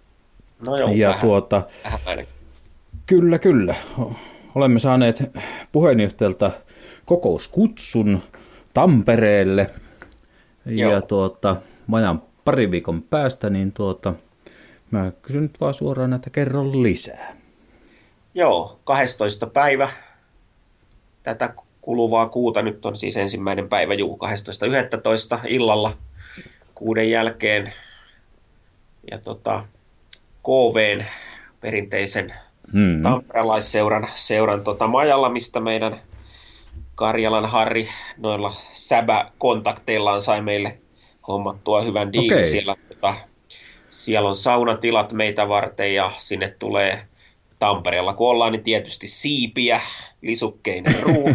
Vähän. Kyllä. Olemme saaneet puheenjohtajalta kokouskutsun Tampereelle. Joo. Ja vajaan 2 viikon päästä, niin mä kysyn nyt vaan suoraan, että kerro lisää. Joo, 12. päivä. Tätä kuluvaa kuuta, nyt on siis ensimmäinen päivä, 12.11. illalla 6 jälkeen. Ja KV:n perinteisen tamperelaisseuran majalla, mistä meidän Karjalan Harri noilla säbäkontakteillaan sai meille hommattua hyvän diilin. Siellä on saunatilat meitä varten, ja sinne tulee Tampereella, kun ollaan, niin tietysti siipiä, lisukkeinen ruuat.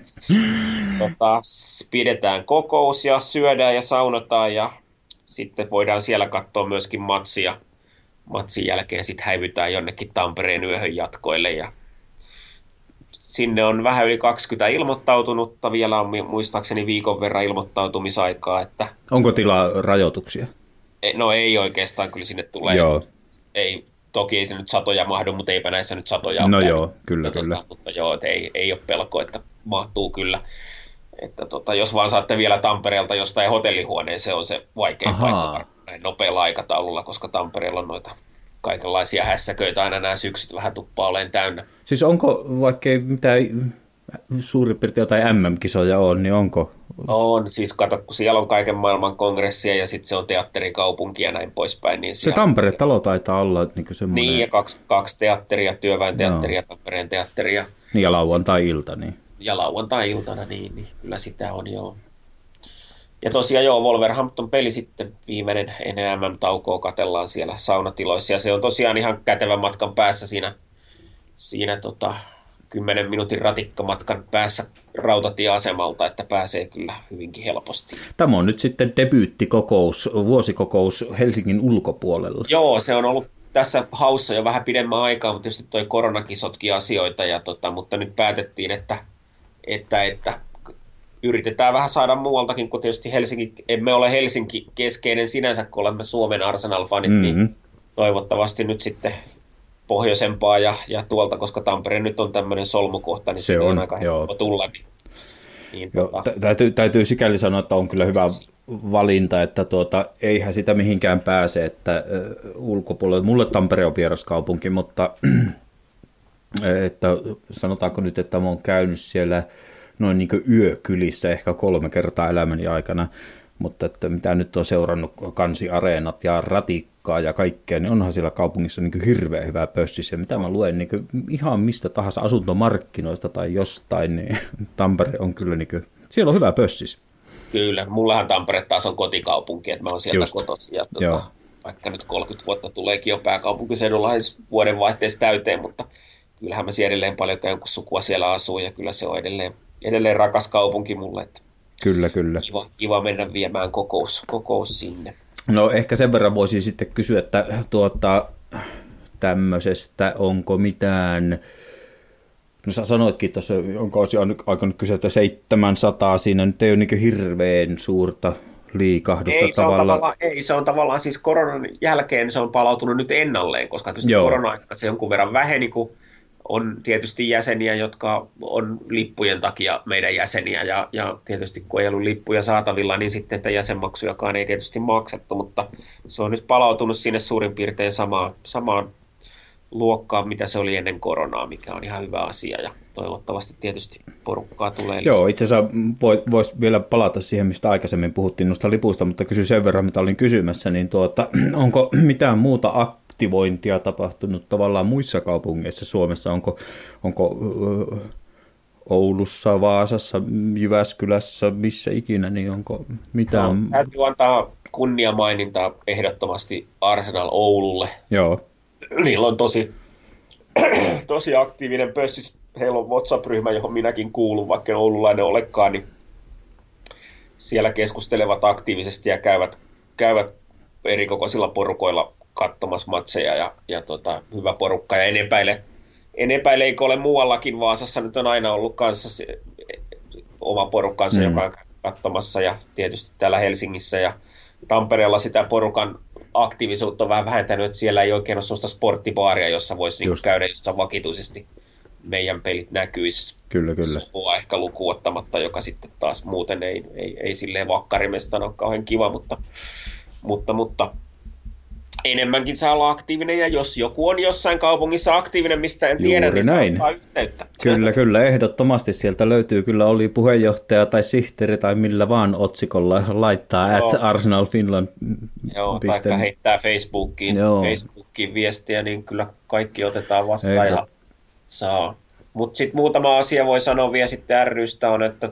Pidetään kokous ja syödään ja saunotaan, ja sitten voidaan siellä katsoa myöskin matsia. Matsin jälkeen sitten häivytään jonnekin Tampereen yöhön jatkoille. Ja sinne on vähän yli 20 ilmoittautunutta, vielä on muistaakseni viikon verran ilmoittautumisaikaa. Että onko rajoituksia? No ei oikeastaan, kyllä sinne tulee. Joo. Toki ei se nyt satoja mahdu, mutta eipä näissä nyt satoja ole. No joo, kyllä. Mutta joo, että ei ole pelko, että mahtuu kyllä. Että jos vaan saatte vielä Tampereelta jostain hotellihuoneen, se on se vaikein paikka näin nopealla aikataululla, koska Tampereella on noita kaikenlaisia hässäköitä, aina nämä syksyt vähän tuppaa olemaan täynnä. Siis onko, vaikkei mitään suurin piirtein jotain MM-kisoja on, niin onko? On, siis kato, kun siellä on kaiken maailman kongressia ja sitten se on teatterikaupunki ja näin poispäin. Niin se Tampere-talo taitaa olla niin semmoinen. Niin, ja kaksi teatteria, Työväen teatteri ja Tampereen teatteri. Niin, ja lauantai-ilta. Niin. Ja lauantai-iltana, niin kyllä sitä on, joo. Ja tosiaan Wolverhampton peli sitten viimeinen ennen MM-taukoa katellaan siellä saunatiloissa. Ja se on tosiaan ihan kätevän matkan päässä siinä 10 minuutin ratikkamatkan päässä rautatieasemalta, että pääsee kyllä hyvinkin helposti. Tämä on nyt sitten debyyttikokous, vuosikokous Helsingin ulkopuolella. Joo, se on ollut tässä haussa jo vähän pidemmän aikaa, mutta tietysti toi koronakin sotki asioita, mutta nyt päätettiin, että yritetään vähän saada muualtakin, kun tietysti emme ole Helsinki-keskeinen sinänsä, kun olemme Suomen Arsenal-fanit, niin toivottavasti nyt sitten pohjoisempaa ja tuolta, koska Tampere nyt on tämmöinen solmukohta, niin se on aika helppo tulla. Täytyy sikäli sanoa, että on kyllä hyvä valinta, että eihän sitä mihinkään pääse, että ulkopuolelle, mulle Tampere on vieras kaupunki, mutta että sanotaanko nyt, että mä oon käynyt siellä noin niin kuin yökylissä ehkä 3 kertaa elämäni aikana, mutta että mitä nyt on seurannut kansiareenat ja ratikkaa ja kaikkea, niin onhan siellä kaupungissa niin kuin hirveän hyvää pössis. Ja mitä mä luen niin kuin ihan mistä tahansa asuntomarkkinoista tai jostain, niin Tampere on kyllä, niin kuin, siellä on hyvä pössis. Kyllä, mullahan Tampere taas on kotikaupunki, että mä oon sieltä kotoisin. Ja vaikka nyt 30 vuotta tuleekin jo pääkaupunkiseudulla vuodenvaihteessa täyteen, mutta kyllähän mä siellä edelleen paljon käyn, kun sukua siellä asuu, ja kyllä se on edelleen rakas kaupunki mulle. Että kyllä. Kiva mennä viemään kokous sinne. No ehkä sen verran voisin sitten kysyä, että tämmöisestä onko mitään, no sä sanoitkin tuossa, onko olisi aikonut kysyä, että 700, siinä nyt ei ole niin hirveän suurta liikahdusta se on tavallaan siis koronan jälkeen se on palautunut nyt ennalleen, koska tietysti korona-aikana se jonkun verran väheni, kun on tietysti jäseniä, jotka on lippujen takia meidän jäseniä, ja tietysti kun ei ollut lippuja saatavilla, niin sitten että jäsenmaksujakaan ei tietysti maksettu, mutta se on nyt palautunut sinne suurin piirtein samaan luokkaan, mitä se oli ennen koronaa, mikä on ihan hyvä asia, ja toivottavasti tietysti porukkaa tulee lisää. Joo, itse asiassa voisi vielä palata siihen, mistä aikaisemmin puhuttiin noista lipuista, mutta kysy sen verran, mitä olin kysymässä, niin onko mitään muuta aktivointia tapahtunut tavallaan muissa kaupungeissa Suomessa? Onko Oulussa, Vaasassa, Jyväskylässä, missä ikinä, niin onko mitään? No, täytyy antaa kunniamainintaa ehdottomasti Arsenal Oululle. Joo. Niillä on tosi aktiivinen pössis. Heillä on WhatsApp-ryhmä, johon minäkin kuulun, vaikka en oululainen olekaan, niin siellä keskustelevat aktiivisesti ja käyvät erikokoisilla porukoilla katsomassa matseja ja hyvä porukka. Ja en epäile, eikö ole muuallakin. Vaasassa nyt on aina ollut kanssa oma porukkansa, joka on katsomassa, ja tietysti täällä Helsingissä ja Tampereella sitä porukan aktiivisuutta on vähän vähentänyt, että siellä ei oikein ole sellaista sporttibaaria, jossa voisi niinku käydä, jossa vakituisesti meidän pelit näkyisi. Kyllä. Sofua ehkä lukuun ottamatta, joka sitten taas muuten ei silleen vakkarimestana ole kauhean kiva, mutta enemmänkin saa olla aktiivinen, ja jos joku on jossain kaupungissa aktiivinen, mistä en tiedä, niin saa ottaa yhteyttä. Kyllä, ehdottomasti sieltä löytyy, kyllä oli puheenjohtaja tai sihteeri tai millä vaan otsikolla laittaa @Arsenal Finland. Joo, taikka heittää Facebookiin viestiä, niin kyllä kaikki otetaan vastaan ja saa. Mutta sitten muutama asia voi sanoa vielä sitten rystä on, että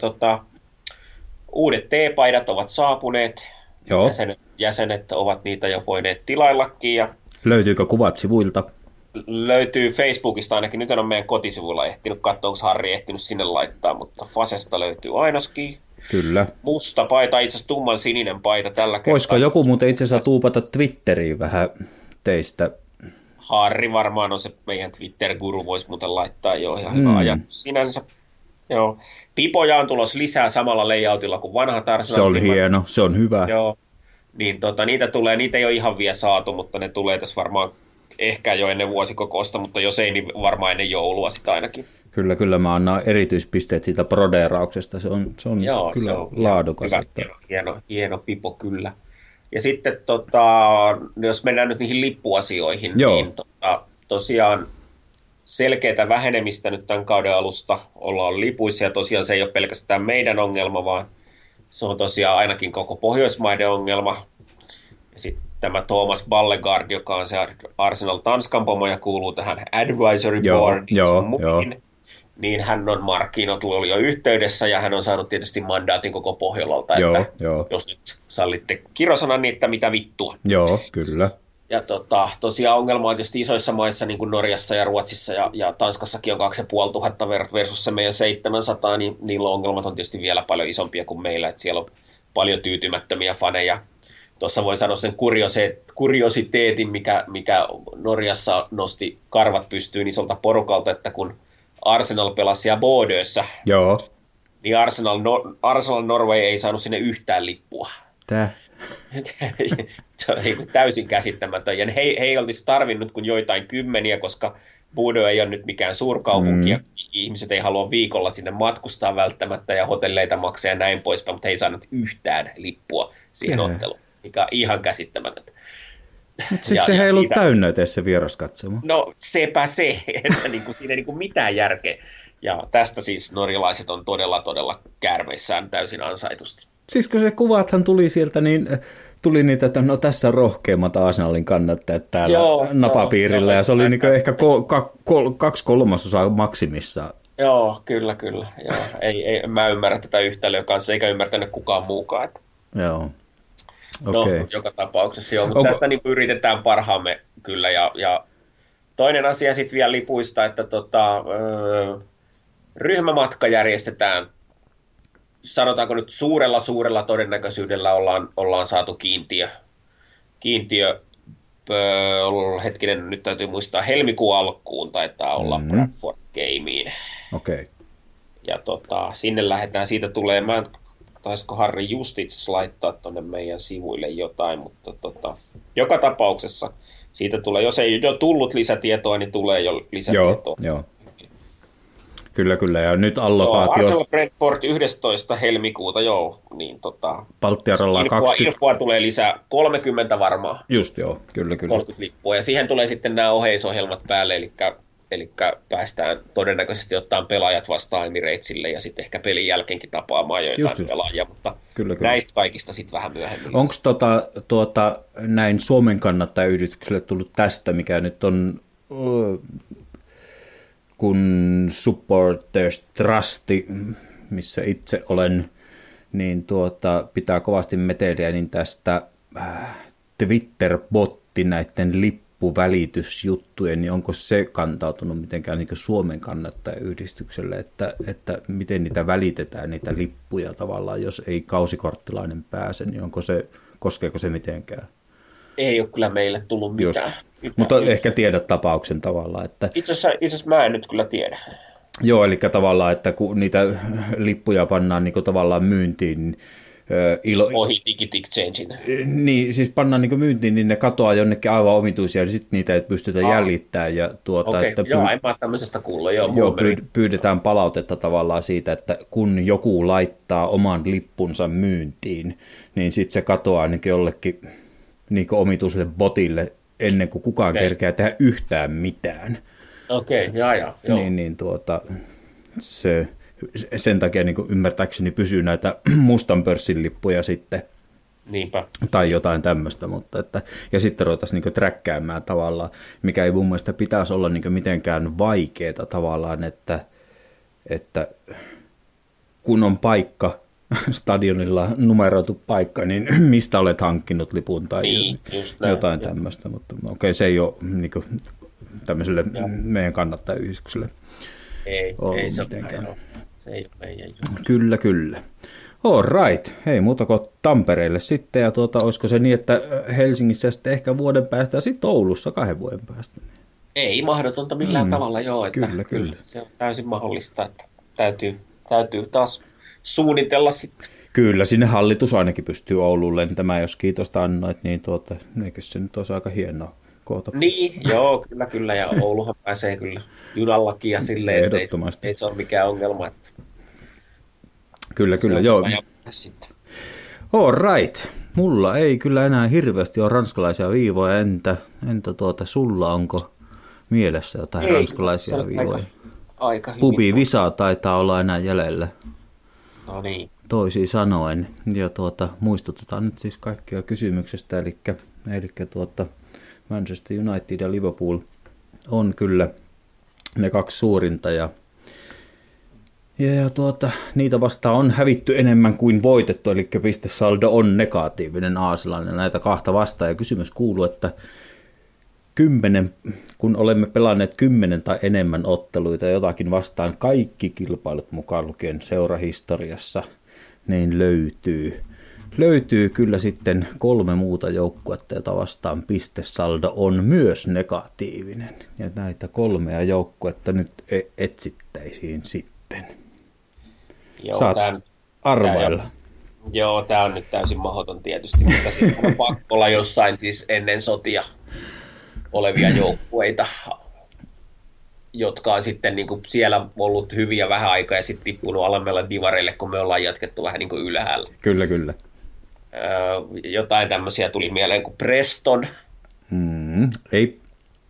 uudet teepaidat ovat saapuneet. Joo. Jäsenet ovat niitä jo voineet tilaillakin. Ja löytyykö kuvat sivuilta? Löytyy Facebookista ainakin. Nyt en ole meidän kotisivuilla ehtinyt katsoa, onko Harri ehtinyt sinne laittaa, mutta Fasesta löytyy ainakin. Kyllä. Musta paita, itse asiassa tumman sininen paita tällä kertaa. Voisiko joku muuten itse asiassa tuupata Twitteriin vähän teistä? Harri varmaan on se meidän Twitter-guru, voisi muuten laittaa jo ihan hyvä ajatus sinänsä. Joo. Pipoja on tulossa lisää samalla layoutilla kuin vanhat Arsenal. Se on hieno, se on hyvä. Joo. Niin niitä ei ole ihan vielä saatu, mutta ne tulee tässä varmaan ehkä jo ennen vuosikokousta, mutta jos ei, niin varmaan ennen joulua sitä ainakin. Kyllä, mä annan erityispisteet siitä brodeerauksesta, se on joo, kyllä se on laadukas. Hyvä, hieno pipo kyllä. Ja sitten jos mennään nyt niihin lippuasioihin, niin tosiaan selkeätä vähenemistä nyt tämän kauden alusta ollaan lipuissa, ja tosiaan se ei ole pelkästään meidän ongelma, vaan se on tosiaan ainakin koko Pohjoismaiden ongelma. Ja sitten tämä Thomas Ballegard, joka on se Arsenal Tanskan pomo ja kuuluu tähän advisory boardiin, niin hän on markkinoilla jo yhteydessä, ja hän on saanut tietysti mandaatin koko Pohjolalta, että jos nyt sallitte kirosanan, niin että mitä vittua. Joo, kyllä. Ja tosiaan ongelma on tietysti isoissa maissa, niin kuin Norjassa ja Ruotsissa ja Tanskassakin on 2500 versus se meidän 700, niin niillä ongelmat on tietysti vielä paljon isompia kuin meillä, että siellä on paljon tyytymättömiä faneja. Tuossa voi sanoa sen kuriositeetin, mikä Norjassa nosti karvat pystyyn isolta porukalta, että kun Arsenal pelasi siellä Bodøssä, niin Arsenal Norway ei saanut sinne yhtään lippua. Tää? Se on täysin käsittämätön. Ja he ei olisi tarvinnut kuin joitain kymmeniä, koska Bodø ei ole nyt mikään suurkaupunki, ja ihmiset ei halua viikolla sinne matkustaa välttämättä ja hotelleita maksaa ja näin poispäin, mutta he ei saanut yhtään lippua siihen otteluun, mikä on ihan käsittämätöntä. Mutta siis se ei ollut täynnä edes se vieraskatsomo. No sepä se, että siinä ei mitään järkeä. Ja tästä siis norjalaiset on todella käärmeissään täysin ansaitusti. Siis kun se kuvathan tuli sieltä, niin tuli niitä, että no tässä on rohkeimmat Arsenalin kannattajat täällä napapiirillä, ja se oli niin ehkä 2/3 maksimissa. Joo, kyllä. Joo. Mä ymmärrä tätä yhtälöä kanssa, eikä ymmärtänyt kukaan muukaan. Että... Joo. No, Okay. joka tapauksessa joo, mutta tässä niin yritetään parhaamme kyllä. Ja toinen asia sitten vielä lipuista, että ryhmämatka järjestetään, sanotaanko nyt suurella todennäköisyydellä ollaan saatu kiintiö hetkinen, nyt täytyy muistaa, helmikuun alkuun taitaa olla Bradford Gameen. Okay. Ja sinne lähdetään, siitä tulee, taisiko Harri Justits laittaa tuonne meidän sivuille jotain, mutta joka tapauksessa siitä tulee, jos ei jo tullut lisätietoa, niin tulee jo lisätietoa. Joo. Kyllä, ja nyt allokaatio... Arsenal Brentford 11. helmikuuta, niin Palttiaralla 20... Infoa tulee lisää 30 varmaan. Just joo, kyllä. 30 lippua, ja siihen tulee sitten nämä oheisohjelmat päälle, eli päästään todennäköisesti ottaa pelaajat vastaan Emiratesille ja sitten ehkä pelin jälkeenkin tapaamaan joitain pelaajia, mutta kyllä. Näistä kaikista sitten vähän myöhemmin. Onko näin Suomen kannattajayhdistykselle tullut tästä, mikä nyt on... kun Supporters Trusti, missä itse olen, niin pitää kovasti meteliä, niin tästä Twitter-botti näiden lippuvälitysjuttujen, niin onko se kantautunut mitenkään niin Suomen kannattajayhdistykselle, että miten niitä välitetään, niitä lippuja tavallaan, jos ei kausikorttilainen pääse, niin koskeeko se mitenkään? Ei ole kyllä meille tullut mitään. Mutta ehkä tiedät tapauksen tavallaan. Että... Itse asiassa mä en nyt kyllä tiedä. Joo, eli tavallaan, että kun niitä lippuja pannaan niin tavallaan myyntiin... ohi Ticket Exchangein. Niin, siis pannaan niin myyntiin, niin ne katoaa jonnekin aivan omituisia, ja sitten niitä ei pystytä jäljittämään. Ja että en mä tämmöisestä kuulla. Pyydetään palautetta tavallaan siitä, että kun joku laittaa oman lippunsa myyntiin, niin sitten se katoaa ainakin jollekin niin omituiselle botille, ennen kuin kukaan kerkeää tehdä yhtään mitään. Okei. Niin se, sen takia niin ymmärtääkseni pysyy näitä mustan pörssin lippuja sitten. Niinpä. Tai jotain tämmöistä, mutta ja sitten ruvetaan niin träkkäämään tavallaan, mikä ei mun mielestä pitäisi olla niin mitenkään vaikeaa tavallaan, että kun on paikka, stadionilla numeroitu paikka, niin mistä olet hankkinut lipun tai jotain tämmöistä, mutta okei, se ei ole niin kuin, tämmöiselle meidän kannattajayhdistykselle. Ei se ole. Se ei ole meidän juttu. Kyllä. All right. Hei, muuta kuin Tampereelle sitten, ja olisiko se niin, että Helsingissä sitten ehkä vuoden päästä ja sitten Oulussa 2 vuoden päästä? Ei mahdotonta millään tavalla, että kyllä. Se on täysin mahdollista, että täytyy taas suunnitella sitten. Kyllä, sinne hallitus ainakin pystyy Ouluun lentämään, jos kiitosta annoit, niin eikö se nyt olisi aika hienoa koota? Niin, joo, kyllä, ja Ouluhan pääsee kyllä junallakin ja silleen, että ei se ole mikään ongelma. Että kyllä, joo. All right. Mulla ei kyllä enää hirveästi ole ranskalaisia viivoja, entä sulla onko mielessä jotain ranskalaisia viivoja? Aika hyvin. Pubi Visa taitaa olla enää jäljellä. No niin. Toisin sanoen. Ja muistutetaan nyt siis kaikkia kysymyksestä, eli Manchester United ja Liverpool on kyllä ne 2 suurinta, ja niitä vastaan on hävitty enemmän kuin voitettu, eli pistesaldo on negatiivinen Arsenalilla näitä 2 vastaan, ja kysymys kuuluu, että 10, kun olemme pelanneet 10 tai enemmän otteluita jotakin vastaan, kaikki kilpailut mukaan lukien seurahistoriassa, niin löytyy kyllä sitten 3 muuta joukkuetta, jota vastaan pistesaldo on myös negatiivinen. Ja näitä 3 joukkuetta nyt etsittäisiin sitten. Joo, saat arvailla. Joo, tämä on nyt täysin mahdoton tietysti, mutta sitten on pakko olla jossain siis ennen sotia olevia joukkueita, jotka on sitten niin kuin siellä ollut hyviä vähän aikaa ja sitten tippunut alemmella divareille, kun me ollaan jatkettu vähän niin kuin ylhäällä. Kyllä. Jotain tämmöisiä tuli mieleen kuin Preston. Ei.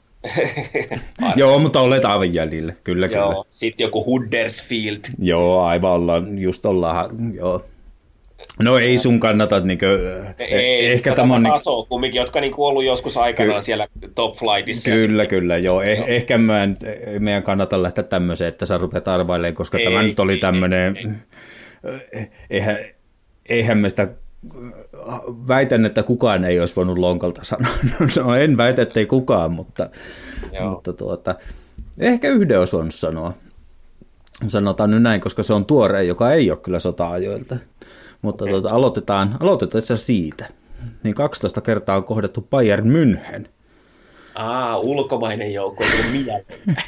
Joo, mutta olet aivan jäljellä. Kyllä. Sitten joku Huddersfield. Joo, aivan ollaan, joo. No ei sun kannata, ehkä tämä on tasoa kumminkin, jotka ollut joskus aikanaan siellä top flightissa. Kyllä, joo. Ehkä meidän kannata lähteä tämmöiseen, että sä rupeat arvailemaan, koska tämä nyt oli tämmöinen, eihän me sitä, väitän, että kukaan ei olisi voinut lonkalta sanoa. No en väitä, että ei kukaan, mutta ehkä yhden olisi voinut sanoa. Sanotaan nyt näin, koska se on tuore, joka ei ole kyllä sota-ajoilta. Mutta aloitetaan siitä. Niin 12 kertaa on kohdattu Bayern München. Ulkomainen joukko, minä.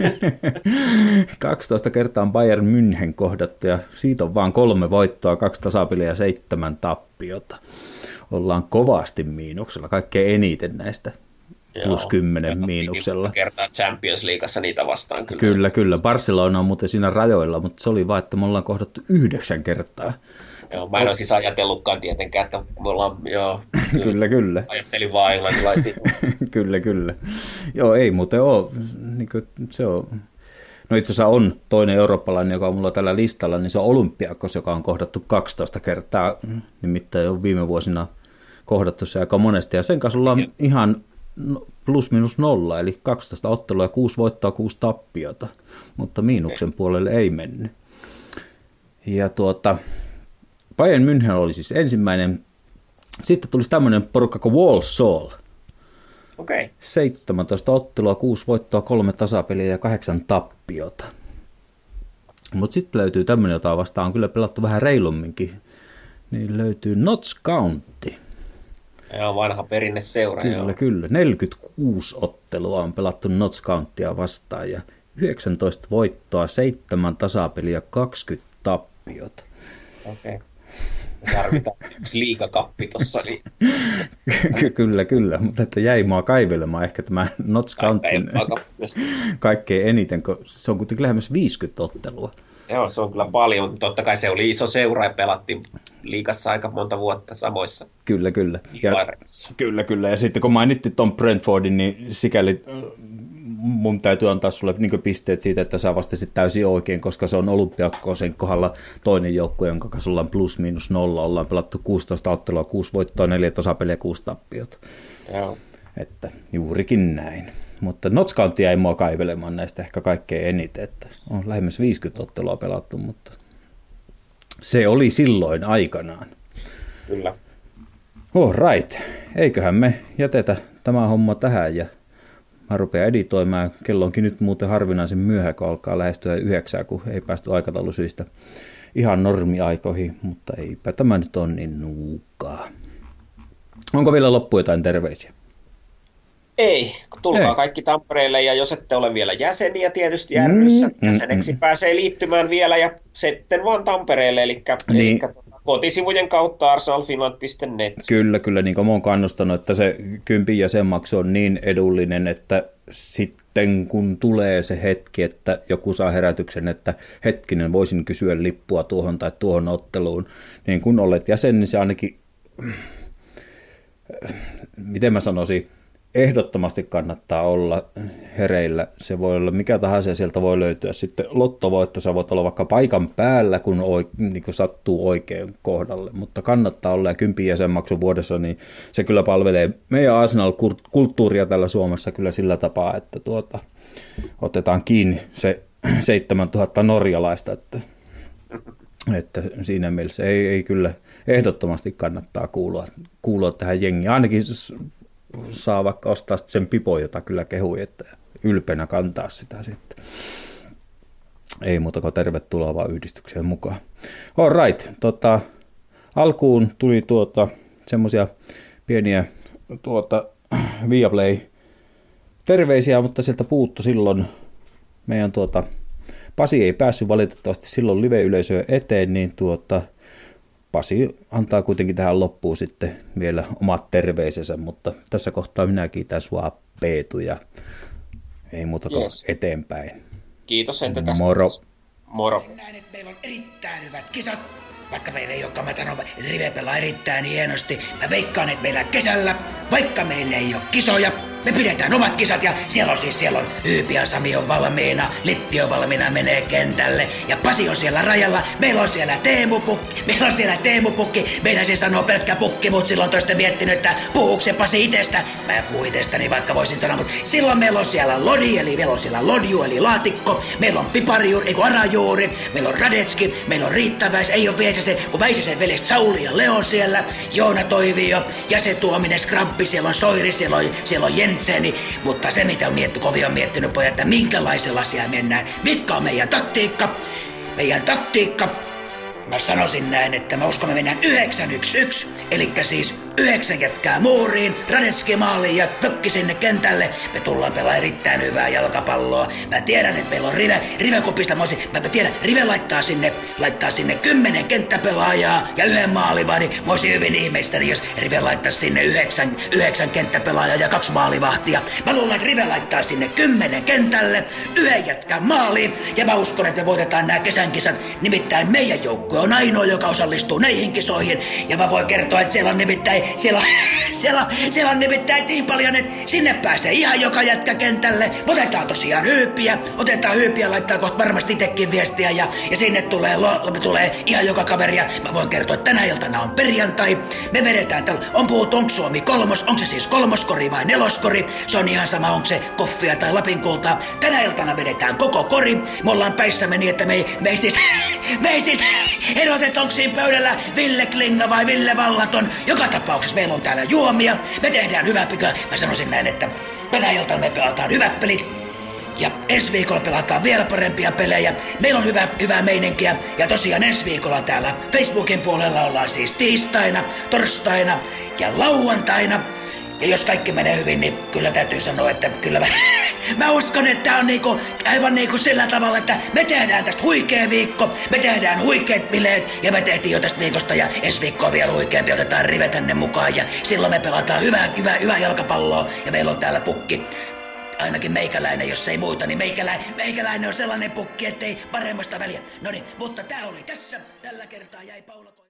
12 kertaa on Bayern München kohdattu ja siitä on vaan 3 voittoa, 2 tasapeliä ja 7 tappiota. Ollaan kovasti miinuksella, kaikkein eniten näistä. Plus 10 miinuksella. Kertaa Champions Leagueassa niitä vastaan kyllä. Kyllä. Barcelona on muuten siinä rajoilla, mutta se oli vaan, että me ollaan kohdattu 9 kertaa. Joo, mä en ole siis ajatellutkaan tietenkään, että me ollaan, Kyllä. Ajattelin vaan englantilaisia. Kyllä. Joo, ei muuten ole, niin se on, no itse asiassa on toinen eurooppalainen, joka on mulla tällä listalla, niin se on Olympiakos, joka on kohdattu 12 kertaa, nimittäin on viime vuosina kohdattu se aika monesti, ja sen kanssa ollaan ihan plus minus 0, eli 12 ottelua ja 6 voittoa, 6 tappiota, mutta miinuksen puolelle ei mennyt. Ja Bayern München oli siis ensimmäinen. Sitten tulisi tämmöinen porukka kuin Walsall. 17 ottelua, 6 voittoa, 3 tasapeliä ja 8 tappiota. Mutta sitten löytyy tämmöinen, jota vastaan on kyllä pelattu vähän reilumminkin. Niin löytyy Notts County. Joo, vanha perinneseura. Kyllä. 46 ottelua on pelattu Notts Countyä vastaan ja 19 voittoa, 7 tasapeliä, 20 tappiota. Okei. Me tarvitaan yksi liigakappi tuossa. Niin. Kyllä, mutta että jäi mua kaivelemaan ehkä tämä Notts Countyn kaikkein eniten, kun se on kuitenkin lähemmäs 50 ottelua. Joo, se on kyllä paljon, mutta totta kai se oli iso seura ja pelattiin liigassa aika monta vuotta samoissa. Kyllä. Kyllä. Ja sitten kun mainittiin tuon Brentfordin, niin sikäli mun täytyy antaa sulle niin pisteet siitä, että sä vastasit täysin oikein, koska se on Olympiakosen kohdalla toinen joukko, jonka kanssa ollaan plus minus 0. Ollaan pelattu 16 ottelua, 6 voittoa, 4 tasapeliä, 6 tappiota. Joo. Että juurikin näin. Mutta Notts County jäi mua kaivelemaan näistä ehkä kaikkein eniten, että on lähemmäs 50 ottelua pelattu, mutta se oli silloin aikanaan. Kyllä. Right. Eiköhän me jätetä tämä homma tähän ja mä rupean editoimaan. Kello onkin nyt muuten harvinaisen myöhä, kun alkaa lähestyä 9, kun ei päästy aikataulusyistä ihan normiaikoihin, mutta eipä tämä nyt on niin nuukaa. Onko vielä loppu jotain terveisiä? Ei, tulkaa kaikki Tampereelle ja jos ette ole vielä jäseniä tietysti ry:ssä, jäseneksi pääsee liittymään vielä ja sitten vaan Tampereelle, eli kotisivujen kautta arsenalfinland.net. Kyllä, niin kuin mä oon kannustanut, että se 10 jäsenmaksu on niin edullinen, että sitten kun tulee se hetki, että joku saa herätyksen, että hetkinen, voisin kysyä lippua tuohon tai tuohon otteluun, niin kun olet jäsen, niin se ainakin, miten mä sanoisin, ehdottomasti kannattaa olla hereillä. Se voi olla mikä tahansa ja sieltä voi löytyä sitten lottovoitto. Sä voit olla vaikka paikan päällä, kun sattuu oikein kohdalle, mutta kannattaa olla ja 10 jäsenmaksun vuodessa, niin se kyllä palvelee meidän Arsenal-kulttuuria täällä Suomessa kyllä sillä tapaa, että otetaan kiinni se 7000 norjalaista, että siinä mielessä ei kyllä ehdottomasti kannattaa kuulua tähän jengiin. Ainakin saa vaikka ostaa sen pipon, jota kyllä kehui, että ylpeänä kantaa sitä sitten. Ei muuta kuin tervetuloa vaan yhdistykseen mukaan. All right. Alkuun tuli semmoisia pieniä Viaplay terveisiä, mutta sieltä puuttu silloin meidän Pasi ei päässyt valitettavasti silloin live-yleisöön eteen, niin Pasi antaa kuitenkin tähän loppuun sitten vielä omat terveisensä, mutta tässä kohtaa minä kiitän sua, Peetu, ja ei muuta kuin eteenpäin. Kiitos entä tästä. Moro. Näin, että meillä on erittäin hyvät kisat. Vaikka meillä ei olekaan, mä sanon, Rive pelaa erittäin hienosti. Mä veikkaan, että meillä kesällä, vaikka meillä ei ole kisoja, Me pidetään omat kisat ja siellä on Hyypiä Sami on valmiina, Litti on valmiina menee kentälle ja Pasi on siellä rajalla, meillä on siellä Teemu Pukki, meidän se sanoo pelkkä pukki, mut silloin toista miettinyt, että puhuuko se Pasi itestä. Mä en puhu itestäni, vaikka voisin sanoa, mutta silloin meillä on siellä Lodi, eli meillä on siellä Lodju, eli laatikko, meillä on Piparijuuri, Arajuuri, meillä on Radetski, meillä on Riittäväis, ei ole Väisäsen, kun Väisäsen veljeksi Sauli ja Leo siellä, Joona Toivio, Jase Tuominen, Skrabbi, siellä on Soiri, siellä on Jentseni, mutta se mitä on kovin on miettinyt pojat, että minkälaisella siellä mennään, mitkä on meidän taktiikka, mä sanoisin näin, että mä uskon me mennään 9-1-1, eli siis 9 jätkää muuriin, Radetski maaliin ja Pökki sinne kentälle. Me tullaan pelaa erittäin hyvää jalkapalloa. Mä tiedän, että meillä on Rive-kopista. Mä tiedän, Rive laittaa sinne 10 kenttäpelaajaa ja 1 maalivahdin. Mä olisin hyvin ihmeissäni, jos Rive laittaisi sinne 9 kenttäpelaajaa ja 2 maalivahtia. Mä luulen, että Rive laittaa sinne 10 kentälle, 1 jätkää maaliin. Ja mä uskon, että me voitetaan nämä kesän kisat. Nimittäin meidän joukkue on ainoa, joka osallistuu näihin kisoihin. Ja mä voin kertoa, että siellä on nimittäin siellä on nimittäin niin paljon, että sinne pääsee ihan joka jätkä kentälle. Otetaan tosiaan Hyypiä, laittaa kohta varmasti itekin viestiä ja sinne tulee ihan joka kaveria. Mä voin kertoa, että tänä iltana on perjantai. Me vedetään täällä, on puhuttu, onko Suomi kolmos, onko se siis kolmoskori vai neloskori. Se on ihan sama, onko se koffia tai lapinkultaa. Tänä iltana vedetään koko kori. Me ollaan päissämme niin, että me ei siis eroteta, onko siinä pöydällä Ville Klinga vai Ville Vallaton. Joka tapauksessa meillä on täällä juomia, me tehdään hyvää pikaa. Mä sanoisin näin, että tänä iltana me pelataan hyvät pelit ja ensi viikolla pelataan vielä parempia pelejä. Meillä on hyvää meininkiä ja tosiaan ensi viikolla täällä Facebookin puolella ollaan siis tiistaina, torstaina ja lauantaina. Ja jos kaikki menee hyvin, niin kyllä täytyy sanoa, että kyllä mä uskon, että tää on aivan sillä tavalla, että me tehdään tästä huikea viikko, me tehdään huikeat bileet ja me tehtiin jo tästä viikosta ja ensi viikkoa vielä huikeampi, otetaan Rive tänne mukaan ja silloin me pelataan hyvää jalkapalloa ja meillä on täällä pukki. Ainakin meikäläinen, jos ei muuta, niin meikäläinen on sellainen pukki, ettei paremmasta väliä. Noniin, mutta tää oli tässä. Tällä kertaa jäi Paula